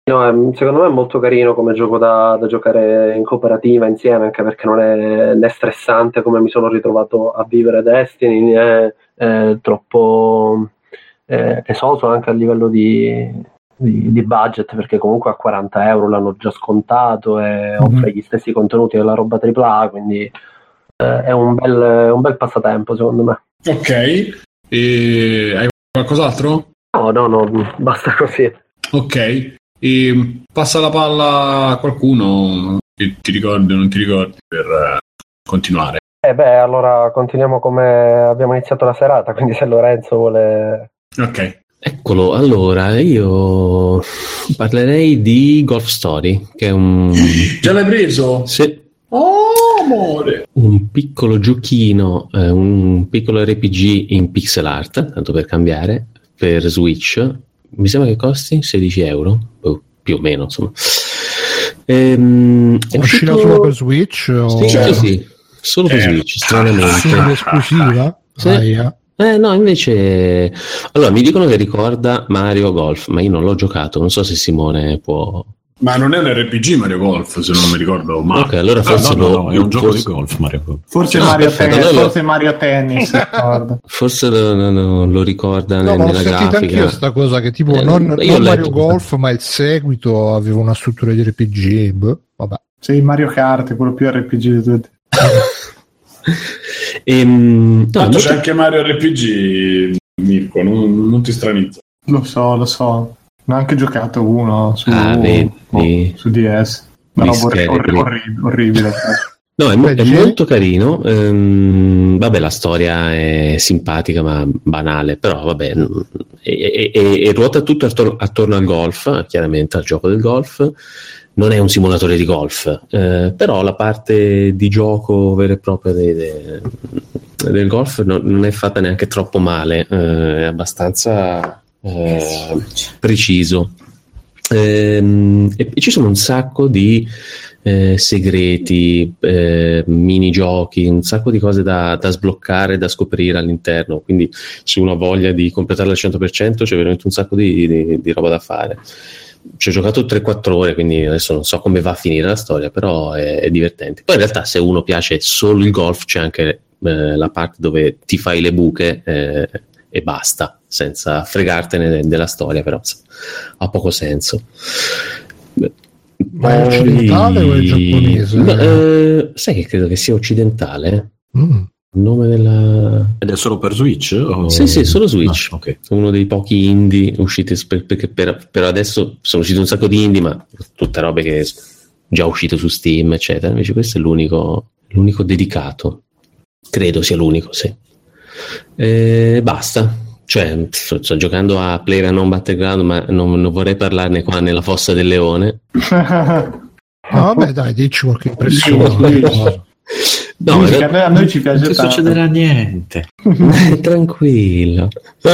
No, secondo me è molto carino come gioco da giocare in cooperativa insieme, anche perché non è né stressante come mi sono ritrovato a vivere Destiny, né troppo esoso anche a livello di budget, perché comunque a 40 euro l'hanno già scontato e offre gli stessi contenuti della roba AAA, quindi è un bel passatempo secondo me. Ok, e hai qualcos'altro? No, basta così. Ok, e passa la palla a qualcuno che ti ricordi o non ti ricordi per continuare. Allora continuiamo come abbiamo iniziato la serata, quindi se Lorenzo vuole... Ok. Eccolo, allora io parlerei di Golf Story, che è un... Già l'hai preso? Sì. Oh, amore! Un piccolo giochino, un piccolo RPG in pixel art, tanto per cambiare, per Switch. Mi sembra che costi 16 euro, più o meno, insomma. È uscito solo per Switch? Sì, solo per Switch, stranamente. È esclusiva? Sì. No, invece... Allora, mi dicono che ricorda Mario Golf, ma io non l'ho giocato, non so se Simone può... Ma non è un RPG Mario Golf, se non mi ricordo male. Ok, allora forse no, è un gioco di golf Mario Golf. Forse Mario Tennis. Forse lo ricorda nella grafica. Anch'io questa cosa che tipo non Mario Golf, ma il seguito aveva una struttura di RPG. Vabbè. Sì, Mario Kart, quello più RPG di tutti. Tanto c'è anche Mario RPG, Mirko, non ti stranizza. Lo so. Ne ho anche giocato uno su DS. Una roba orribile. No, è molto carino. Vabbè, la storia è simpatica ma banale, però vabbè, e ruota tutto attorno al golf, chiaramente al gioco del golf. Non è un simulatore di golf, però la parte di gioco vera e propria del golf non è fatta neanche troppo male, è abbastanza preciso. E ci sono un sacco di segreti, minigiochi, un sacco di cose da sbloccare, da scoprire all'interno, quindi se uno ha voglia di completarlo al 100% c'è veramente un sacco di roba da fare. Ci ho giocato 3-4 ore, quindi adesso non so come va a finire la storia, però è divertente. Poi in realtà se uno piace solo il golf c'è anche la parte dove ti fai le buche e basta, senza fregartene della storia, però ha poco senso. Ma è occidentale o è giapponese? Sai che credo che sia occidentale? Il nome ed è solo per Switch? O... Sì, solo Switch. Okay. Uno dei pochi indie usciti, perché per adesso sono usciti un sacco di indie, ma tutte robe che già uscite su Steam, eccetera. Invece questo è l'unico dedicato. Credo sia l'unico, sì. Basta. Cioè, sto giocando a PlayerUnknown's Battleground, ma non vorrei parlarne qua nella fossa del leone. Vabbè, dai, dici qualche impressione. No, a noi ci piace non tanto. Succederà niente. Tranquillo.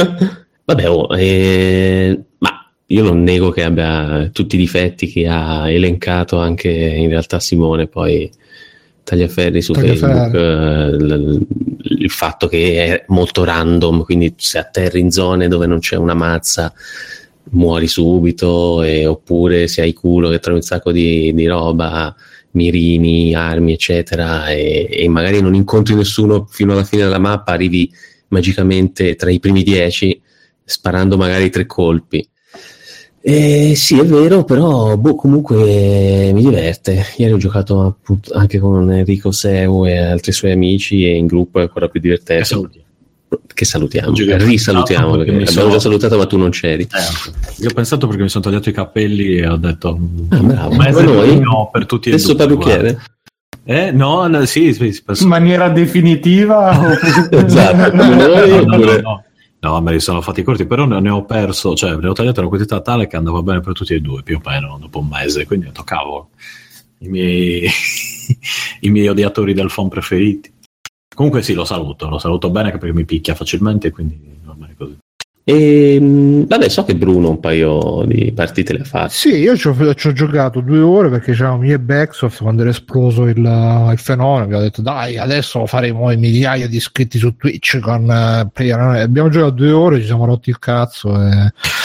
Vabbè, ma io non nego che abbia tutti i difetti che ha elencato anche in realtà Simone, poi Tagliaferri su Facebook, il fatto che è molto random, quindi se atterri in zone dove non c'è una mazza muori subito, oppure se hai culo che trovi un sacco di roba, mirini, armi eccetera, e magari non incontri nessuno fino alla fine della mappa, arrivi magicamente tra i primi 10 sparando magari 3 colpi. Sì, è vero, però comunque mi diverte. Ieri ho giocato appunto anche con Enrico Seu e altri suoi amici, e in gruppo è ancora più divertente. Che salutiamo, risalutiamo, perché abbiamo già salutato ma tu non c'eri. Io ho pensato perché mi sono tagliato i capelli e ho detto bravo, no, per tutti stesso e due, parrucchiere? No, sì, in maniera definitiva esatto, no, me li sono fatti corti, però ne ho perso, cioè ne ho tagliato una quantità tale che andava bene per tutti e due, più o meno dopo un mese, quindi toccavo i miei odiatori del phone preferiti. Comunque sì, lo saluto bene, anche perché mi picchia facilmente, quindi va bene così. E vabbè, so che Bruno un paio di partite le ha fatte. Sì, io ci ho giocato 2 ore perché c'erano me e Backsoft quando era esploso il fenomeno. Abbiamo detto dai, adesso faremo migliaia di iscritti su Twitch con player. Abbiamo giocato 2 ore, ci siamo rotti il cazzo e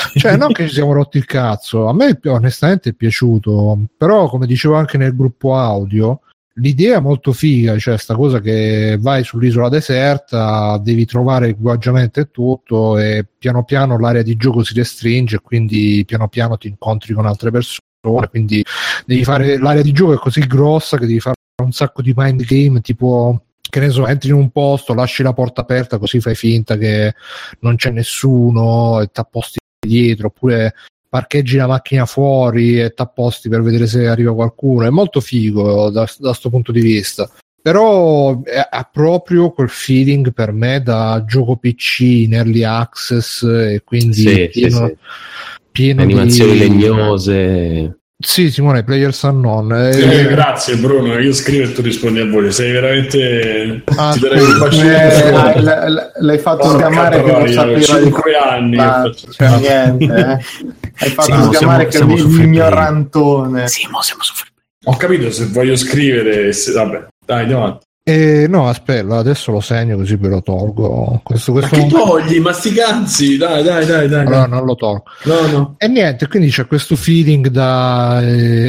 Cioè, non che ci siamo rotti il cazzo, a me onestamente è piaciuto, però come dicevo anche nel gruppo audio, l'idea è molto figa, cioè sta cosa che vai sull'isola deserta, devi trovare equipaggiamento e tutto, e piano piano l'area di gioco si restringe, e quindi piano piano ti incontri con altre persone, quindi devi fare, l'area di gioco è così grossa che devi fare un sacco di mind game, tipo, che ne so, entri in un posto, lasci la porta aperta così fai finta che non c'è nessuno e ti apposti dietro, oppure parcheggi la macchina fuori e ti apposti per vedere se arriva qualcuno. È molto figo da sto punto di vista, però ha proprio quel feeling per me da gioco PC in early access, e quindi pieno animazioni di legnose. Sì, Simone, Players Unknown. Grazie Bruno, io scrivo e tu rispondi a voi. Sei veramente ti darei un l'hai fatto sgamare che non sapeva 5 anni. Cioè, niente, hai fatto sgamare che è un ignorantone. Siamo su Ho capito, se voglio scrivere vabbè, dai, andiamo avanti. No, aspetta, adesso lo segno così ve lo tolgo. Questo ma che togli? Ma sti cazzi, dai. Allora non lo tolgo. No. E niente, quindi c'è questo feeling da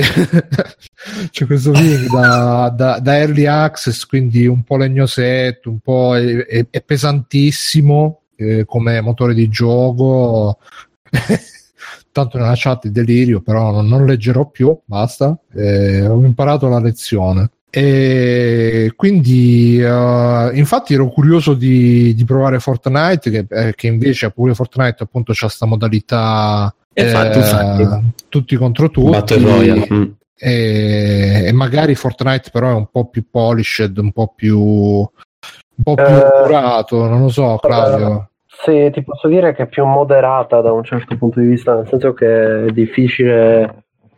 c'è questo feeling da early access, quindi un po' legnosetto, un po' è pesantissimo come motore di gioco. Tanto nella chat il delirio, però non leggerò più, basta. Ho imparato la lezione. E quindi infatti ero curioso di provare Fortnite, che invece pure Fortnite appunto c'ha sta modalità tutti contro tutti, Battle Royale. E magari Fortnite però è un po' più polished, un po' più curato, non lo so, Claudio. Sì, ti posso dire che è più moderata da un certo punto di vista, nel senso che è difficile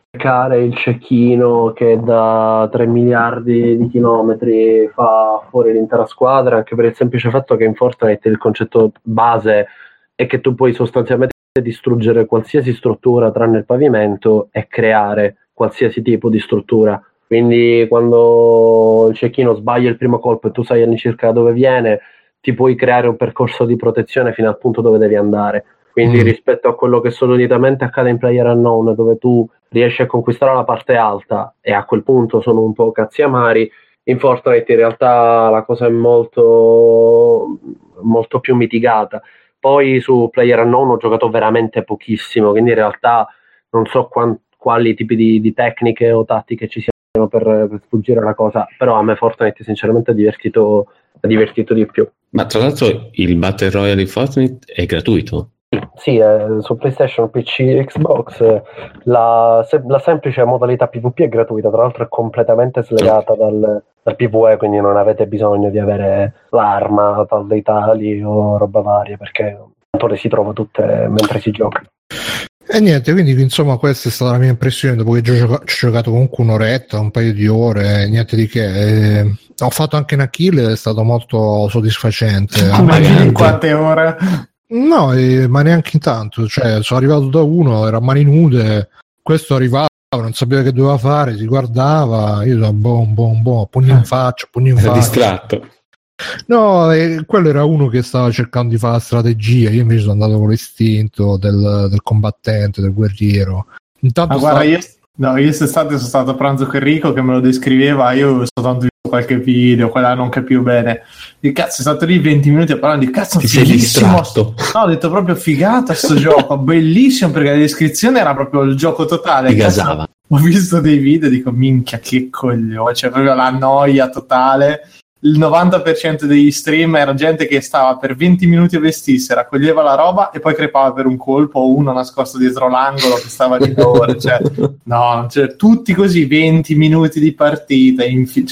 il cecchino che da 3 miliardi di chilometri fa fuori l'intera squadra, anche per il semplice fatto che in Fortnite il concetto base è che tu puoi sostanzialmente distruggere qualsiasi struttura tranne il pavimento e creare qualsiasi tipo di struttura. Quindi quando il cecchino sbaglia il primo colpo e tu sai all'incirca da dove viene, ti puoi creare un percorso di protezione fino al punto dove devi andare. Quindi rispetto a quello che solitamente accade in PlayerUnknown, dove tu riesci a conquistare la parte alta e a quel punto sono un po' cazzi amari, in Fortnite in realtà la cosa è molto, molto più mitigata. Poi su PlayerUnknown ho giocato veramente pochissimo, quindi in realtà non so quali tipi di tecniche o tattiche ci siano per sfuggire alla cosa, però a me Fortnite sinceramente ha divertito di più. Ma tra l'altro il Battle Royale di Fortnite è gratuito? Sì, su PlayStation, PC e Xbox la semplice modalità PvP è gratuita, tra l'altro è completamente slegata dal PvE, quindi non avete bisogno di avere l'arma tal dei tali o roba varia, perché le si trova tutte mentre si gioca. E niente, quindi insomma questa è stata la mia impressione dopo che ci ho giocato comunque un'oretta, un paio di ore, niente di che. Ho fatto anche una kill, è stato molto soddisfacente. Immagini quante ore? No, ma neanche intanto, cioè sono arrivato da uno, era a mani nude, questo arrivava, non sapeva che doveva fare, si guardava, io sono pugno in faccia. Era distratto. No, quello era uno che stava cercando di fare la strategia, io invece sono andato con l'istinto del combattente, del guerriero. Intanto guarda, io quest'estate sono stato a pranzo con Enrico che me lo descriveva, io soltanto visto qualche video, quella non capivo bene. Il cazzo, è stato lì 20 minuti a parlare di cazzo, ti sei distratto. No, ho detto proprio figata sto gioco, bellissimo, perché la descrizione era proprio il gioco totale. Ti gasava. Ho visto dei video e dico minchia che coglione, cioè proprio la noia totale. Il 90% degli stream era gente che stava per 20 minuti a vestirsi, raccoglieva la roba e poi crepava per un colpo, o uno nascosto dietro l'angolo che stava lì da ore. Cioè, tutti così 20 minuti di partita,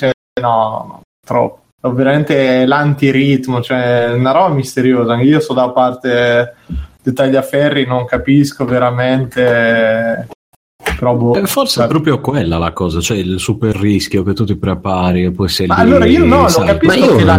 no, troppo. Veramente l'antiritmo, cioè una roba misteriosa. Io so da parte dei Tagliaferri, non capisco veramente. Forse è proprio quella la cosa, cioè il super rischio che tu ti prepari e poi sei lì. Allora io no, lo capisco che la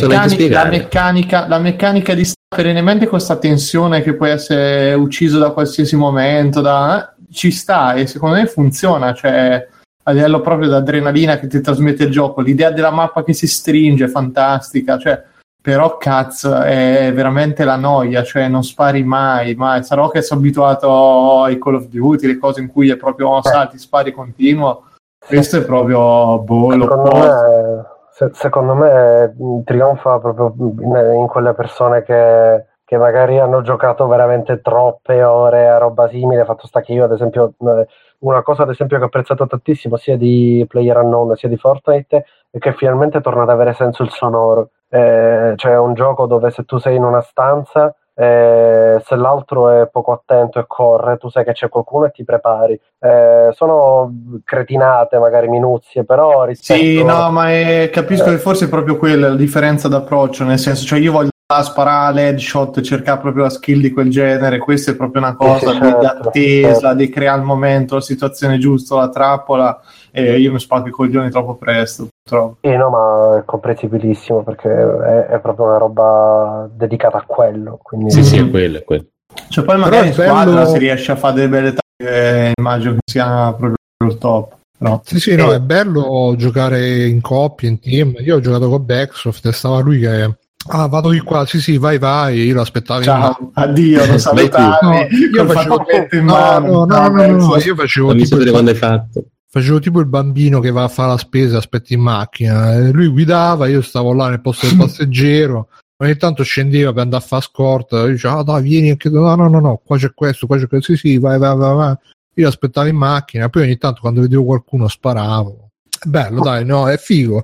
meccanica di stare perennemente con questa tensione che puoi essere ucciso da qualsiasi momento, ci sta e secondo me funziona, cioè a livello proprio d'adrenalina che ti trasmette il gioco, l'idea della mappa che si stringe è fantastica, cioè però cazzo è veramente la noia, cioè non spari mai. Sarò che sono abituato ai Call of Duty, le cose in cui è proprio salti, spari continuo. Questo è proprio secondo me trionfa proprio in quelle persone che magari hanno giocato veramente troppe ore a roba simile. Fatto sta che io, ad esempio, una cosa ad esempio che ho apprezzato tantissimo sia di PlayerUnknown sia di Fortnite è che finalmente torna ad avere senso il sonoro. Cioè è un gioco dove se tu sei in una stanza, se l'altro è poco attento e corre, tu sai che c'è qualcuno e ti prepari. Sono cretinate, magari minuzie, però rispetto... Sì, no, ma capisco che forse è proprio quella la differenza d'approccio, nel senso, cioè io voglio sparare l'headshot, cercare proprio la skill di quel genere. Questa è proprio una cosa di attesa, di creare il momento, la situazione giusta, la trappola, e io mi spacco i coglioni troppo presto, purtroppo. No, ma è comprensibilissimo, perché è proprio una roba dedicata a quello, quindi... Sì, è quello. Cioè poi magari in squadra si riesce a fare delle belle taglie, immagino che sia proprio il top. No. Sì, no, è bello giocare in coppia, in team. Io ho giocato con Backsoft e stava lui che vado di qua, sì, vai, io lo aspettavo. Ciao, addio, non salutavi. Io facevo io facevo tipo quando hai fatto. Facevo tipo il bambino che va a fare la spesa, aspetti in macchina, lui guidava, io stavo là nel posto del passeggero, ogni tanto scendeva per andare a fare scorta, io dicevo dai, vieni anche no, qua c'è questo, sì, vai, io aspettavo in macchina, poi ogni tanto quando vedevo qualcuno sparavo. Bello, dai, no, è figo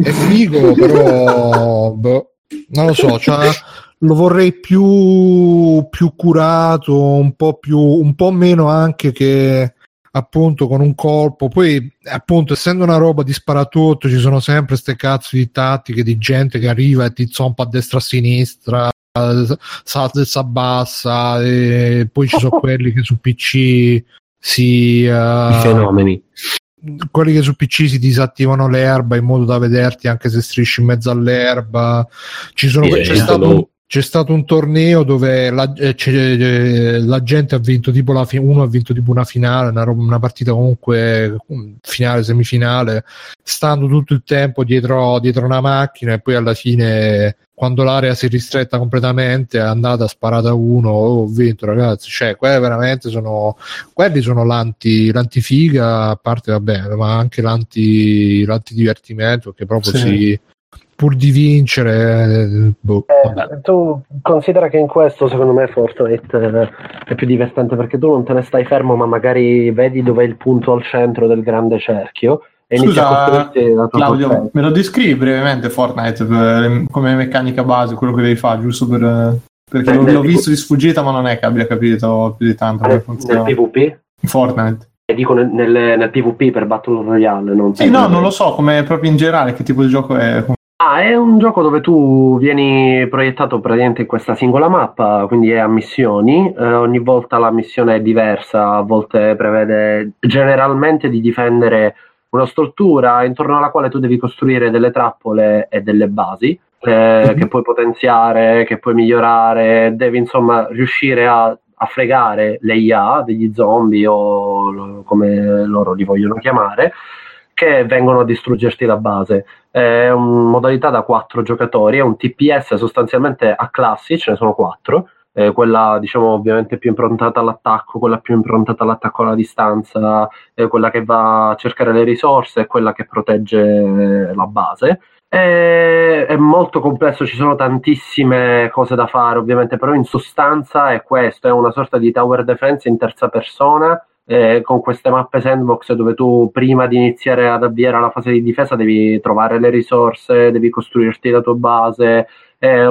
però non lo so, cioè, lo vorrei più curato, un po' meno anche che appunto con un colpo. Poi appunto, essendo una roba di sparatutto, ci sono sempre ste cazzo di tattiche di gente che arriva e ti zompa a destra a sinistra, salta e s'abbassa, e poi ci sono quelli che su PC i fenomeni, quelli che su PC si disattivano l'erba in modo da vederti anche se strisci in mezzo all'erba. C'è stato un torneo dove la gente ha vinto tipo uno ha vinto tipo una finale, una partita comunque finale, semifinale, stando tutto il tempo dietro una macchina, e poi alla fine, quando l'area si è ristretta completamente, è andata sparata uno. Ho vinto, ragazzi. Cioè, quelli sono l'antifiga, a parte vabbè, ma anche l'antidivertimento, che proprio pur di vincere. Tu considera che in questo, secondo me, Fortnite è più divertente, perché tu non te ne stai fermo, ma magari vedi dov'è il punto al centro del grande cerchio. Scusa, Claudio, me lo descrivi brevemente Fortnite come meccanica base, quello che devi fare, giusto perché l'ho visto di sfuggita, ma non è che abbia capito più di tanto come funziona. Nel PvP? Fortnite. Dico nel PvP per Battle Royale. Non lo so, come proprio in generale, che tipo di gioco è? È un gioco dove tu vieni proiettato praticamente in questa singola mappa, quindi è a missioni. Ogni volta la missione è diversa, a volte prevede generalmente di difendere una struttura intorno alla quale tu devi costruire delle trappole e delle basi che puoi potenziare, che puoi migliorare. Devi insomma riuscire a fregare le IA degli zombie, o come loro li vogliono chiamare, che vengono a distruggerti la base. È una modalità da 4 giocatori, è un TPS sostanzialmente a classi, ce ne sono 4. Quella diciamo ovviamente più improntata all'attacco, quella più improntata all'attacco alla distanza, quella che va a cercare le risorse, e quella che protegge la base. È molto complesso, ci sono tantissime cose da fare ovviamente, però in sostanza è questo, è una sorta di tower defense in terza persona, con queste mappe sandbox dove tu prima di iniziare ad avviare la fase di difesa devi trovare le risorse, devi costruirti la tua base. È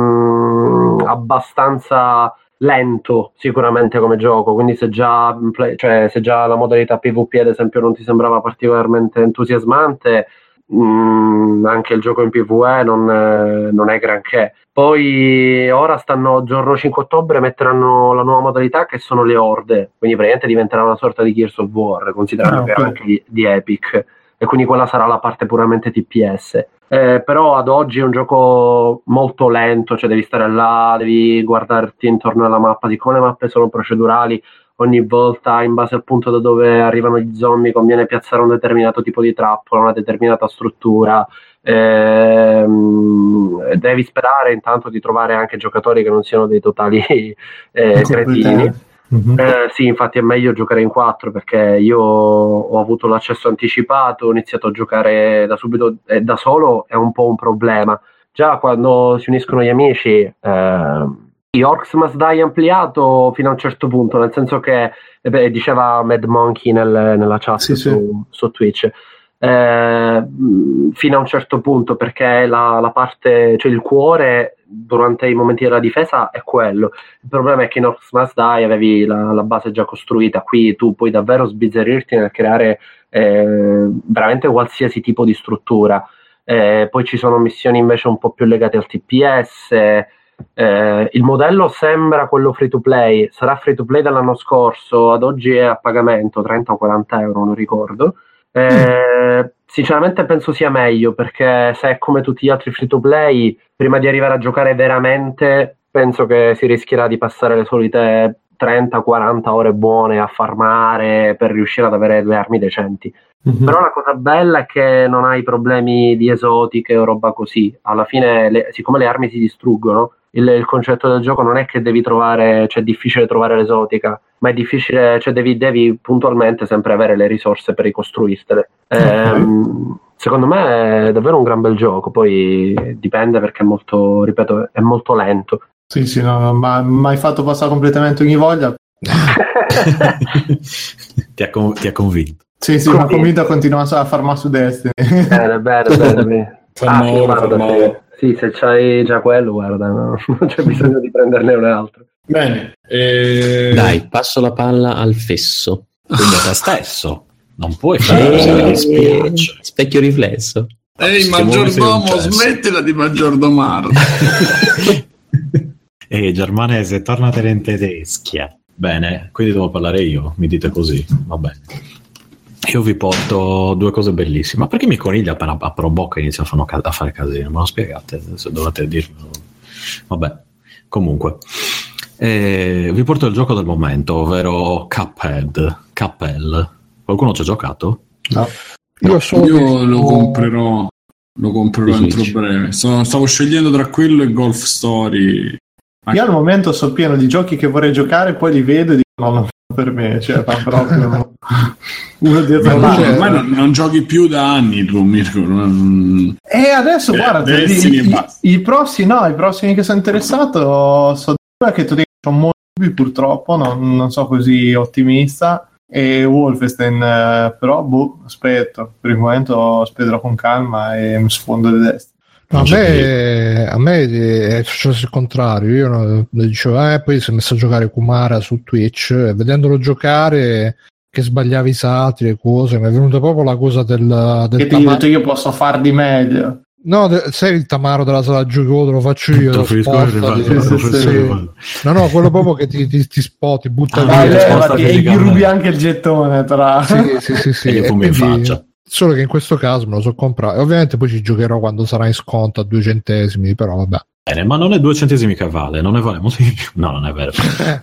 abbastanza lento sicuramente come gioco, quindi se già la modalità PvP ad esempio non ti sembrava particolarmente entusiasmante, anche il gioco in PvE non è granché. Poi ora giorno 5 ottobre metteranno la nuova modalità, che sono le orde, quindi praticamente diventerà una sorta di Gears of War, considerando che era anche di Epic, e quindi quella sarà la parte puramente TPS. Però ad oggi è un gioco molto lento, cioè devi stare là, devi guardarti intorno alla mappa, siccome le mappe sono procedurali, ogni volta in base al punto da dove arrivano gli zombie conviene piazzare un determinato tipo di trappola, una determinata struttura, Devi sperare intanto di trovare anche giocatori che non siano dei totali cretini. Sì, infatti è meglio giocare in 4, perché io ho avuto l'accesso anticipato, ho iniziato a giocare da subito, e da solo è un po' un problema. Già quando si uniscono gli amici, Orcs Must Die ampliato fino a un certo punto, nel senso che diceva Mad Monkey nella chat su Twitch, fino a un certo punto, perché la parte, cioè il cuore durante i momenti della difesa è quello. Il problema è che in Orcs Must Die avevi la base già costruita. Qui tu puoi davvero sbizzarrirti nel creare veramente qualsiasi tipo di struttura. Poi ci sono missioni invece un po' più legate al TPS. Il modello sembra quello free to play, sarà free to play dall'anno scorso, ad oggi è a pagamento 30 o 40 euro, non ricordo. Sinceramente penso sia meglio, perché se è come tutti gli altri free to play, prima di arrivare a giocare veramente penso che si rischierà di passare le solite 30-40 ore buone a farmare per riuscire ad avere le armi decenti. Però la cosa bella è che non hai problemi di esotiche o roba così. Alla fine, siccome le armi si distruggono, il concetto del gioco non è che devi trovare, cioè è difficile trovare l'esotica, ma è difficile, cioè devi puntualmente sempre avere le risorse per ricostruirtele. Secondo me è davvero un gran bel gioco, poi dipende, perché è molto, ripeto, è molto lento. Sì, no, ma hai fatto passare completamente ogni voglia. Ti ha convinto. Sì, mi ha convinto a continuare a farmare su Destiny. Bene. Sì, se c'hai già quello, guarda, no? Non c'è bisogno di prenderne un altro. Bene. Dai, passo la palla al fesso. Quindi a te stesso. Non puoi fare specchio riflesso. Ehi, maggiordomo, smettila di maggiordomare. Germanese, tornatene in tedeschia. Bene, quindi devo parlare io, mi dite così, va bene. Io vi porto due cose bellissime. Ma perché mi coniglia appena apro bocca e inizia a fare casino? Me lo spiegate? Se dovete dirmelo. Vabbè, comunque. Vi porto il gioco del momento, ovvero Cuphead. Qualcuno ci ha giocato? No. Io lo comprerò entro breve. Stavo scegliendo tra quello e Golf Story. Io al momento sono pieno di giochi che vorrei giocare, poi li vedo e dico no, per me, cioè proprio uno dietro l'altro. Ormai non giochi più da anni tu, Mirko. E adesso guarda, i prossimi che sono interessato sono che tu dici sono molto più, purtroppo non so così ottimista, e Wolfenstein, però aspetto, per il momento aspetterò con calma e mi sfondo le destre. A me è successo il contrario. Io dicevo, poi si è messo a giocare Kumara su Twitch, e vedendolo giocare che sbagliava i salti, le cose, mi è venuta proprio la cosa del che ti ho detto io posso far di meglio. No, sei il tamaro della sala gioco, te lo faccio io. No, quello proprio che ti spoti, butta via e gli rubi anche il gettone tra. Sì. E come in faccia. Solo che in questo caso me lo so comprato, e ovviamente poi ci giocherò quando sarà in sconto a 2 centesimi, però vabbè. Bene, ma non è 2 centesimi che vale, non ne vale molto di più. No, non è vero.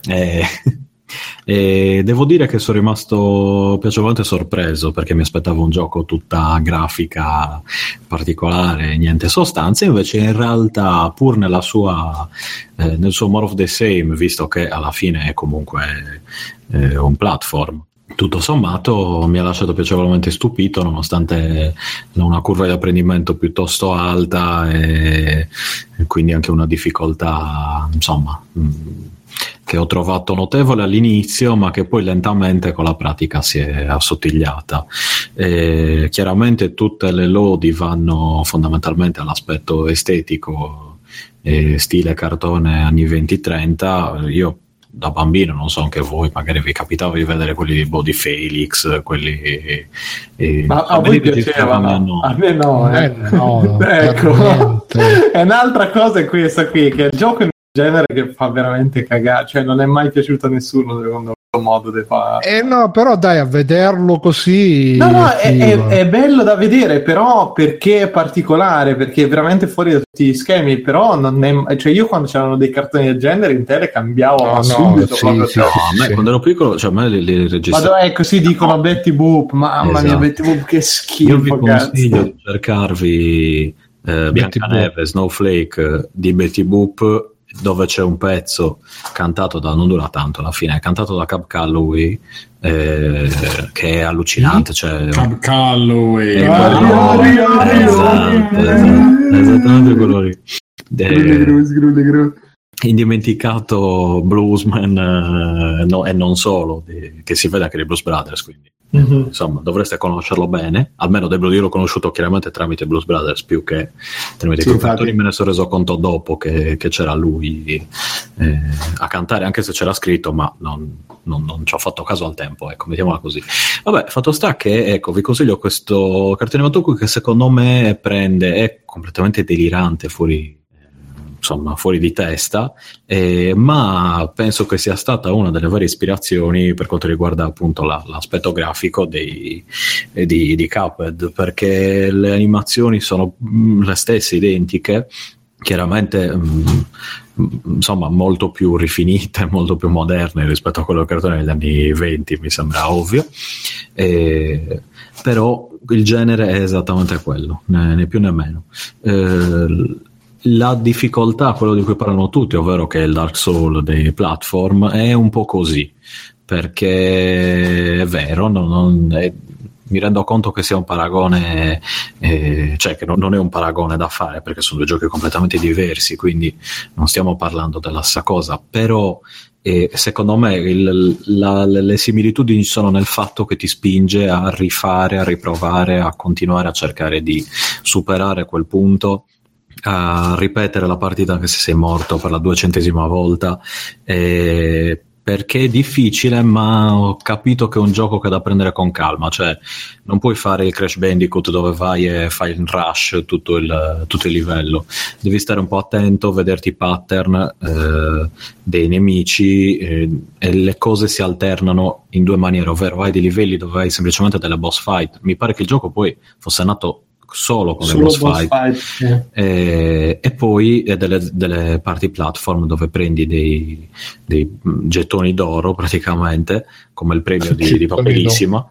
Devo dire che sono rimasto piacevolmente sorpreso, perché mi aspettavo un gioco tutta grafica particolare, niente sostanza. Invece in realtà, pur nel suo more of the same, visto che alla fine è comunque un platform, tutto sommato mi ha lasciato piacevolmente stupito, nonostante una curva di apprendimento piuttosto alta e quindi anche una difficoltà, insomma, che ho trovato notevole all'inizio, ma che poi lentamente con la pratica si è assottigliata. Chiaramente tutte le lodi vanno fondamentalmente all'aspetto estetico, stile cartone anni 20-30. Io da bambino, non so anche voi, magari vi capitava di vedere quelli di Body Felix, quelli ma a voi piaceva? A me no, ecco. È un'altra cosa è questa qui, che il gioco è un genere che fa veramente cagare, cioè non è mai piaciuto a nessuno secondo me. modo di fare. No, però dai, a vederlo così no, è bello da vedere, però perché è particolare, perché è veramente fuori da tutti gli schemi, però non è, cioè io quando c'erano dei cartoni del genere in tele cambiavo subito. A me quando ero piccolo, cioè a me li registravo. Ma così dicono Betty Boop, mamma mia, Betty Boop, che schifo. Io vi consiglio di cercarvi Biancaneve, Snowflake di Betty Boop, dove c'è un pezzo cantato non dura tanto alla fine, è cantato da Cab Calloway, che è allucinante, cioè Cab Calloway, esattamente quello lì, indimenticato bluesman, e non solo, che si vede anche nei Blues Brothers, quindi insomma dovreste conoscerlo bene, almeno devo dire l'ho conosciuto chiaramente tramite Blues Brothers più che tramite i produttori. Me ne sono reso conto dopo che c'era lui a cantare, anche se c'era scritto, ma non ci ho fatto caso al tempo, ecco, mettiamola così. Vabbè, fatto sta che, ecco, vi consiglio questo cartone animato che secondo me è completamente delirante, fuori di testa, ma penso che sia stata una delle varie ispirazioni per quanto riguarda appunto l'aspetto grafico di Cuphead, perché le animazioni sono le stesse, identiche, chiaramente insomma molto più rifinite, molto più moderne rispetto a quello del cartone degli anni 20, mi sembra ovvio, però il genere è esattamente quello, né più né meno. La difficoltà, quello di cui parlano tutti, ovvero che il Dark Souls dei platform, è un po' così, perché è vero, mi rendo conto che sia un paragone, cioè che non è un paragone da fare, perché sono due giochi completamente diversi, quindi non stiamo parlando della stessa cosa, però secondo me le similitudini sono nel fatto che ti spinge a rifare, a riprovare, a continuare a cercare di superare quel punto, a ripetere la partita anche se sei morto per la 200ª volta, perché è difficile, ma ho capito che è un gioco che è da prendere con calma, cioè non puoi fare il Crash Bandicoot dove vai e fai il rush tutto il livello, devi stare un po' attento, vederti i pattern dei nemici, e le cose si alternano in due maniere, ovvero hai dei livelli dove hai semplicemente delle boss fight. Mi pare che il gioco poi fosse nato solo con le boss fight. E poi delle parti platform dove prendi dei gettoni d'oro praticamente come il premio di Papelissima,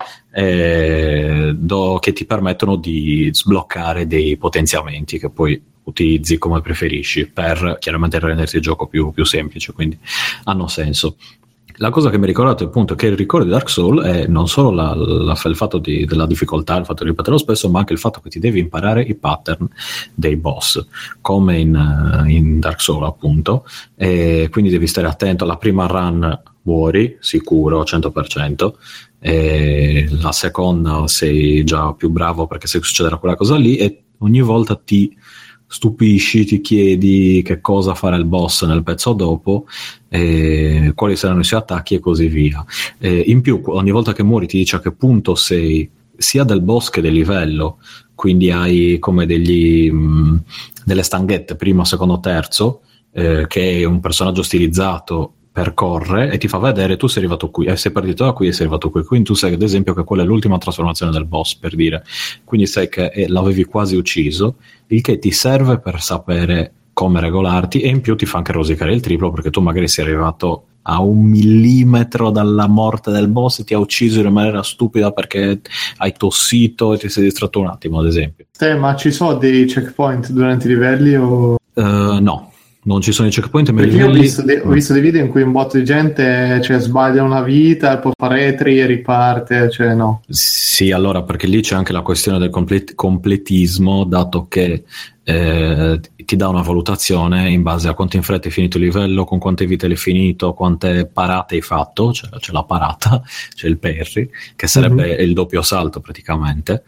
che ti permettono di sbloccare dei potenziamenti che poi utilizzi come preferisci per chiaramente renderti il gioco più semplice, quindi hanno senso. La cosa che mi ricordate appunto è che il ricordo di Dark Souls è non solo il fatto della difficoltà, il fatto di ripeterlo spesso, ma anche il fatto che ti devi imparare i pattern dei boss, come in Dark Souls appunto, e quindi devi stare attento. Alla prima run muori, sicuro, 100%, e la seconda sei già più bravo perché se succederà quella cosa lì, e ogni volta ti stupisci, ti chiedi che cosa farà il boss nel pezzo dopo, quali saranno i suoi attacchi e così via. In più, ogni volta che muori ti dice a che punto sei sia del boss che del livello, quindi hai come delle stanghette primo, secondo, terzo, che è un personaggio stilizzato percorre e ti fa vedere tu sei arrivato qui, sei partito da qui e sei arrivato qui, quindi tu sai ad esempio che quella è l'ultima trasformazione del boss, per dire, quindi sai che l'avevi quasi ucciso, il che ti serve per sapere come regolarti, e in più ti fa anche rosicare il triplo, perché tu magari sei arrivato a 1 millimetro dalla morte del boss e ti ha ucciso in maniera stupida perché hai tossito e ti sei distratto un attimo, ad esempio. Ma ci sono dei checkpoint durante i livelli o... No, non ci sono i checkpoint, ma io ho visto dei video in cui un botto di gente sbaglia una vita e poi fa retri e riparte, no. Sì, allora, perché lì c'è anche la questione del completismo, dato che ti dà una valutazione in base a quanto in fretta hai finito il livello, con quante vite l'hai finito, quante parate hai fatto, c'è la parata, c'è il parry, che sarebbe il doppio salto praticamente,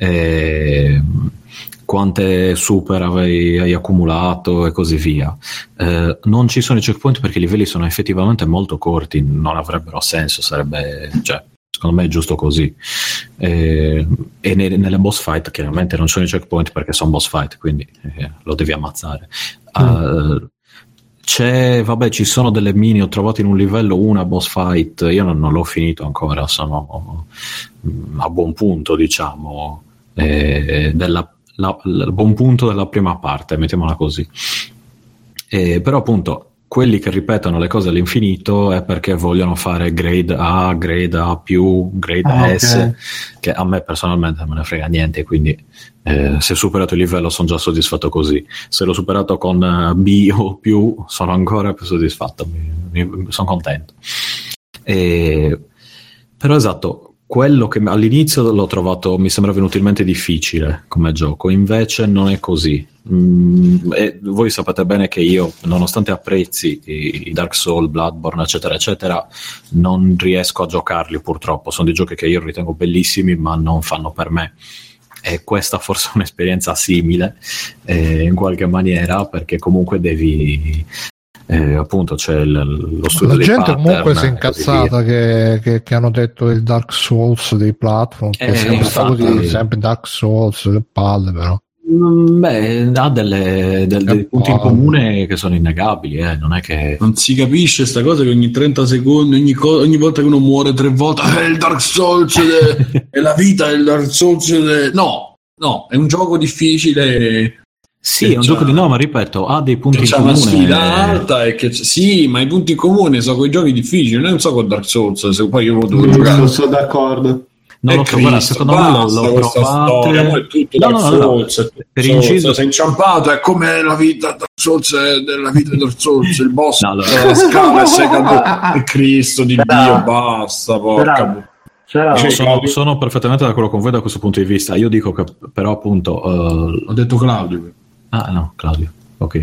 quante super hai accumulato e così via. Non ci sono i checkpoint perché i livelli sono effettivamente molto corti, non avrebbero senso, sarebbe, secondo me è giusto così, e nelle boss fight chiaramente non ci sono i checkpoint perché sono boss fight, quindi lo devi ammazzare. ci sono delle mini, ho trovato in un livello una boss fight, io non l'ho finito ancora, sono a buon punto, diciamo, buon punto della prima parte, mettiamola così. Però appunto quelli che ripetono le cose all'infinito è perché vogliono fare grade A, grade A+, grade S, okay. Che a me personalmente non me ne frega niente, quindi se ho superato il livello sono già soddisfatto così. Se l'ho superato con B o più sono ancora più soddisfatto, sono contento. Però esatto, quello che all'inizio l'ho trovato, mi sembrava inutilmente difficile come gioco, invece non è così. E voi sapete bene che io, nonostante apprezzi i Dark Souls, Bloodborne eccetera eccetera, non riesco a giocarli purtroppo. Sono dei giochi che io ritengo bellissimi ma non fanno per me, e questa forse è un'esperienza simile in qualche maniera, perché comunque devi appunto c'è lo studio dei pattern. La gente comunque si è incazzata che hanno detto il Dark Souls dei platform, che è sempre Dark Souls, le palle, però ha dei punti in comune che sono innegabili, non è che non si capisce sta cosa che ogni 30 secondi ogni volta che uno muore 3 volte il Dark Souls è la vita, il Dark Souls no, è un gioco difficile. Sì, è un gioco ma ripeto, ha dei punti in comune. C'è una sfida alta e sì, ma i punti in comune sono con i giochi difficili, non so con Dark Souls, se poi io lo devo giocare. Non sono d'accordo. Non lo so, guarda, secondo me l'ho provato. È tutto Dark Souls. Per inciso, sei inciampato, è come la vita Dark Souls della vita di Dark Souls, il boss la scala e sei caduto. Cristo di Dio, basta, porca. Sono perfettamente d'accordo con voi da questo punto di vista. Io dico che però appunto ho detto Claudio. Ah no, Claudio. Ok.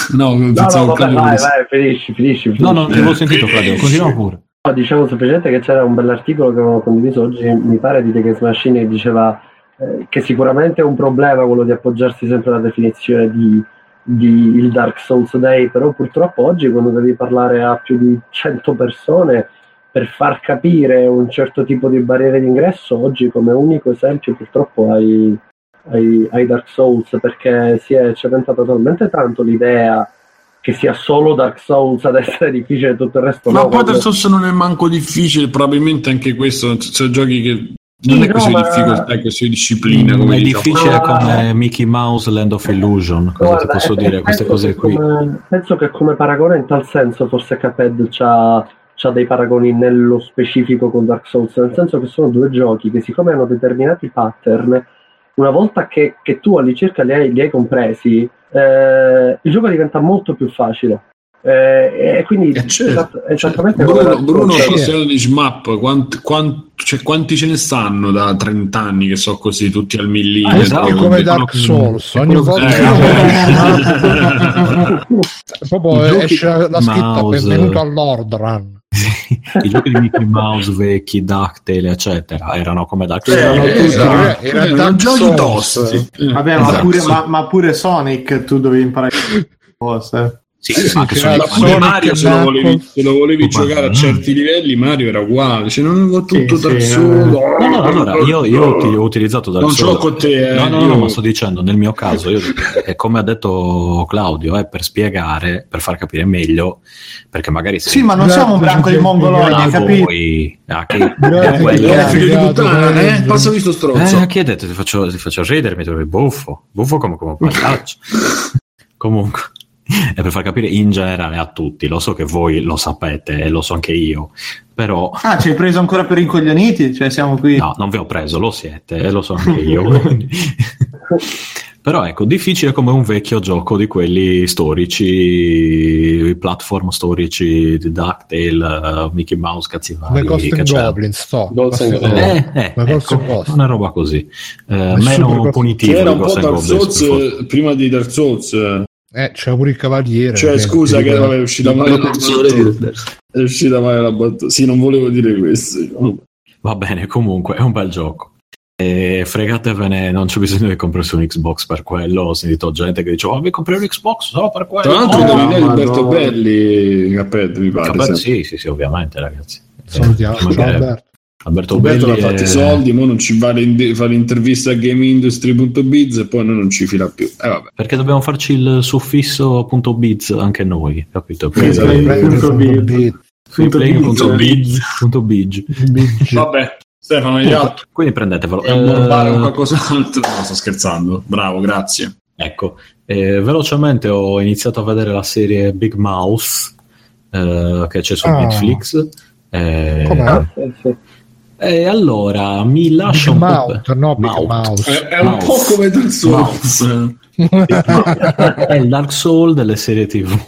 Vai, finisci. No, non avevo sentito Claudio, continuiamo pure. No, diciamo semplicemente che c'era un bell'articolo che avevo condiviso oggi, mi pare, di The Games Machine, che diceva che sicuramente è un problema quello di appoggiarsi sempre alla definizione di il Dark Souls Day, però purtroppo oggi quando devi parlare a più di 100 persone per far capire un certo tipo di barriere d'ingresso, oggi come unico esempio purtroppo hai Dark Souls, perché si è cementato talmente tanto l'idea che sia solo Dark Souls ad essere difficile, tutto il resto ma poi Dark Souls non è manco difficile, probabilmente anche questo, c'è giochi che non è così difficoltà, è questione di disciplina, come è difficile come Mickey Mouse Land of Illusion. Cosa ti posso dire? Queste cose qui penso che come paragone in tal senso forse Cuphead c'ha dei paragoni nello specifico con Dark Souls, nel senso che sono due giochi che, siccome hanno determinati pattern, una volta che tu all'incirca li hai compresi, il gioco diventa molto più facile. E quindi esattamente Bruno questione di SMAP, quanti ce ne stanno da 30 anni che so così tutti al millimetro, esatto, come Dark Souls ogni volta proprio esce la scritta benvenuto all'Lord Run. I giochi di Mickey Mouse vecchi, DuckTale eccetera erano come Dark Souls, erano giochi tosti. Vabbè, ma pure Sonic tu dovevi imparare cose. Sì, anche Mario se lo volevi giocare a certi livelli, Mario era uguale, cioè non avevo tutto Dark Souls. No, allora io ho utilizzato Dark Souls. Non so con te, no, ma sto dicendo, nel mio caso è come ha detto Claudio, è per spiegare, per far capire meglio, perché magari sì, ma non siamo un branco di mongoloni, capito? Passa questo stronzo. Che hai detto? Ti faccio ridere, mi trovi buffo come pagliaccio. Comunque è per far capire in generale a tutti, lo so che voi lo sapete e lo so anche io, però ci hai preso ancora per incoglioniti? Cioè siamo qui? No, non vi ho preso, lo siete e lo so anche io. Però ecco, difficile come un vecchio gioco di quelli storici, platform storici di DuckTale, Mickey Mouse, cazzi vari, Goblins, una roba così, meno punitivo. C'era un po' Dark Souls prima di Dark Souls. C'era pure il cavaliere. Cioè, scusa, che è uscita male la battuta. È uscita male la battuta. Sì, non volevo dire questo. Va bene, comunque, è un bel gioco. E fregatevene, non c'è bisogno di comprarsi un Xbox per quello. Ho sentito gente che dice: vi comprare un Xbox solo per quello. Tra l'altro, devi vedere Alberto Belli, Caped, mi pare. Sì, ovviamente, ragazzi. Salutiamo, ciao Alberto. Alberto ha fatto i soldi, mo non ci vale fare l'intervista a GameIndustry.biz e poi noi non ci fila più. Vabbè. Perché dobbiamo farci il suffisso .biz anche noi, capito? Freeplaying.biz. Vabbè, Stefano, gli altri. Quindi prendetevelo. Ammorbare con qualcos'altro. No, sto scherzando. Bravo, grazie. Ecco, velocemente ho iniziato a vedere la serie Big Mouth che c'è su Netflix. Com'è? E allora mi lascia un po'. È un po' come Dark Souls. È il Dark Souls delle serie TV.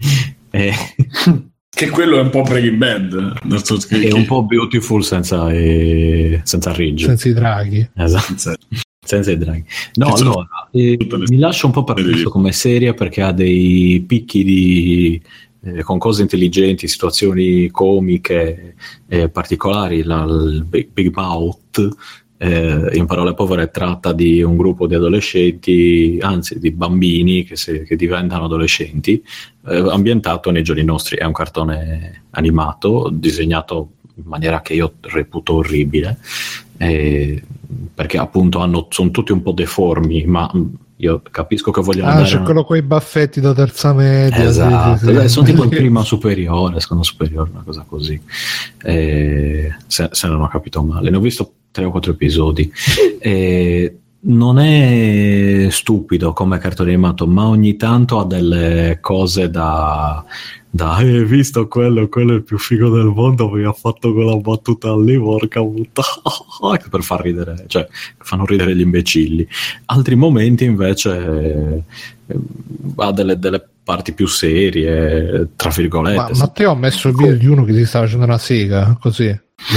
Che quello è un po' Breaking Bad. È un po' Beautiful senza Ridge. Senza i draghi. Esatto. Senza i draghi. No, allora mi lascia un po' perplesso come serie perché ha dei picchi di con cose intelligenti, situazioni comiche particolari. Il Big Mouth, in parole povere, tratta di un gruppo di adolescenti, anzi di bambini che diventano adolescenti, ambientato nei giorni nostri. È un cartone animato, disegnato in maniera che io reputo orribile, perché appunto sono tutti un po' deformi, ma io capisco che vogliono andare. C'è quello con i baffetti da terza media. Esatto, sì. Sono tipo in prima superiore, seconda superiore, una cosa così. Se non ho capito male, ne ho visto 3 o 4 episodi. Non è stupido come cartone animato, ma ogni tanto ha delle cose da hai visto quello è il più figo del mondo, mi ha fatto quella battuta lì, porca puttana, per far ridere, cioè fanno ridere gli imbecilli. Altri momenti invece ha delle parti più serie, tra virgolette. Ma Matteo ha messo il video di uno che si stava facendo una sega, così.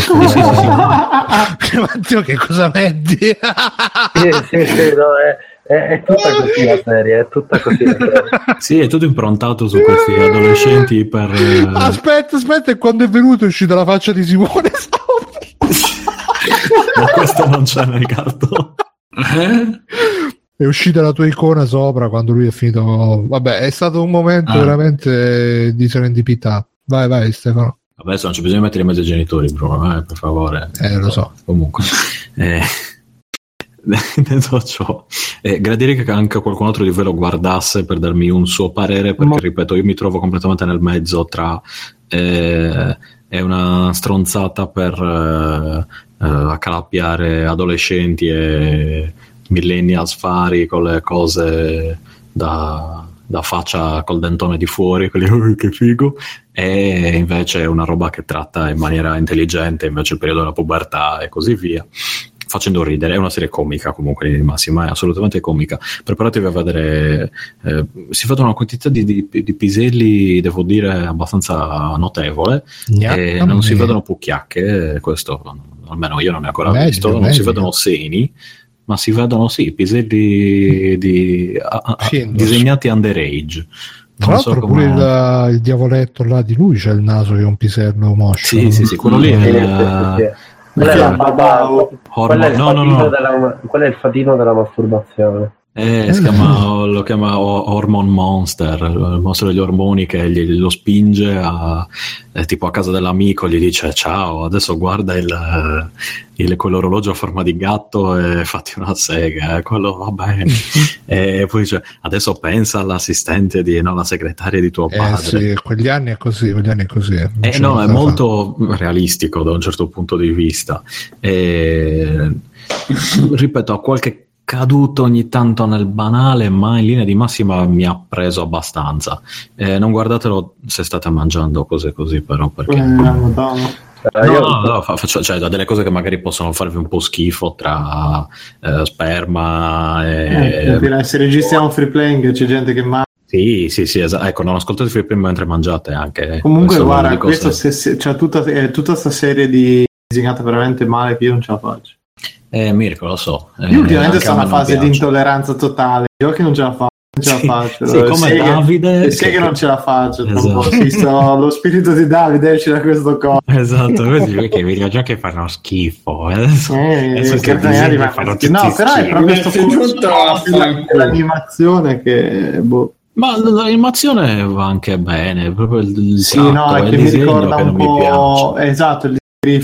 Matteo, che cosa metti? È tutta così la serie, Sì, è tutto improntato su questi adolescenti per... Aspetta, e quando è venuto è uscita la faccia di Simone. Ma questo non c'è nel cartone. È uscita la tua icona sopra quando lui è finito. Vabbè, è stato un momento veramente di serendipità. Vai Stefano. Vabbè, adesso non c'è bisogno di mettere in mezzo ai genitori, Bruno, per favore. Lo so. Comunque. Detto ciò, gradirei che anche qualcun altro di voi lo guardasse per darmi un suo parere, perché ripeto, io mi trovo completamente nel mezzo tra è una stronzata per accalappiare adolescenti e millennials fari con le cose da faccia col dentone di fuori, quelli che figo, e invece è una roba che tratta in maniera intelligente invece il periodo della pubertà e così via, facendo ridere. È una serie comica comunque di massima, è assolutamente comica. Preparatevi a vedere, si vedono una quantità di piselli, devo dire, abbastanza notevole, e non si vedono pucchiacche, questo almeno io non ne ho ancora visto, non si vedono seni, ma si vedono piselli disegnati underage. Tra l'altro pure il diavoletto là di lui c'è il naso che è un pisello moscio. Sì, quello lì è quello è il fatino della masturbazione. Lo chiama Hormone Monster, il mostro degli ormoni che lo spinge tipo a casa dell'amico, gli dice ciao, adesso guarda quell'orologio a forma di gatto e fatti una sega, quello va bene. E poi dice adesso pensa all'assistente la segretaria di tuo padre. Sì, quegli anni è così. È molto realistico da un certo punto di vista. Ripeto, a qualche caduto ogni tanto nel banale, ma in linea di massima mi ha preso abbastanza. Non guardatelo se state mangiando cose così, però, perché cioè delle cose che magari possono farvi un po' schifo, tra sperma e se registriamo free playing c'è gente che mangia. Sì, esatto. Ecco, non ascoltate free playing mentre mangiate anche. Comunque guarda, questo c'è tutta sta serie di disegnata veramente male che io non ce la faccio. Mirko, lo so. Io ultimamente sto in una fase di intolleranza totale. Io che non ce la faccio. Sì, come Davide. Sai che non ce la faccio. Esatto. Lo spirito di Davide esce da questo corpo. Esatto, vedi che i videogiochi fanno schifo. Adesso no, però è proprio l'animazione che ma l'animazione va anche bene, proprio il è che mi ricorda un po'. Esatto, il Griffin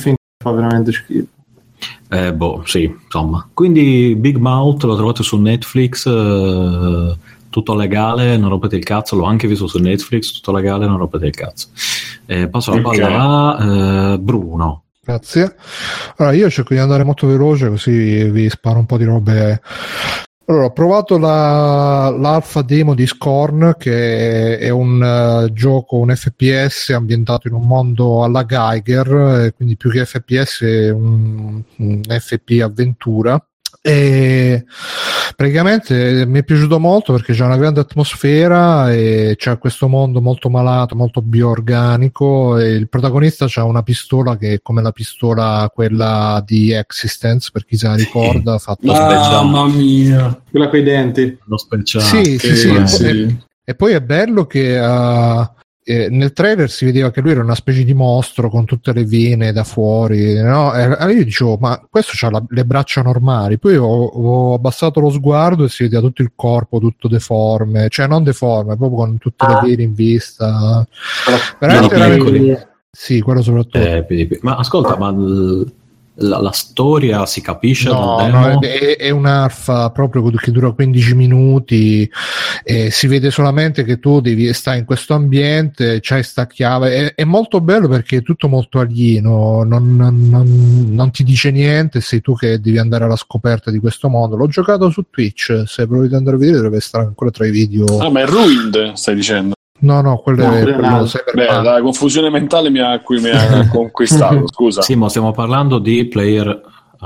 fa veramente schifo. Sì, insomma. Quindi Big Mouth lo trovate su Netflix, tutto legale, non rompete il cazzo. L'ho anche visto su Netflix, tutto legale, non rompete il cazzo. Passo la palla a Bruno. Grazie. Allora, io cerco di andare molto veloce, così vi sparo un po' di robe. Allora, ho provato l'alfa demo di Scorn, che è un gioco, un FPS ambientato in un mondo alla Geiger, quindi più che FPS è un FP avventura. E praticamente mi è piaciuto molto perché c'è una grande atmosfera e c'è questo mondo molto malato, molto bioorganico, e il protagonista c'ha una pistola che è come la pistola quella di Existence, per chi se la ricorda, fatto mamma mia, quella coi denti, lo speciale. Sì. E poi è bello che nel trailer si vedeva che lui era una specie di mostro con tutte le vene da fuori, no? Allora io dicevo, ma questo c'ha le braccia normali. Poi ho abbassato lo sguardo e si vedeva tutto il corpo tutto deforme, cioè non deforme, proprio con tutte le vene in vista. Veramente sì, quello soprattutto. Ma ascolta, ma la storia si capisce? No, è un'alfa proprio che dura 15 minuti e si vede solamente che tu devi stare in questo ambiente, c'hai sta chiave, è molto bello perché è tutto molto alieno, non ti dice niente, sei tu che devi andare alla scoperta di questo mondo. L'ho giocato su Twitch, se volete andare a vedere dovrebbe stare ancora tra i video. Ah, ma è Ruined, stai dicendo? No, quello è quello. La confusione mentale mi ha conquistato, scusa. Sì, ma stiamo parlando di player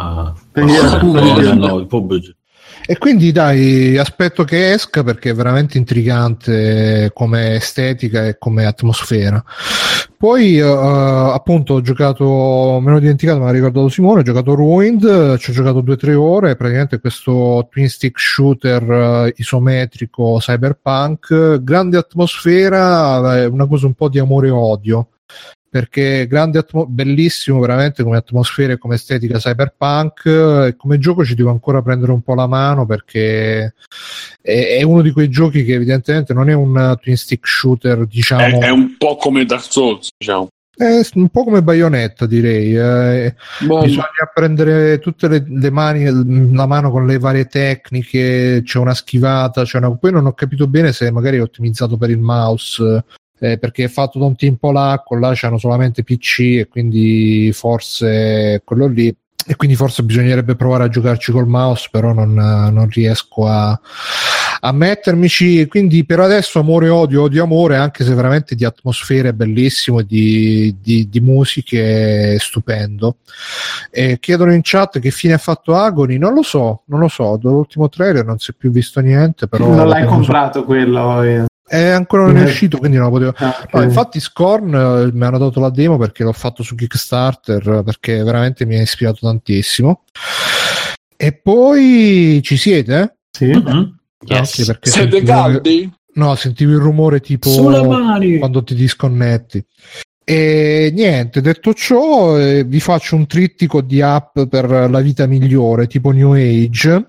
PUBG. E quindi dai, aspetto che esca perché è veramente intrigante come estetica e come atmosfera. Poi appunto ho giocato, me l'ho dimenticato, me l'ha ricordato Simone, ho giocato Ruined, ci ho giocato 2-3 ore, praticamente questo twin stick shooter isometrico cyberpunk, grande atmosfera, una cosa un po' di amore e odio, perché bellissimo veramente come atmosfera e come estetica cyberpunk, e come gioco ci devo ancora prendere un po' la mano perché è uno di quei giochi che evidentemente non è un twin stick shooter, diciamo, è un po' come Dark Souls, diciamo. È un po' come Bayonetta, direi. Bisogna prendere tutte le mani, la mano con le varie tecniche, c'è una schivata, poi non ho capito bene se magari è ottimizzato per il mouse, perché è fatto da un team polacco, là c'hanno solamente PC e quindi forse quello lì, e quindi forse bisognerebbe provare a giocarci col mouse, però non riesco a mettermici, quindi per adesso amore odio amore, anche se veramente di atmosfera è bellissimo e di musiche è stupendo. Chiedono in chat che fine ha fatto Agony, non lo so, dall'ultimo trailer non si è più visto niente, però non l'hai comprato quello? Ancora non è uscito, quindi non lo potevo. No, infatti Scorn mi hanno dato la demo perché l'ho fatto su Kickstarter, perché veramente mi ha ispirato tantissimo. E poi ci siete? Sì. Mm-hmm. Yes. Perché siete caldi? No, sentivo il rumore tipo quando ti disconnetti. E niente, detto ciò, vi faccio un trittico di app per la vita migliore, tipo New Age.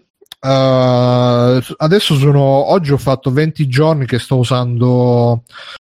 Adesso oggi ho fatto 20 giorni che sto usando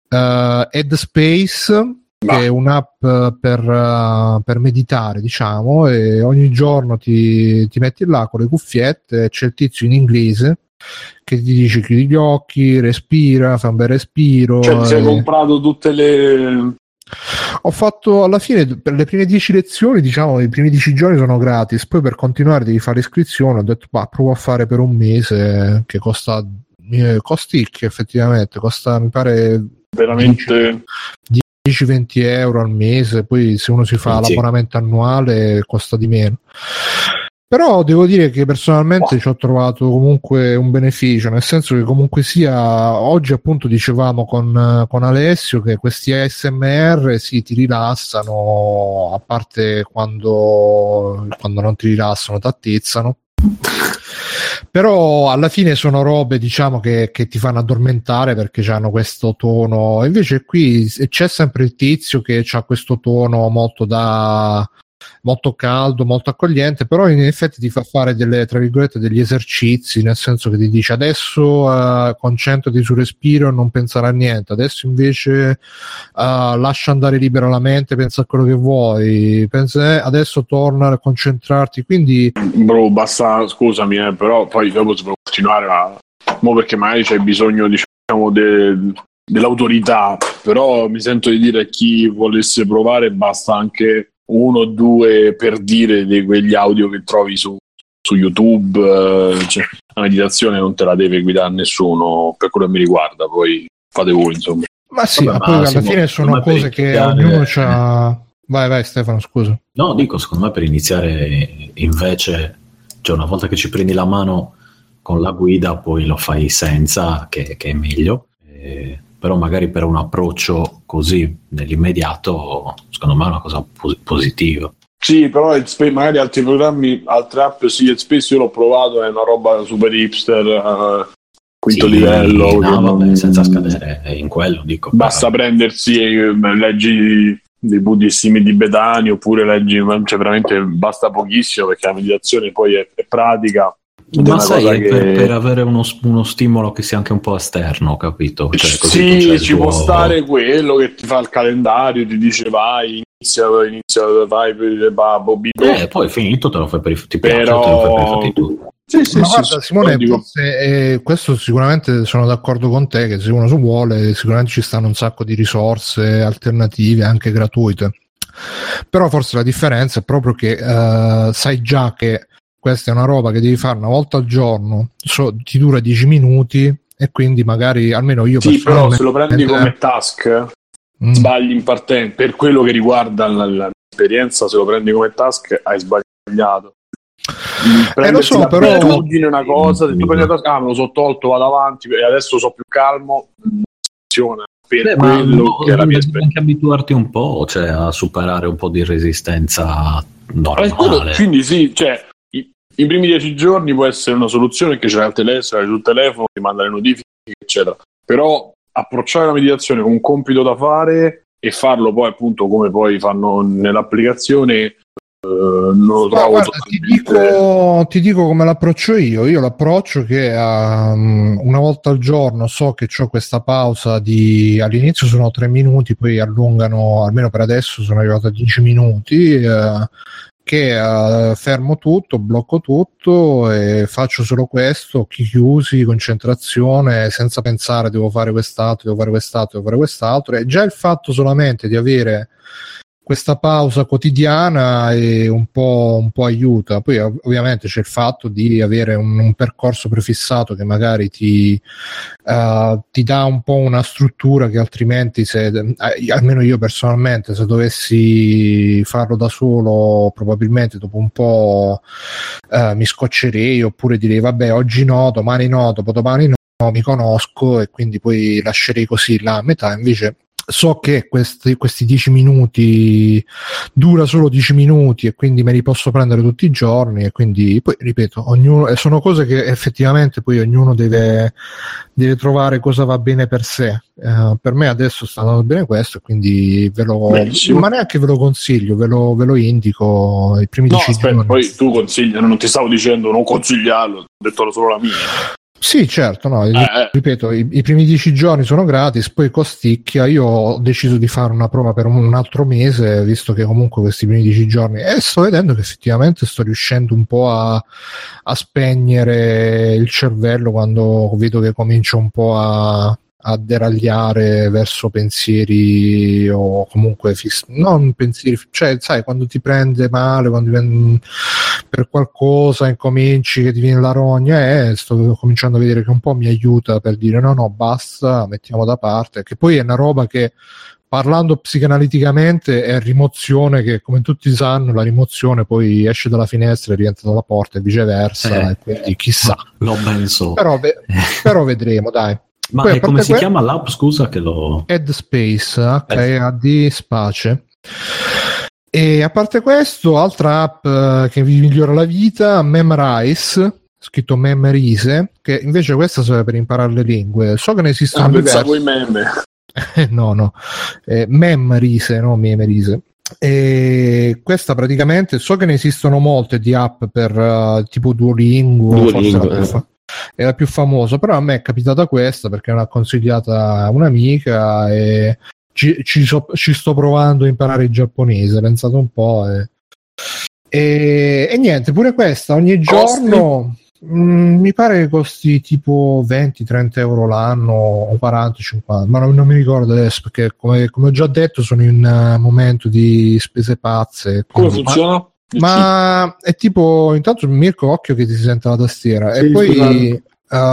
Headspace, che è un'app per meditare, diciamo, e ogni giorno ti metti là con le cuffiette, c'è il tizio in inglese che ti dice chiudi gli occhi, respira, fa un bel respiro. Cioè ti sei comprato tutte le... Ho fatto alla fine per le prime 10 lezioni, diciamo, i primi 10 giorni sono gratis, poi per continuare devi fare l'iscrizione. Ho detto provo a fare per un mese, che costicchia, effettivamente costa, mi pare, veramente 10-20 euro al mese. Poi se uno si fa l'abbonamento annuale costa di meno. Però devo dire che personalmente ci ho trovato comunque un beneficio, nel senso che comunque sia, oggi appunto dicevamo con Alessio che questi ASMR ti rilassano, a parte quando non ti rilassano, ti attizzano. Però alla fine sono robe, diciamo, che ti fanno addormentare perché hanno questo tono. Invece qui c'è sempre il tizio che ha questo tono molto da molto caldo, molto accogliente, però in effetti ti fa fare tra virgolette degli esercizi, nel senso che ti dice adesso concentrati sul respiro e non pensare a niente, adesso invece lascia andare libera la mente, pensa a quello che vuoi, adesso torna a concentrarti, quindi bro, basta, scusami, però poi dopo si può continuare perché magari c'è bisogno, diciamo, dell'autorità, però mi sento di dire a chi volesse provare basta anche 1 o 2 per dire di quegli audio che trovi su YouTube, cioè, la meditazione non te la deve guidare nessuno, per quello che mi riguarda, poi fate voi, insomma. Ma sì, vabbè, ma poi alla fine sono cose che ognuno c'ha. Vai Stefano, scusa. No, dico, secondo me per iniziare invece, cioè una volta che ci prendi la mano con la guida, poi lo fai senza, che è meglio. Però magari per un approccio così nell'immediato, secondo me è una cosa positiva. Sì, però magari altri programmi, altre app, sì, spesso io l'ho provato, è una roba super hipster, quinto livello. Vabbè, senza scadere in quello, dico. Basta prendersi, leggi dei buddissimi tibetani, oppure leggi, cioè veramente basta pochissimo, perché la meditazione poi è pratica. Ma sai, per avere uno stimolo che sia anche un po' esterno, capito? Cioè, così sì, ci può stare quello che ti fa il calendario, ti dice vai, inizia vai per Bobito. Poi finito te lo fai per ti piace, te lo fai per i fatti tu. Sì, ma guarda, Simone, questo sicuramente sono d'accordo con te, che se uno vuole sicuramente ci stanno un sacco di risorse alternative, anche gratuite, però forse la differenza è proprio che sai già che questa è una roba che devi fare una volta al giorno, ti dura 10 minuti e quindi magari, almeno io sì, però se lo prendi come task sbagli in partenza, per quello che riguarda l'esperienza, se lo prendi come task hai sbagliato. Lo so, però una cosa, se tu prendi la task, me lo so tolto, vado avanti e adesso so più calmo, funziona. Per quello che è la mia esperienza, anche abituarti un po', cioè a superare un po' di resistenza normale. Quindi sì, cioè i primi 10 giorni può essere una soluzione, perché c'è sul telefono, ti manda le notifiche, eccetera. Però approcciare la meditazione come un compito da fare e farlo poi appunto come poi fanno nell'applicazione, non lo trovo. Guarda, ti dico come l'approccio io l'approccio che una volta al giorno so che ho questa pausa all'inizio sono 3 minuti, poi allungano, almeno per adesso sono arrivato a 10 minuti, che fermo tutto, blocco tutto e faccio solo questo, occhi chiusi, concentrazione, senza pensare devo fare quest'altro, e già il fatto solamente di avere questa pausa quotidiana e un po' aiuta. Poi ovviamente c'è il fatto di avere un percorso prefissato che magari ti dà un po' una struttura che altrimenti, almeno io personalmente, se dovessi farlo da solo, probabilmente dopo un po' mi scoccerei, oppure direi vabbè, oggi no, domani no, dopodomani no, mi conosco, e quindi poi lascerei così la metà. Invece so che questi 10 minuti dura solo 10 minuti e quindi me li posso prendere tutti i giorni, e quindi poi ripeto, sono cose che effettivamente poi ognuno deve trovare cosa va bene per sé. Per me adesso sta andando bene questo, e quindi ma neanche ve lo consiglio, ve lo indico i primi 10 giorni. Poi tu consigli, non ti stavo dicendo non consigliarlo, ho detto solo la mia. Sì, certo, no, ripeto, i primi 10 giorni sono gratis, poi costicchia. Io ho deciso di fare una prova per un altro mese, visto che comunque questi primi 10 giorni, e sto vedendo che effettivamente sto riuscendo un po' a spegnere il cervello quando vedo che comincio un po' a deragliare verso pensieri, o comunque non pensieri, cioè sai, quando ti prende male, per qualcosa incominci che ti viene la rogna, sto cominciando a vedere che un po' mi aiuta per dire no basta, mettiamo da parte, che poi è una roba che, parlando psicanaliticamente, è rimozione, che come tutti sanno la rimozione poi esce dalla finestra e rientra dalla porta e viceversa, e quindi chissà, lo penso, però vedremo, dai. Ma poi, come si chiama l'app, scusa, che lo... Headspace, HEAD Space. E a parte questo, altra app che vi migliora la vita, Memrise, scritto Memorise, che invece questa serve per imparare le lingue. So che ne esistono pensavo i meme. no, Memorise, no Memorise. E questa praticamente, so che ne esistono molte di app per tipo Duolingo, forse è la più famosa, però a me è capitata questa perché me l'ha consigliata un'amica e ci sto provando a imparare il giapponese, pensate un po'. E niente, pure questa ogni giorno mi pare che costi tipo 20-30 euro l'anno o 40-50, ma non mi ricordo adesso perché come ho già detto sono in un momento di spese pazze. Come funziona? Ma è tipo, intanto Mirko, occhio che ti si sente la tastiera, sì, e poi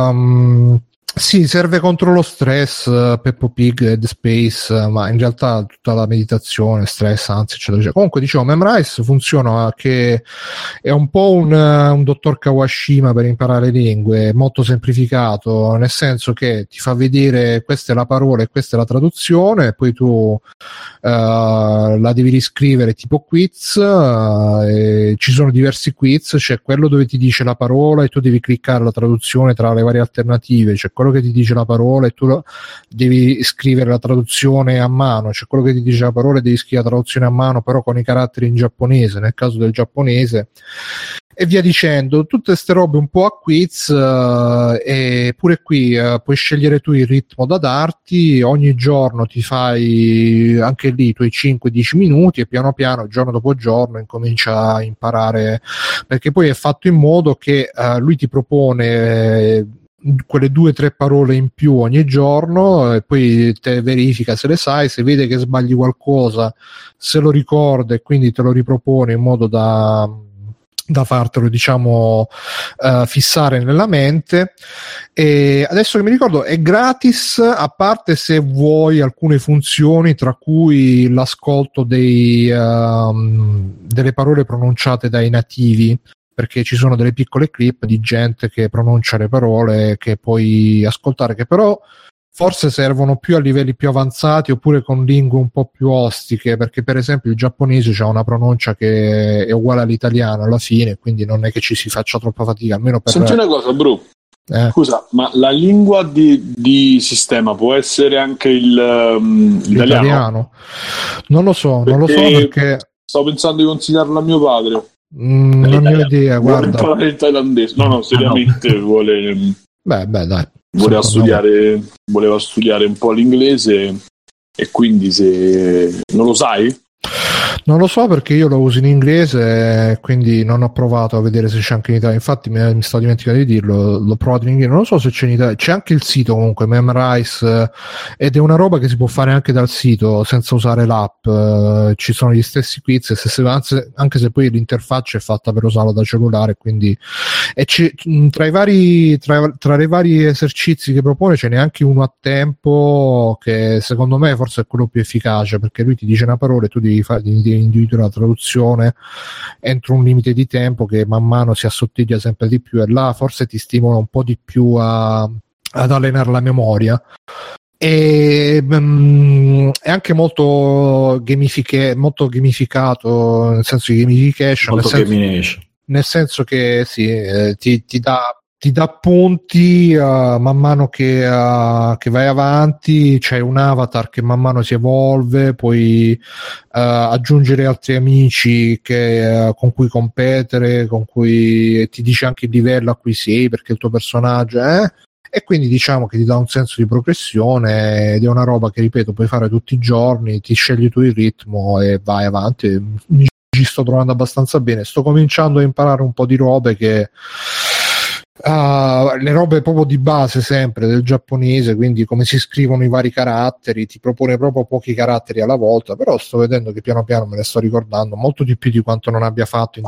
sì, serve contro lo stress, Peppa Pig, Headspace, ma in realtà tutta la meditazione, stress, ansia, eccetera, eccetera. Comunque dicevo, Memrise funziona che è un po' un dottor Kawashima per imparare lingue, molto semplificato, nel senso che ti fa vedere questa è la parola e questa è la traduzione, e poi tu la devi riscrivere tipo quiz, ci sono diversi quiz, c'è quello dove ti dice la parola e tu devi cliccare la traduzione tra le varie alternative, c'è quello che ti dice la parola e tu devi scrivere la traduzione a mano, c'è quello che ti dice la parola e devi scrivere la traduzione a mano però con i caratteri in giapponese nel caso del giapponese, e via dicendo, tutte ste robe un po' a quiz, e pure qui puoi scegliere tu il ritmo da darti, ogni giorno ti fai anche lì i tuoi 5-10 minuti e piano piano, giorno dopo giorno, incomincia a imparare, perché poi è fatto in modo che lui ti propone quelle 2-3 parole in più ogni giorno e poi te verifica se le sai, se vede che sbagli qualcosa se lo ricorda e quindi te lo ripropone in modo da fartelo, diciamo, fissare nella mente. E adesso che mi ricordo è gratis, a parte se vuoi alcune funzioni, tra cui l'ascolto delle parole pronunciate dai nativi, perché ci sono delle piccole clip di gente che pronuncia le parole che puoi ascoltare, che però forse servono più a livelli più avanzati oppure con lingue un po' più ostiche, perché per esempio il giapponese c'ha una pronuncia che è uguale all'italiano alla fine, quindi non è che ci si faccia troppa fatica, almeno per... Senti una cosa, bro. Scusa, ma la lingua di sistema può essere anche l'italiano? Non lo so perché sto pensando di consigliarlo a mio padre. Non ne ho idea, vuole imparare il thailandese. No, seriamente vuole. Beh, dai. Voleva studiare un po' l'inglese e quindi se non lo sai? Non lo so perché io lo uso in inglese, quindi non ho provato a vedere se c'è anche in Italia. Infatti mi sto dimenticando di dirlo, l'ho provato in inglese, non lo so se c'è in Italia. C'è anche il sito comunque, Memrise, ed è una roba che si può fare anche dal sito senza usare l'app. Ci sono gli stessi quiz, anche se poi l'interfaccia è fatta per usarlo da cellulare, quindi tra i vari esercizi che propone ce n'è anche uno a tempo che secondo me forse è quello più efficace, perché lui ti dice una parola e tu devi individuare la traduzione entro un limite di tempo che man mano si assottiglia sempre di più, e là forse ti stimola un po' di più ad allenare la memoria. E è anche molto gamificato, nel senso di gamification, nel senso che sì, ti dà punti man mano che vai avanti, c'è un avatar che man mano si evolve, puoi aggiungere altri amici con cui competere, con cui ti dice anche il livello a cui sei, perché il tuo personaggio e quindi diciamo che ti dà un senso di progressione ed è una roba che, ripeto, puoi fare tutti i giorni, ti scegli tu il ritmo e vai avanti. Mi ci sto trovando abbastanza bene, sto cominciando a imparare un po' di robe che le robe proprio di base sempre del giapponese, quindi come si scrivono i vari caratteri, ti propone proprio pochi caratteri alla volta, però sto vedendo che piano piano me ne sto ricordando molto di più di quanto non abbia fatto in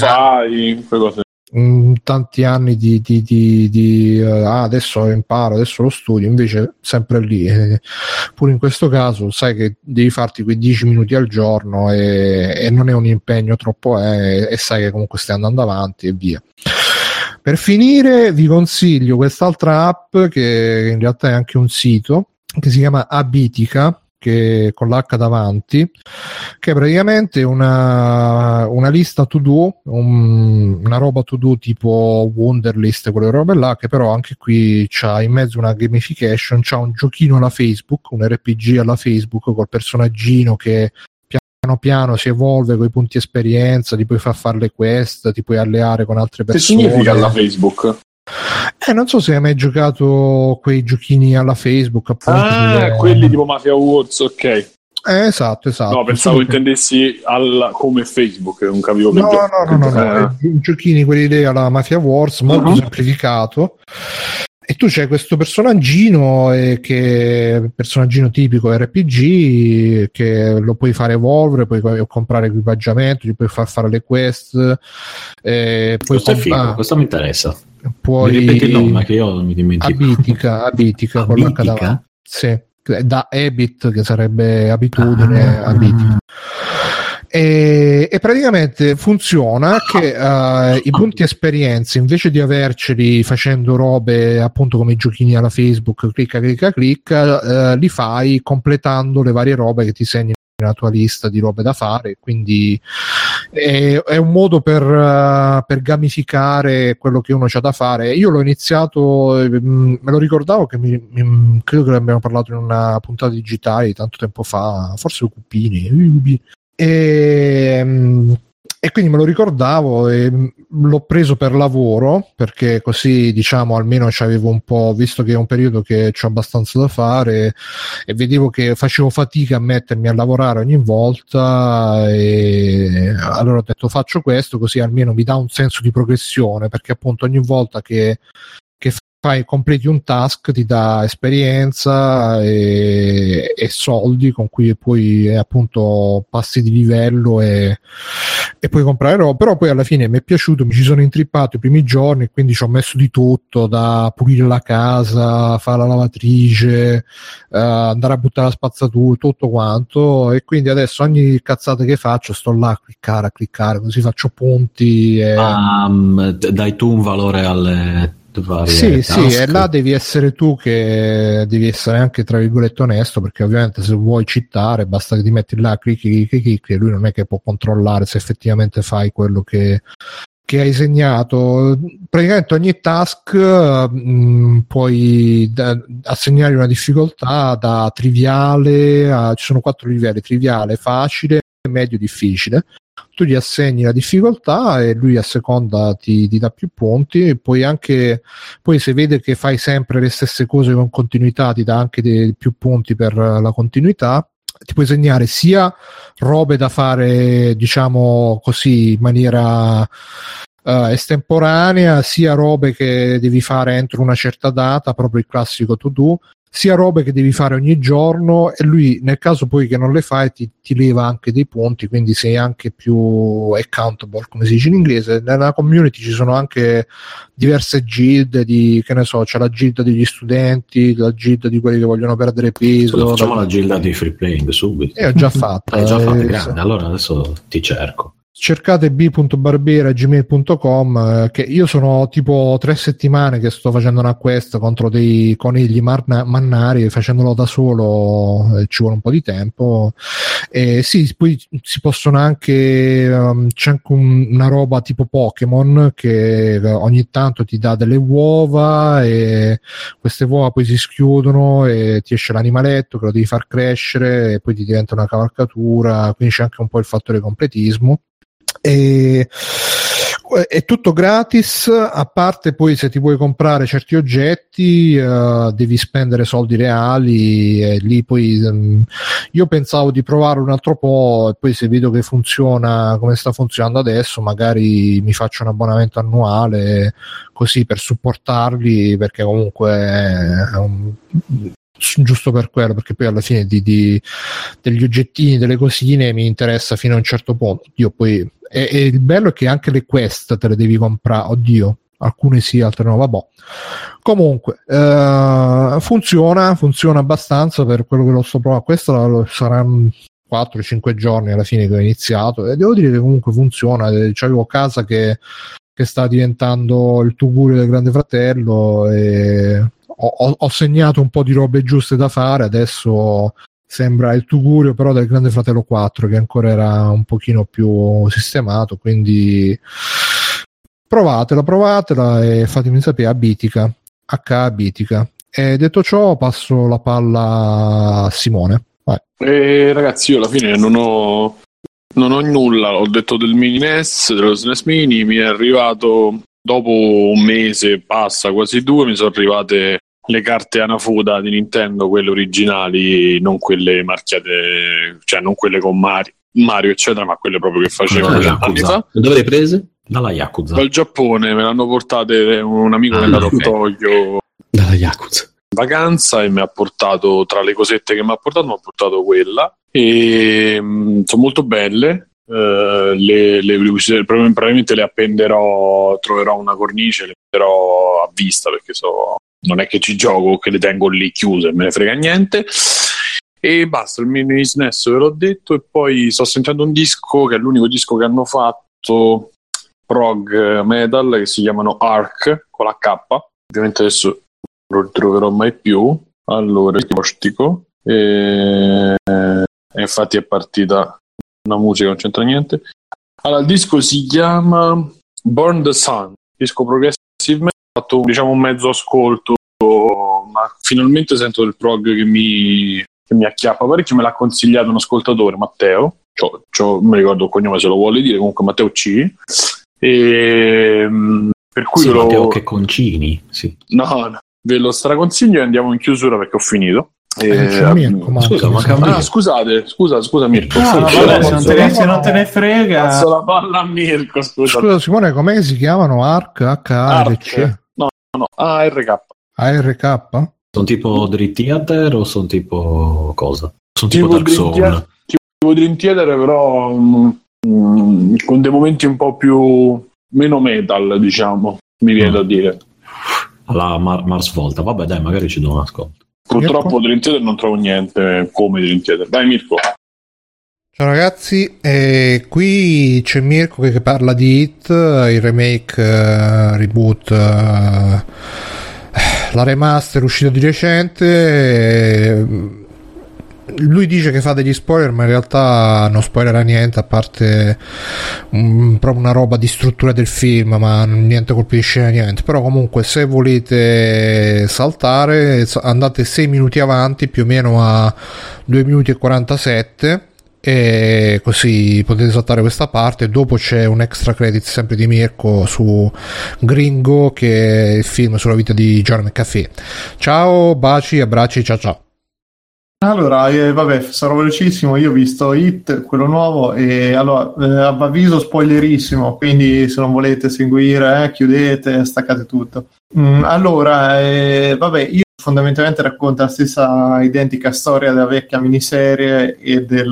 tanti anni di adesso imparo, adesso lo studio, invece sempre lì, pure in questo caso sai che devi farti quei 10 minuti al giorno e non è un impegno troppo e sai che comunque stai andando avanti e via. Per finire vi consiglio quest'altra app che in realtà è anche un sito che si chiama Abitica, che con l'H davanti, che è praticamente una lista to do, una roba to do tipo Wunderlist, quelle robe là, che però anche qui c'ha in mezzo una gamification, c'ha un giochino alla Facebook, un RPG alla Facebook col personaggino che piano si evolve con i punti esperienza, ti puoi fare le quest, ti puoi alleare con altre persone. Che significa alla Facebook? Non so se hai mai giocato quei giochini alla Facebook, appunto, quelli tipo Mafia Wars, ok. Esatto. No, pensavo intendessi come Facebook, non capivo che no. I giochini quelli lì alla Mafia Wars, molto semplificato. E tu c'hai questo personaggino che personaggino tipico RPG che lo puoi fare evolvere, puoi comprare equipaggiamento, gli puoi fare le quest. Questo è figo, questo mi interessa. Puoi... Mi ripeti il nome che io non mi dimentico. Abitica con l'H. Sì, da habit, che sarebbe abitudine, abitica. E praticamente funziona che i punti esperienza, invece di averceli facendo robe appunto come i giochini alla Facebook, clicca, li fai completando le varie robe che ti segni nella tua lista di robe da fare. Quindi è un modo per gamificare quello che uno c'ha da fare. Io l'ho iniziato, me lo ricordavo che credo che ne abbiamo parlato in una puntata digitale tanto tempo fa, forse i Cupini. E quindi me lo ricordavo e l'ho preso per lavoro, perché così diciamo almeno c'avevo un po', visto che è un periodo che c'ho abbastanza da fare e vedevo che facevo fatica a mettermi a lavorare ogni volta, e allora ho detto faccio questo, così almeno mi dà un senso di progressione, perché appunto ogni volta che completi un task ti dà esperienza e soldi con cui poi appunto passi di livello e puoi comprare roba. Però poi alla fine mi è piaciuto, mi ci sono intrippato i primi giorni, quindi ci ho messo di tutto, da pulire la casa, fare la lavatrice, andare a buttare la spazzatura, tutto quanto, e quindi adesso ogni cazzata che faccio sto là a cliccare, così faccio punti dai tu un valore alle sì, e là devi essere tu che devi essere anche tra virgolette onesto, perché ovviamente se vuoi cheatare basta che ti metti là, clicchi e lui non è che può controllare se effettivamente fai quello che hai segnato. Praticamente ogni task puoi assegnare una difficoltà da triviale ci sono 4 livelli: triviale, facile, medio, difficile. Tu gli assegni la difficoltà e lui a seconda ti dà più punti, e poi se vede che fai sempre le stesse cose con continuità ti dà anche più punti per la continuità. Ti puoi segnare sia robe da fare diciamo così in maniera estemporanea, sia robe che devi fare entro una certa data, proprio il classico to do, sia robe che devi fare ogni giorno, e lui nel caso poi che non le fai ti leva anche dei punti, quindi sei anche più accountable, come si dice in inglese. Nella community ci sono anche diverse guild che ne so, c'è la guild degli studenti, la guild di quelli che vogliono perdere peso. Facciamo la guild di free playing subito. Ho già fatto. Hai già fatto, grande. Allora adesso ti cerco. Cercate b.barbiera@gmail.com, che io sono tipo 3 settimane che sto facendo una quest contro dei conigli mannari, facendolo da solo ci vuole un po' di tempo. Sì, poi si possono anche c'è anche una roba tipo Pokémon che ogni tanto ti dà delle uova, e queste uova poi si schiudono e ti esce l'animaletto che lo devi far crescere e poi ti diventa una cavalcatura, quindi c'è anche un po' il fattore completismo. È tutto gratis, a parte poi se ti vuoi comprare certi oggetti devi spendere soldi reali, e lì poi io pensavo di provare un altro po', e poi se vedo che funziona come sta funzionando adesso magari mi faccio un abbonamento annuale così per supportarli, perché comunque giusto per quello, perché poi alla fine degli oggettini, delle cosine mi interessa fino a un certo punto. Io poi e il bello è che anche le quest te le devi comprare, oddio, alcune sì, altre no, vabbè. Comunque funziona abbastanza per quello che lo sto provando. Questo saranno 4-5 giorni alla fine che ho iniziato, e devo dire che comunque funziona. C'avevo casa che sta diventando il tugurio del Grande Fratello, e ho segnato un po' di robe giuste da fare. Adesso sembra il tugurio però del Grande Fratello 4, che ancora era un pochino più sistemato, quindi provatela e fatemi sapere. Abitica. E detto ciò passo la palla a Simone. Vai. Ragazzi, io alla fine non ho Non ho nulla, ho detto del mini NES, dello SNES Mini, mi è arrivato dopo un mese, passa quasi 2, mi sono arrivate le carte Hanafuda di Nintendo, quelle originali, non quelle marchiate, cioè non quelle con Mario eccetera, ma quelle proprio che facevo anni fa. Dove le hai prese? Dalla Yakuza. Dal Giappone, me l'hanno portate un amico che è andato a Tokyo dalla Yakuza in vacanza e mi ha portato, tra le cosette che mi ha portato quella, e sono molto belle. Probabilmente le appenderò, troverò una cornice, le metterò a vista, perché non è che ci gioco, che le tengo lì chiuse, me ne frega niente. E basta, il mini SNES ve l'ho detto. E poi sto sentendo un disco che è l'unico disco che hanno fatto prog metal, che si chiamano Ark con la K. Ovviamente adesso non lo troverò mai più. Allora, ostico, e infatti è partita una musica, non c'entra niente. Allora, il disco si chiama Burn the Sun, disco progressive metal, ho fatto diciamo un mezzo ascolto, ma finalmente sento del prog che mi acchiappa parecchio. Me l'ha consigliato un ascoltatore, Matteo, non mi ricordo il cognome, se lo vuole dire, comunque Matteo C. E per cui sì, Matteo che Concini, sì. No, ve lo straconsiglio e andiamo in chiusura perché ho finito. Scusa Mirko. Se non te ne frega, passo la palla a Mirko. Scusa Simone, com'è che si chiamano? Arc, H-A-R-C? No, ARK. ARK? Sono tipo Dream Theater o sono tipo cosa? Sono tipo Dark Souls? Tipo Dream Theater, però con dei momenti un po' meno metal, diciamo, mi viene da dire. Alla Mars Volta, vabbè dai, magari ci do un ascolto. Purtroppo Dream Theater non trovo niente come Dream Theater. Dai Mirko. Ciao ragazzi, qui c'è Mirko che parla di Hit, il remake, reboot, la remaster uscito di recente. Lui dice che fa degli spoiler, ma in realtà non spoilerà niente, a parte proprio una roba di struttura del film, ma niente colpi di scena, niente. Però comunque, se volete saltare, andate 6 minuti avanti, più o meno a 2 minuti e 47, e così potete saltare questa parte. Dopo c'è un extra credit sempre di Mirko su Gringo, che è il film sulla vita di John McAfee. Ciao, baci, abbracci, ciao ciao. Allora, vabbè, sarò velocissimo. Io ho visto Hit, quello nuovo, e allora avviso spoilerissimo, quindi se non volete seguire, chiudete, staccate tutto. Allora, vabbè, io fondamentalmente racconta la stessa identica storia della vecchia miniserie e del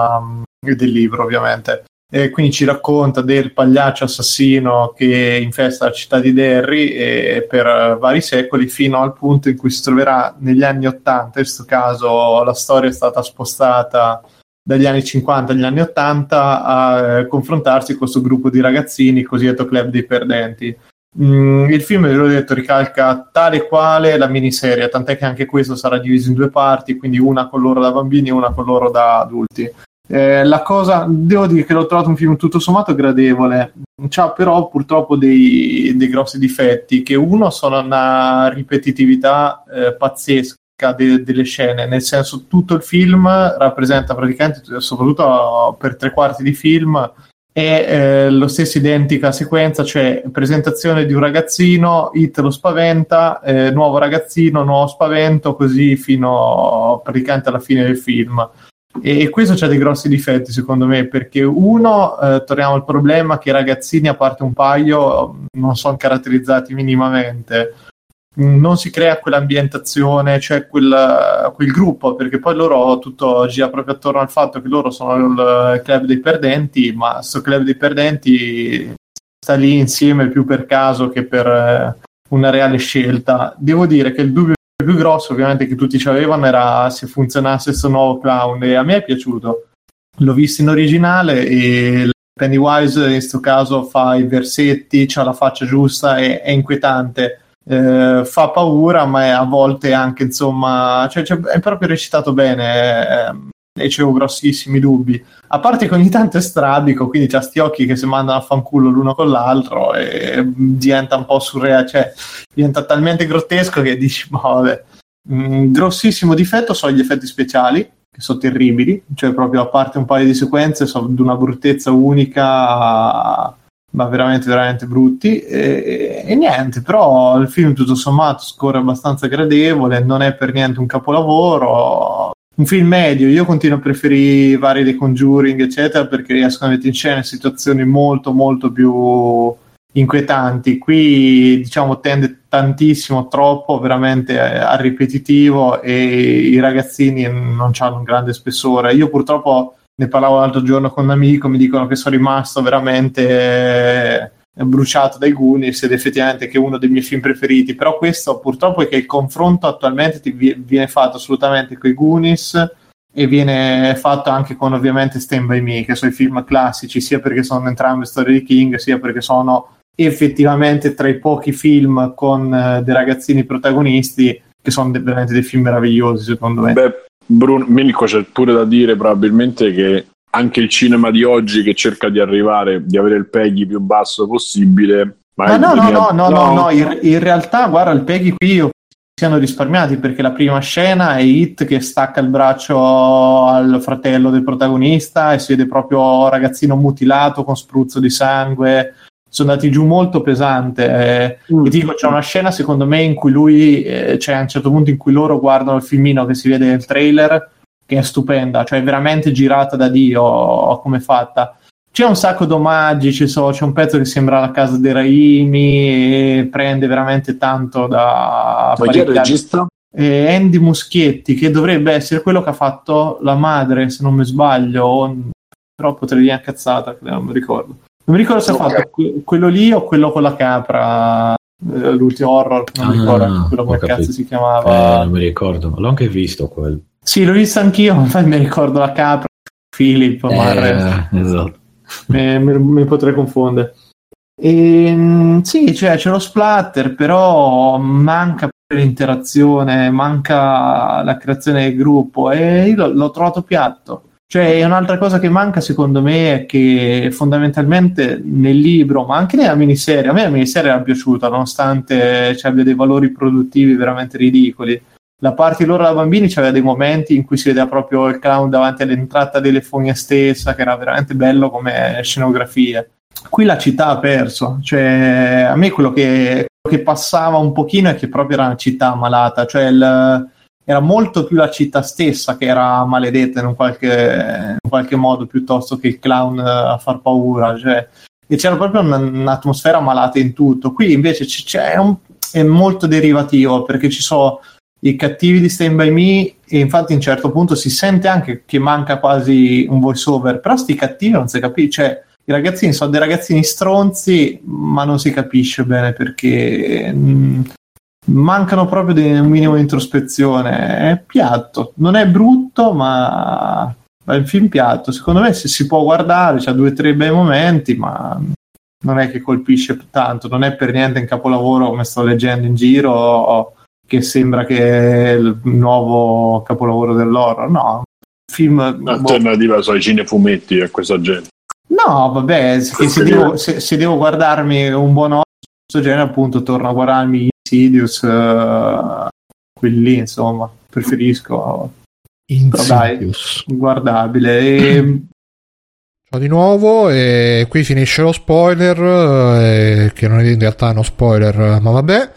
libro, ovviamente. E quindi ci racconta del pagliaccio assassino che infesta la città di Derry per vari secoli, fino al punto in cui si troverà negli anni 80. In questo caso la storia è stata spostata dagli anni 50 agli anni 80 a confrontarsi con questo gruppo di ragazzini, il cosiddetto club dei perdenti. Il film, ve l'ho detto, ricalca tale quale la miniserie, tant'è che anche questo sarà diviso in 2 parti, quindi una con loro da bambini e una con loro da adulti. La cosa, devo dire che l'ho trovato un film tutto sommato gradevole, c'ha però purtroppo dei grossi difetti, che uno sono una ripetitività pazzesca delle scene, nel senso tutto il film rappresenta praticamente, soprattutto per 3/4 di film, è lo stesso identica sequenza, cioè presentazione di un ragazzino, Hit lo spaventa, nuovo ragazzino, nuovo spavento, così fino praticamente alla fine del film. E questo c'ha dei grossi difetti secondo me, perché uno, torniamo al problema che i ragazzini, a parte un paio, non sono caratterizzati minimamente, non si crea quell'ambientazione, cioè quel gruppo, perché poi loro tutto gira proprio attorno al fatto che loro sono il club dei perdenti, ma questo club dei perdenti sta lì insieme più per caso che per una reale scelta. Devo dire che il dubbio più grosso ovviamente che tutti ci avevano era se funzionasse questo nuovo clown, e a me è piaciuto, l'ho visto in originale e Pennywise in questo caso fa i versetti, c'ha la faccia giusta, è inquietante, fa paura, ma è a volte anche, insomma, cioè, è proprio recitato bene, e c'avevo grossissimi dubbi, a parte che ogni tanto è strabico, quindi c'ha sti occhi che si mandano a fanculo l'uno con l'altro e diventa un po' surreale, cioè diventa talmente grottesco che dici, ma vabbè. Grossissimo difetto sono gli effetti speciali, che sono terribili, cioè proprio a parte un paio di sequenze sono di una bruttezza unica, ma veramente veramente brutti, e niente, però il film tutto sommato scorre abbastanza gradevole, non è per niente un capolavoro, un film medio. Io continuo a preferire vari The Conjuring eccetera, perché riescono a mettere in scena situazioni molto molto più inquietanti. Qui diciamo tende tantissimo, troppo veramente al ripetitivo, e i ragazzini non hanno un grande spessore. Io purtroppo ne parlavo l'altro giorno con un amico, mi dicono che sono rimasto veramente bruciato dai Goonies, ed effettivamente che è uno dei miei film preferiti, però questo purtroppo è che il confronto attualmente viene fatto assolutamente con i Goonies, e viene fatto anche con ovviamente Stand By Me, che sono i film classici, sia perché sono entrambe storie di King, sia perché sono effettivamente tra i pochi film con dei ragazzini protagonisti che sono veramente dei film meravigliosi, secondo me. Beh, Mirko, c'è pure da dire probabilmente che anche il cinema di oggi, che cerca di arrivare, di avere il PEGI più basso possibile, no, in realtà guarda, il PEGI qui io siano risparmiati, perché la prima scena è It che stacca il braccio al fratello del protagonista e si vede proprio ragazzino mutilato con spruzzo di sangue. Sono andati giù molto pesante, e tipo c'è una scena secondo me in cui lui c'è a un certo punto in cui loro guardano il filmino che si vede nel trailer, che è stupenda, cioè veramente girata da Dio come è fatta. C'è un sacco d'omaggi, c'è un pezzo che sembra la casa dei Raimi e prende veramente tanto da... Ma chi è il regista? Andy Muschietti, che dovrebbe essere quello che ha fatto La Madre, se non mi sbaglio, però potrei dire una cazzata, non mi ricordo. Non mi ricordo se ha fatto quello lì o quello con la capra, l'ultimo horror, non mi ricordo quello come cazzo si chiamava. Non mi ricordo, l'ho anche visto quello. Sì, l'ho visto anch'io, ma infatti mi ricordo la capra, Philip, ma esatto. mi potrei confondere. Sì, cioè c'è lo splatter, però manca l'interazione, manca la creazione del gruppo, e io l'ho trovato piatto. Cioè, un'altra cosa che manca secondo me è che fondamentalmente nel libro, ma anche nella miniserie, a me la miniserie era piaciuta, nonostante abbia dei valori produttivi veramente ridicoli. La parte di loro da bambini c'aveva dei momenti in cui si vedeva proprio il clown davanti all'entrata delle fogne stessa, che era veramente bello come scenografia. Qui la città ha perso, cioè a me quello che passava un pochino è che proprio era una città malata, cioè era molto più la città stessa che era maledetta in un qualche modo, piuttosto che il clown a far paura, cioè, e c'era proprio un'atmosfera malata in tutto. Qui invece è molto derivativo, perché ci sono i cattivi di Stand By Me, e infatti a un certo punto si sente anche che manca quasi un voice over, però sti cattivi non si capisce, cioè i ragazzini sono dei ragazzini stronzi, ma non si capisce bene perché mancano proprio di un minimo di introspezione. È piatto, non è brutto, ma è un film piatto. Secondo me si può guardare, c'ha 2 o 3 bei momenti, ma non è che colpisce tanto, non è per niente un capolavoro come sto leggendo in giro, che sembra che è il nuovo capolavoro dell'horror. No, film alternativa ai cinefumetti a questa gente. No, vabbè, se devo guardarmi un buon horror di questo genere, appunto torno a guardarmi Insidious, quelli, insomma, preferisco. Insidious, dai, guardabile. Ciao di nuovo, e qui finisce lo spoiler, che non è in realtà uno spoiler, ma vabbè,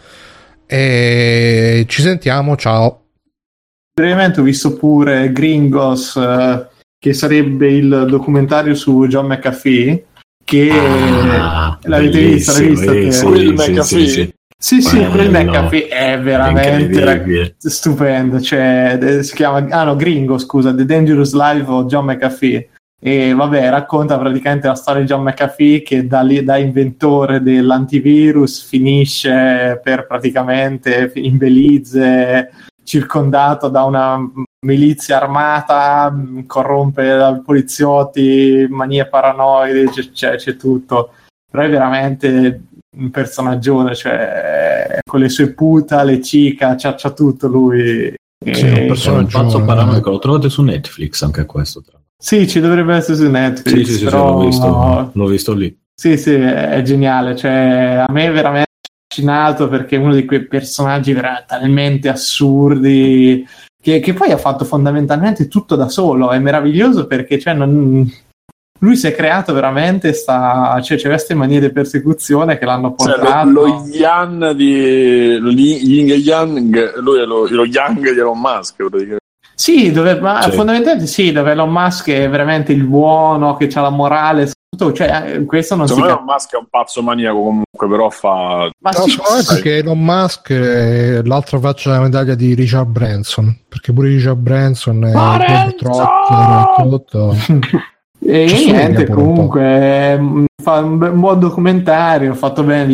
e ci sentiamo, ciao. Brevemente ho visto pure Gringos, che sarebbe il documentario su John McAfee, che l'avete visto? Il McAfee? Sì, quel McAfee è veramente stupendo, cioè si chiama Gringo, scusa, The Dangerous Life of John McAfee, e vabbè, racconta praticamente la storia di John McAfee, che da inventore dell'antivirus finisce per praticamente in Belize, circondato da una milizia armata, corrompe i poliziotti, manie paranoide, c'è tutto, però è veramente un personaggione, cioè con le sue puta, le cica, c'ha tutto lui. Sì, un pazzo paranoico, lo trovate su Netflix anche questo, tra l'altro. Sì, ci dovrebbe essere su Netflix, sì, però l'ho visto lì. Sì, è geniale, cioè a me è veramente affascinato, perché è uno di quei personaggi veramente talmente assurdi, che poi ha fatto fondamentalmente tutto da solo. È meraviglioso perché lui si è creato veramente c'è queste manie di persecuzione che l'hanno portato. Lo Yang di Yin e Yang, lui è lo Yang di Elon Musk praticamente. Sì, fondamentalmente sì, dove Elon Musk è veramente il buono, che c'ha la morale, tutto, cioè questo non si Elon Musk è un pazzo maniaco comunque, però fa... Ma no, sì, perché Elon Musk è l'altra faccia della medaglia di Richard Branson, perché pure Richard Branson è tutto. E niente, comunque fa un buon documentario, fatto bene,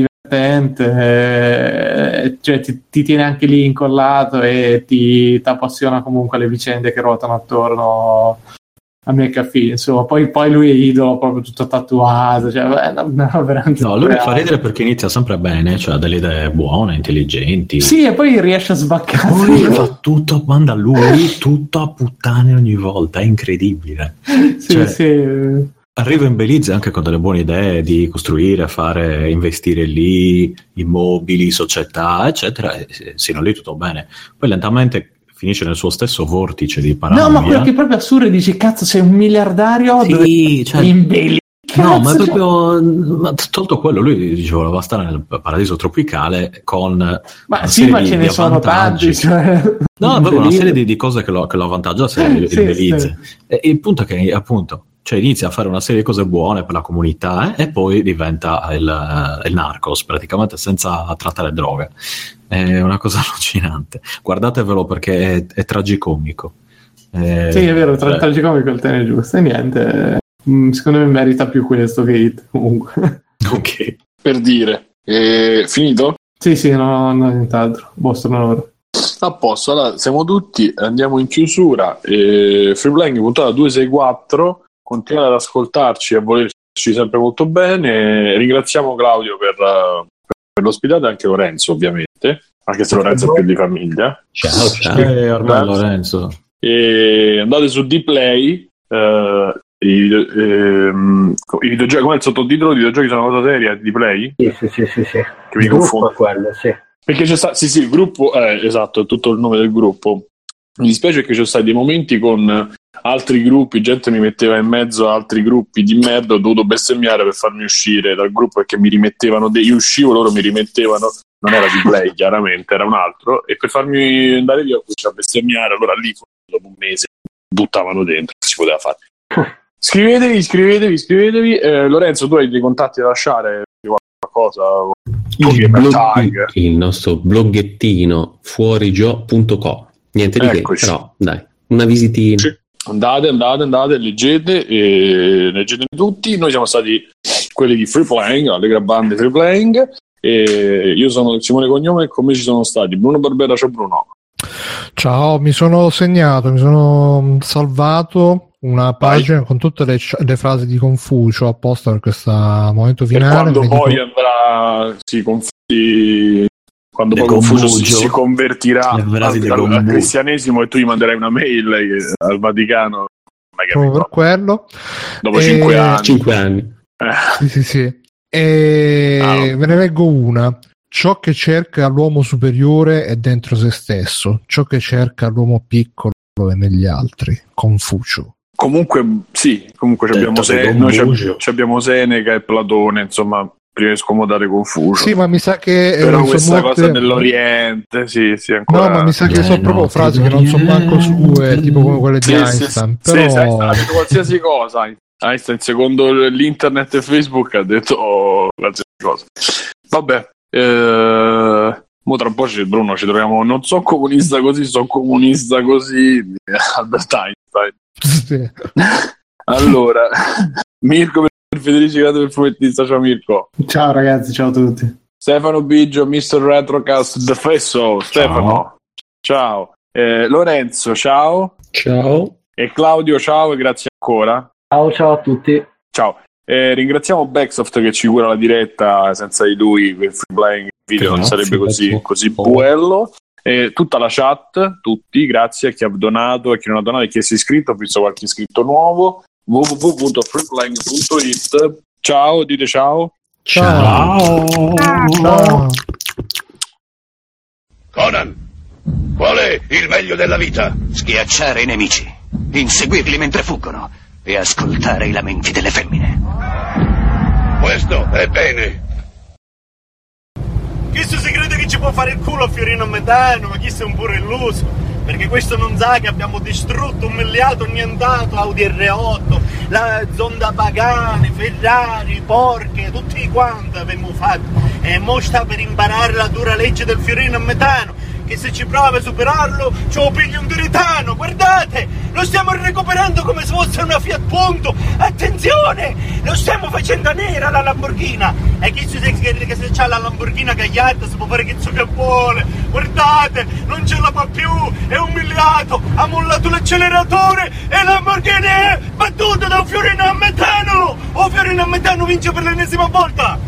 divertente, cioè ti tiene anche lì incollato e ti appassiona comunque le vicende che ruotano attorno a McAfee, insomma. Poi lui è idolo, proprio tutto tatuato, cioè, veramente. No, lui fa ridere perché inizia sempre bene, cioè ha delle idee buone, intelligenti. Sì, e poi riesce a sbaccare. Poi fa tutto, manda lui tutto a puttane ogni volta, è incredibile. Sì, cioè, sì. Arriva in Belize anche con delle buone idee di costruire, fare, investire lì, immobili, società, eccetera, e sino lì tutto bene. Poi lentamente finisce nel suo stesso vortice di paranoia. No, ma quello che è proprio assurdo, dici, cazzo, sei un miliardario? Sì, cioè, in Belize. No, ma è proprio tolto quello, lui diceva voleva stare nel paradiso tropicale con ma sì, ma ce ne sono tanti, cioè... no, proprio una serie di cose che lo avvantaggia il Belize. Sì. E il punto è che appunto, cioè inizia a fare una serie di cose buone per la comunità e poi diventa il narcos praticamente, senza trattare droga. È una cosa allucinante, guardatevelo perché è tragicomico. Sì, è vero, tragicomico il tema è giusto. E niente, secondo me merita più questo che Hit, comunque. Ok, per dire, finito? Sì, no, nient'altro, sono loro. A posto, allora siamo tutti, andiamo in chiusura. Freeplaying puntata 264, continuate ad ascoltarci e a volerci sempre molto bene. Ringraziamo Claudio per l'ospitata e anche Lorenzo, ovviamente, anche se Lorenzo è più di famiglia. Ciao. ormai Lorenzo. E andate su Dplay, i videogiochi, come il sottotitolo, i videogiochi sono una cosa seria, Dplay? Sì. Che mi confondo. Quello, sì. Perché c'è stato, sì, il gruppo, esatto, è tutto il nome del gruppo. Mi dispiace che ci sono stati dei momenti con altri gruppi, gente mi metteva in mezzo a altri gruppi di merda, ho dovuto bestemmiare per farmi uscire dal gruppo perché mi rimettevano, io uscivo, loro mi rimettevano, non era Dplay chiaramente, era un altro, e per farmi andare via ho cominciato a bestemmiare, allora lì dopo un mese buttavano dentro, si poteva fare. Iscrivetevi. Lorenzo, tu hai dei contatti da lasciare? Qualcosa? Il nostro bloggettino fuorigio.co. Niente di che, però dai, una visitina. Sì. Andate, leggete tutti. Noi siamo stati quelli di Freeplaying, Allegra Bande Freeplaying, e io sono Simone Cognome e con me ci sono stati Bruno Barbera. Ciao Bruno. Ciao, mi sono salvato una pagina con tutte le frasi di Confucio apposta per questo momento finale. E quando poi andrà quando poi Confucio si convertirà al cristianesimo e tu gli manderai una mail al Vaticano proprio per quello dopo 5 anni. Sì. Ve ne leggo una. Ciò che cerca l'uomo superiore è dentro se stesso, ciò che cerca l'uomo piccolo è negli altri. Confucio. Comunque abbiamo Seneca e Platone, insomma, prima di scomodare Confucio. Sì, ma mi sa che però questa cosa dell'Oriente, sì, ancora. No, ma mi sa che sono proprio frasi che non sono manco sue, tipo come quelle di Einstein. Però detto qualsiasi cosa. Einstein, secondo l'internet e Facebook, ha detto qualsiasi cosa. Vabbè. Mo tra un po' Bruno ci troviamo, non so comunista così, so comunista così, Albert Einstein. Sì. Allora, Mirko per Federici Gato del fumettista. Ciao Mirko. Ciao ragazzi, ciao a tutti. Stefano Biggio, Mr. Retrocast The Fesso. Stefano, ciao. Lorenzo, ciao. E Claudio, ciao e grazie ancora. Ciao a tutti. Ciao. Ringraziamo Backsoft che ci cura la diretta, senza di lui il Freeplaying video non sarebbe così bello. Tutta la chat, tutti, grazie a chi ha donato e chi non ha donato e chi si è iscritto, ho visto qualche iscritto nuovo. www.freeplaying.it. Ciao, dite ciao. Ciao. Conan, Qual è il meglio della vita? Schiacciare i nemici, inseguirli mentre fuggono e ascoltare i lamenti delle femmine. Questo è bene. Questo si crede che ci può fare il culo a Fiorino Metano, ma chi sei un pure illuso. Perché questo non sa che abbiamo distrutto, umiliato, annientato Audi R8, la Zonda Pagani, Ferrari, Porsche, tutti quanti abbiamo fatto. E mo sta per imparare la dura legge del Fiorino Metano, che se ci prova a superarlo ci lo piglia un tiritano. Guardate, lo stiamo recuperando come se fosse una Fiat Punto. Attenzione, lo stiamo facendo nera la Lamborghini. E chi si crede che se c'ha la Lamborghini Gagliarda si può fare che vuole. Guardate, non ce la fa più, è umiliato, ha mollato l'acceleratore e la Lamborghini è battuta da un Fiorino a Metano. O Fiorino a Metano vince per l'ennesima volta.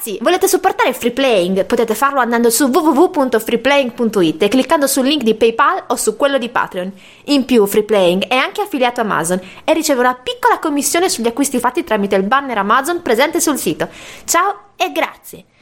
Ragazzi, volete supportare Free Playing? Potete farlo andando su www.freeplaying.it e cliccando sul link di PayPal o su quello di Patreon. In più, Free Playing è anche affiliato a Amazon e riceve una piccola commissione sugli acquisti fatti tramite il banner Amazon presente sul sito. Ciao e grazie!